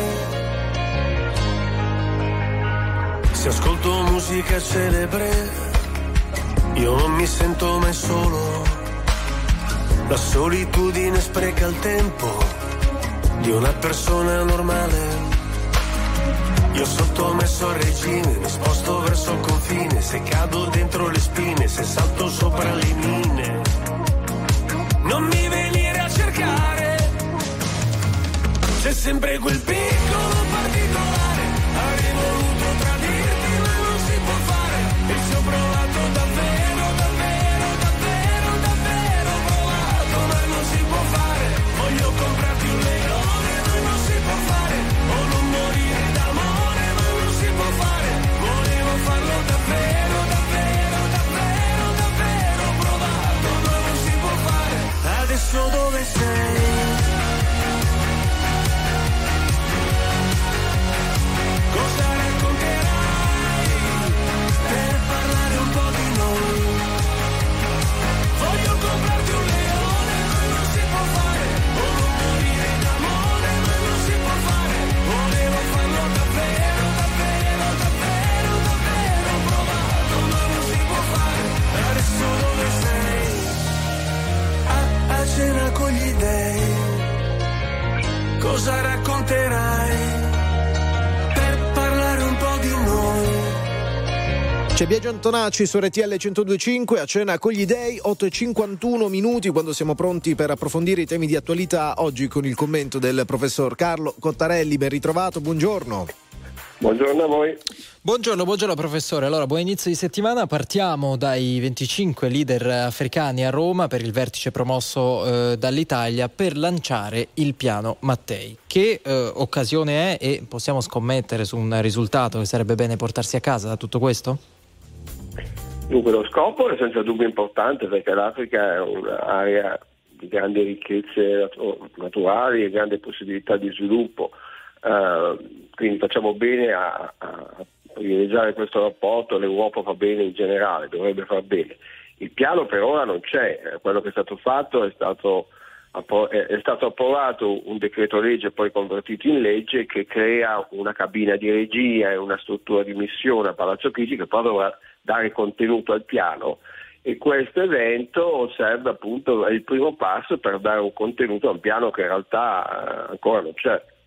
Se ascolto musica celebre, io non mi sento mai solo. La solitudine spreca il tempo di una persona normale. Io sottomesso al regime, mi sposto verso il confine, se cado dentro le spine, se salto sopra le mine. Non mi venire a cercare, c'è sempre quel piccolo particolare, avrei voluto tradirti ma non si può fare, e ci ho provato davvero, davvero, davvero, davvero provato, ma non si può fare. Voglio comprarti un leone ma non si può fare, o non morire d'amore ma non si può fare. Volevo farlo davvero, davvero, davvero, davvero provato, ma non si può fare. Adesso dove sei? Cosa racconterai per parlare un po' di noi? Voglio comprarti un leone ma non si può fare, o non morire d'amore ma non si può fare. Volevo farlo davvero, davvero, davvero, davvero provato, ma non si può fare. Adesso dove sei? A cena con gli dèi, cosa racconterai per parlare un po' di noi? C'è Biagio Antonacci su RTL 102.5 a cena con gli dèi, 8:51 quando siamo pronti per approfondire i temi di attualità oggi con il commento del professor Carlo Cottarelli. Ben ritrovato, buongiorno. Buongiorno a voi. Buongiorno professore. Allora, buon inizio di settimana. Partiamo dai 25 leader africani a Roma per il vertice promosso dall'Italia per lanciare il piano Mattei. Che occasione è, e possiamo scommettere su un risultato che sarebbe bene portarsi a casa da tutto questo? Dunque lo scopo è senza dubbio importante, perché l'Africa è un'area di grandi ricchezze naturali e grandi possibilità di sviluppo. Quindi facciamo bene a privilegiare questo rapporto, l'Europa fa bene in generale, dovrebbe far bene. Il piano per ora non c'è, quello che è stato fatto è stato approvato un decreto legge poi convertito in legge che crea una cabina di regia e una struttura di missione a Palazzo Chigi che poi dovrà dare contenuto al piano, e questo evento serve appunto, è il primo passo per dare un contenuto a un piano che in realtà ancora non c'è.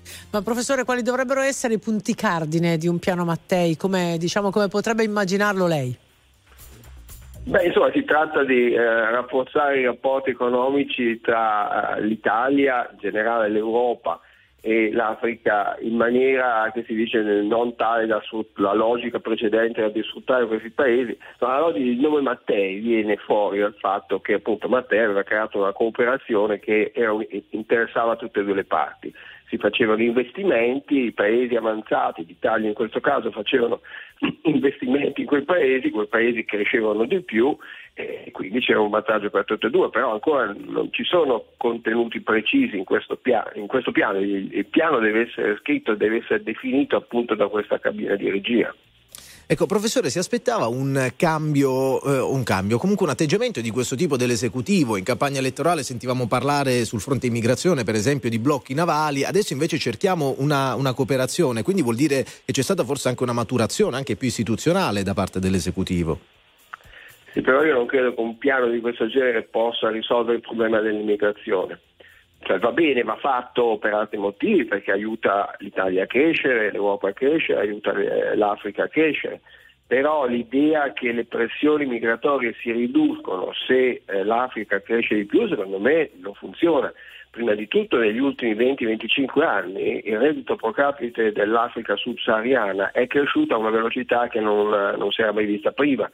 Ma professore, quali dovrebbero essere i punti cardine di un piano Mattei? Come potrebbe immaginarlo lei? Beh, insomma, si tratta di rafforzare i rapporti economici tra l'Italia, in generale l'Europa e l'Africa, in maniera che si dice non tale da la logica precedente era di sfruttare questi paesi. La logica del nome Mattei viene fuori dal fatto che appunto Mattei aveva creato una cooperazione che interessava tutte e due le parti. Si facevano investimenti, i paesi avanzati, l'Italia in questo caso facevano investimenti in quei paesi crescevano di più e quindi c'era un vantaggio per tutte e due, però ancora non ci sono contenuti precisi in questo piano. Il piano deve essere scritto, deve essere definito appunto da questa cabina di regia. Ecco, professore, si aspettava un cambio, comunque un atteggiamento di questo tipo dell'esecutivo? In campagna elettorale sentivamo parlare sul fronte immigrazione, per esempio, di blocchi navali, adesso invece cerchiamo una cooperazione, quindi vuol dire che c'è stata forse anche una maturazione anche più istituzionale da parte dell'esecutivo. Sì, però io non credo che un piano di questo genere possa risolvere il problema dell'immigrazione. Cioè, va bene, va fatto per altri motivi, perché aiuta l'Italia a crescere, l'Europa a crescere, aiuta l'Africa a crescere, però l'idea che le pressioni migratorie si riducono se l'Africa cresce di più, secondo me non funziona. Prima di tutto, negli ultimi 20-25 anni il reddito pro capite dell'Africa subsahariana è cresciuto a una velocità che non si era mai vista prima.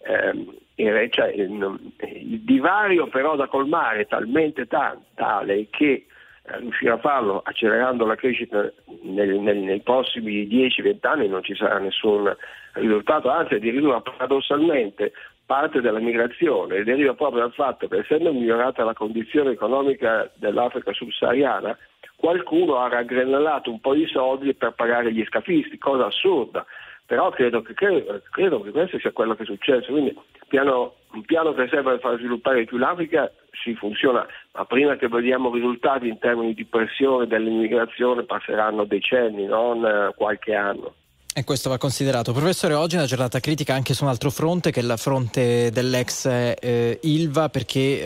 Il divario però da colmare è talmente tale che riuscire a farlo accelerando la crescita nei prossimi 10-20 anni non ci sarà nessun risultato, anzi addirittura paradossalmente parte della migrazione deriva proprio dal fatto che, essendo migliorata la condizione economica dell'Africa subsahariana, qualcuno ha raggranelato un po' di soldi per pagare gli scafisti, cosa assurda. Però credo che questo sia quello che è successo, quindi un piano che serve per far sviluppare di più l'Africa si funziona, ma prima che vediamo risultati in termini di pressione dell'immigrazione passeranno decenni, non qualche anno. E questo va considerato. Professore, oggi è una giornata critica anche su un altro fronte, che è il fronte dell'ex Ilva, perché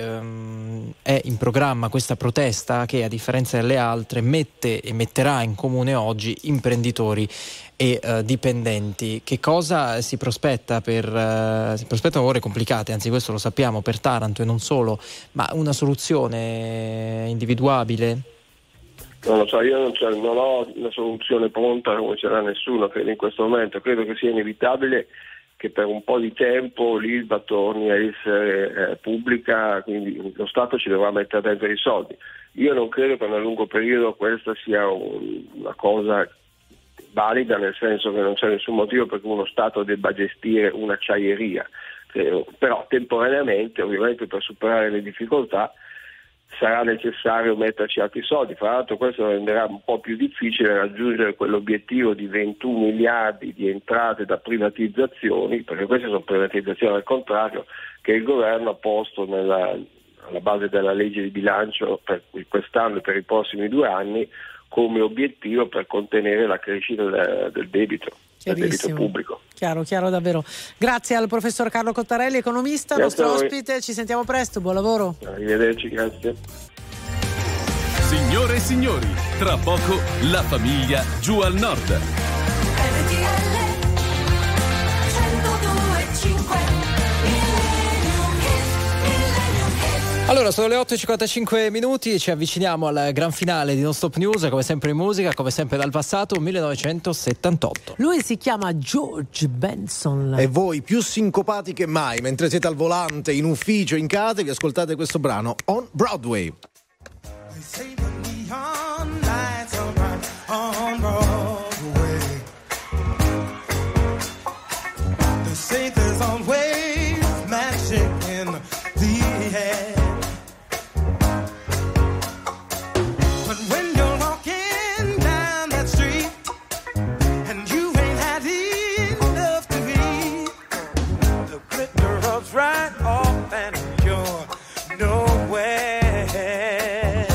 è in programma questa protesta che, a differenza delle altre, mette e metterà in comune oggi imprenditori e dipendenti. Che cosa si prospetta si prospettano ore complicate, anzi questo lo sappiamo, per Taranto e non solo, ma una soluzione individuabile? Non lo so, io non ho una soluzione pronta, come ce l'ha nessuno, credo in questo momento. Credo che sia inevitabile che per un po' di tempo l'Ilva torni a essere pubblica, quindi lo Stato ci dovrà mettere dentro i soldi. Io non credo che nel lungo periodo questa sia una cosa valida, nel senso che non c'è nessun motivo per cui uno Stato debba gestire un'acciaieria. Però temporaneamente, ovviamente per superare le difficoltà, sarà necessario metterci altri soldi. Fra l'altro questo renderà un po' più difficile raggiungere quell'obiettivo di 21 miliardi di entrate da privatizzazioni, perché queste sono privatizzazioni al contrario che il governo ha posto alla base della legge di bilancio per quest'anno e per i prossimi 2 anni come obiettivo per contenere la crescita del debito pubblico. Chiaro davvero. Grazie al professor Carlo Cottarelli, economista, nostro ospite, ci sentiamo presto, buon lavoro. Arrivederci, grazie. Signore e signori, tra poco la famiglia giù al nord. Allora, sono le 8:55 minuti, ci avviciniamo al gran finale di Non Stop News, come sempre in musica, come sempre dal passato, 1978. Lui si chiama George Benson. E voi, più sincopati che mai, mentre siete al volante, in ufficio, in casa, vi ascoltate questo brano On Broadway. Right off and you're nowhere.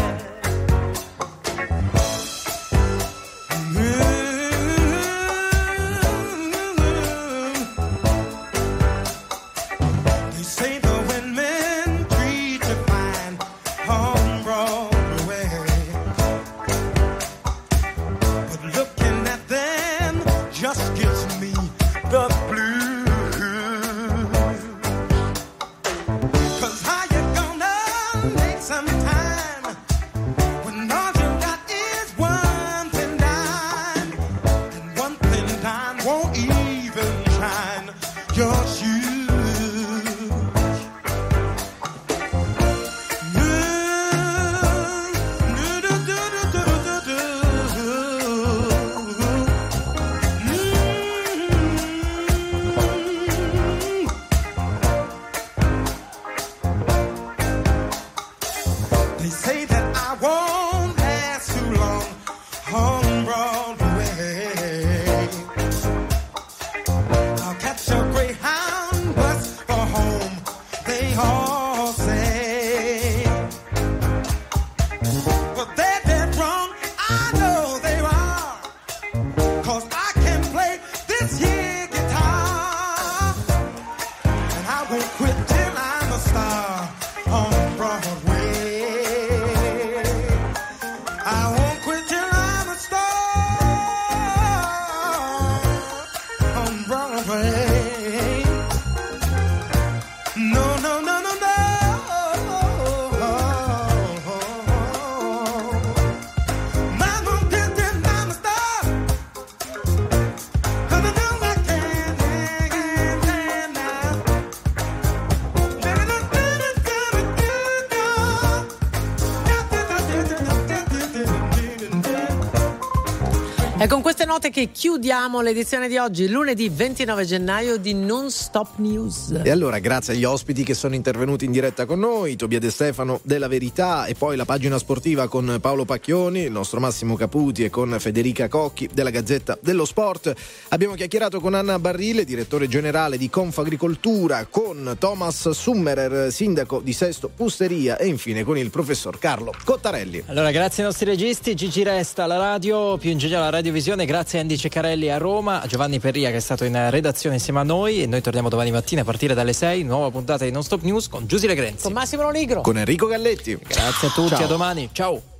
E con queste note che chiudiamo l'edizione di oggi, lunedì 29 gennaio di Non Stop News. E allora grazie agli ospiti che sono intervenuti in diretta con noi, Tobia De Stefano della Verità, e poi la pagina sportiva con Paolo Pacchioni, il nostro Massimo Caputi, e con Federica Cocchi della Gazzetta dello Sport. Abbiamo chiacchierato con Anna Barrile, direttore generale di Confagricoltura, con Thomas Summerer, sindaco di Sesto Pusteria, e infine con il professor Carlo Cottarelli. Allora grazie ai nostri registi, Gigi Resta alla radio, più in generale alla radiovisione, grazie a Andy Ceccarelli a Roma, a Giovanni Perria che è stato in redazione insieme a noi, e noi torniamo domani mattina a partire dalle 6, nuova puntata di Non Stop News con Giusy Legrenzi, con Massimo Lonigro, con Enrico Galletti. Grazie a tutti, ciao. A domani, ciao.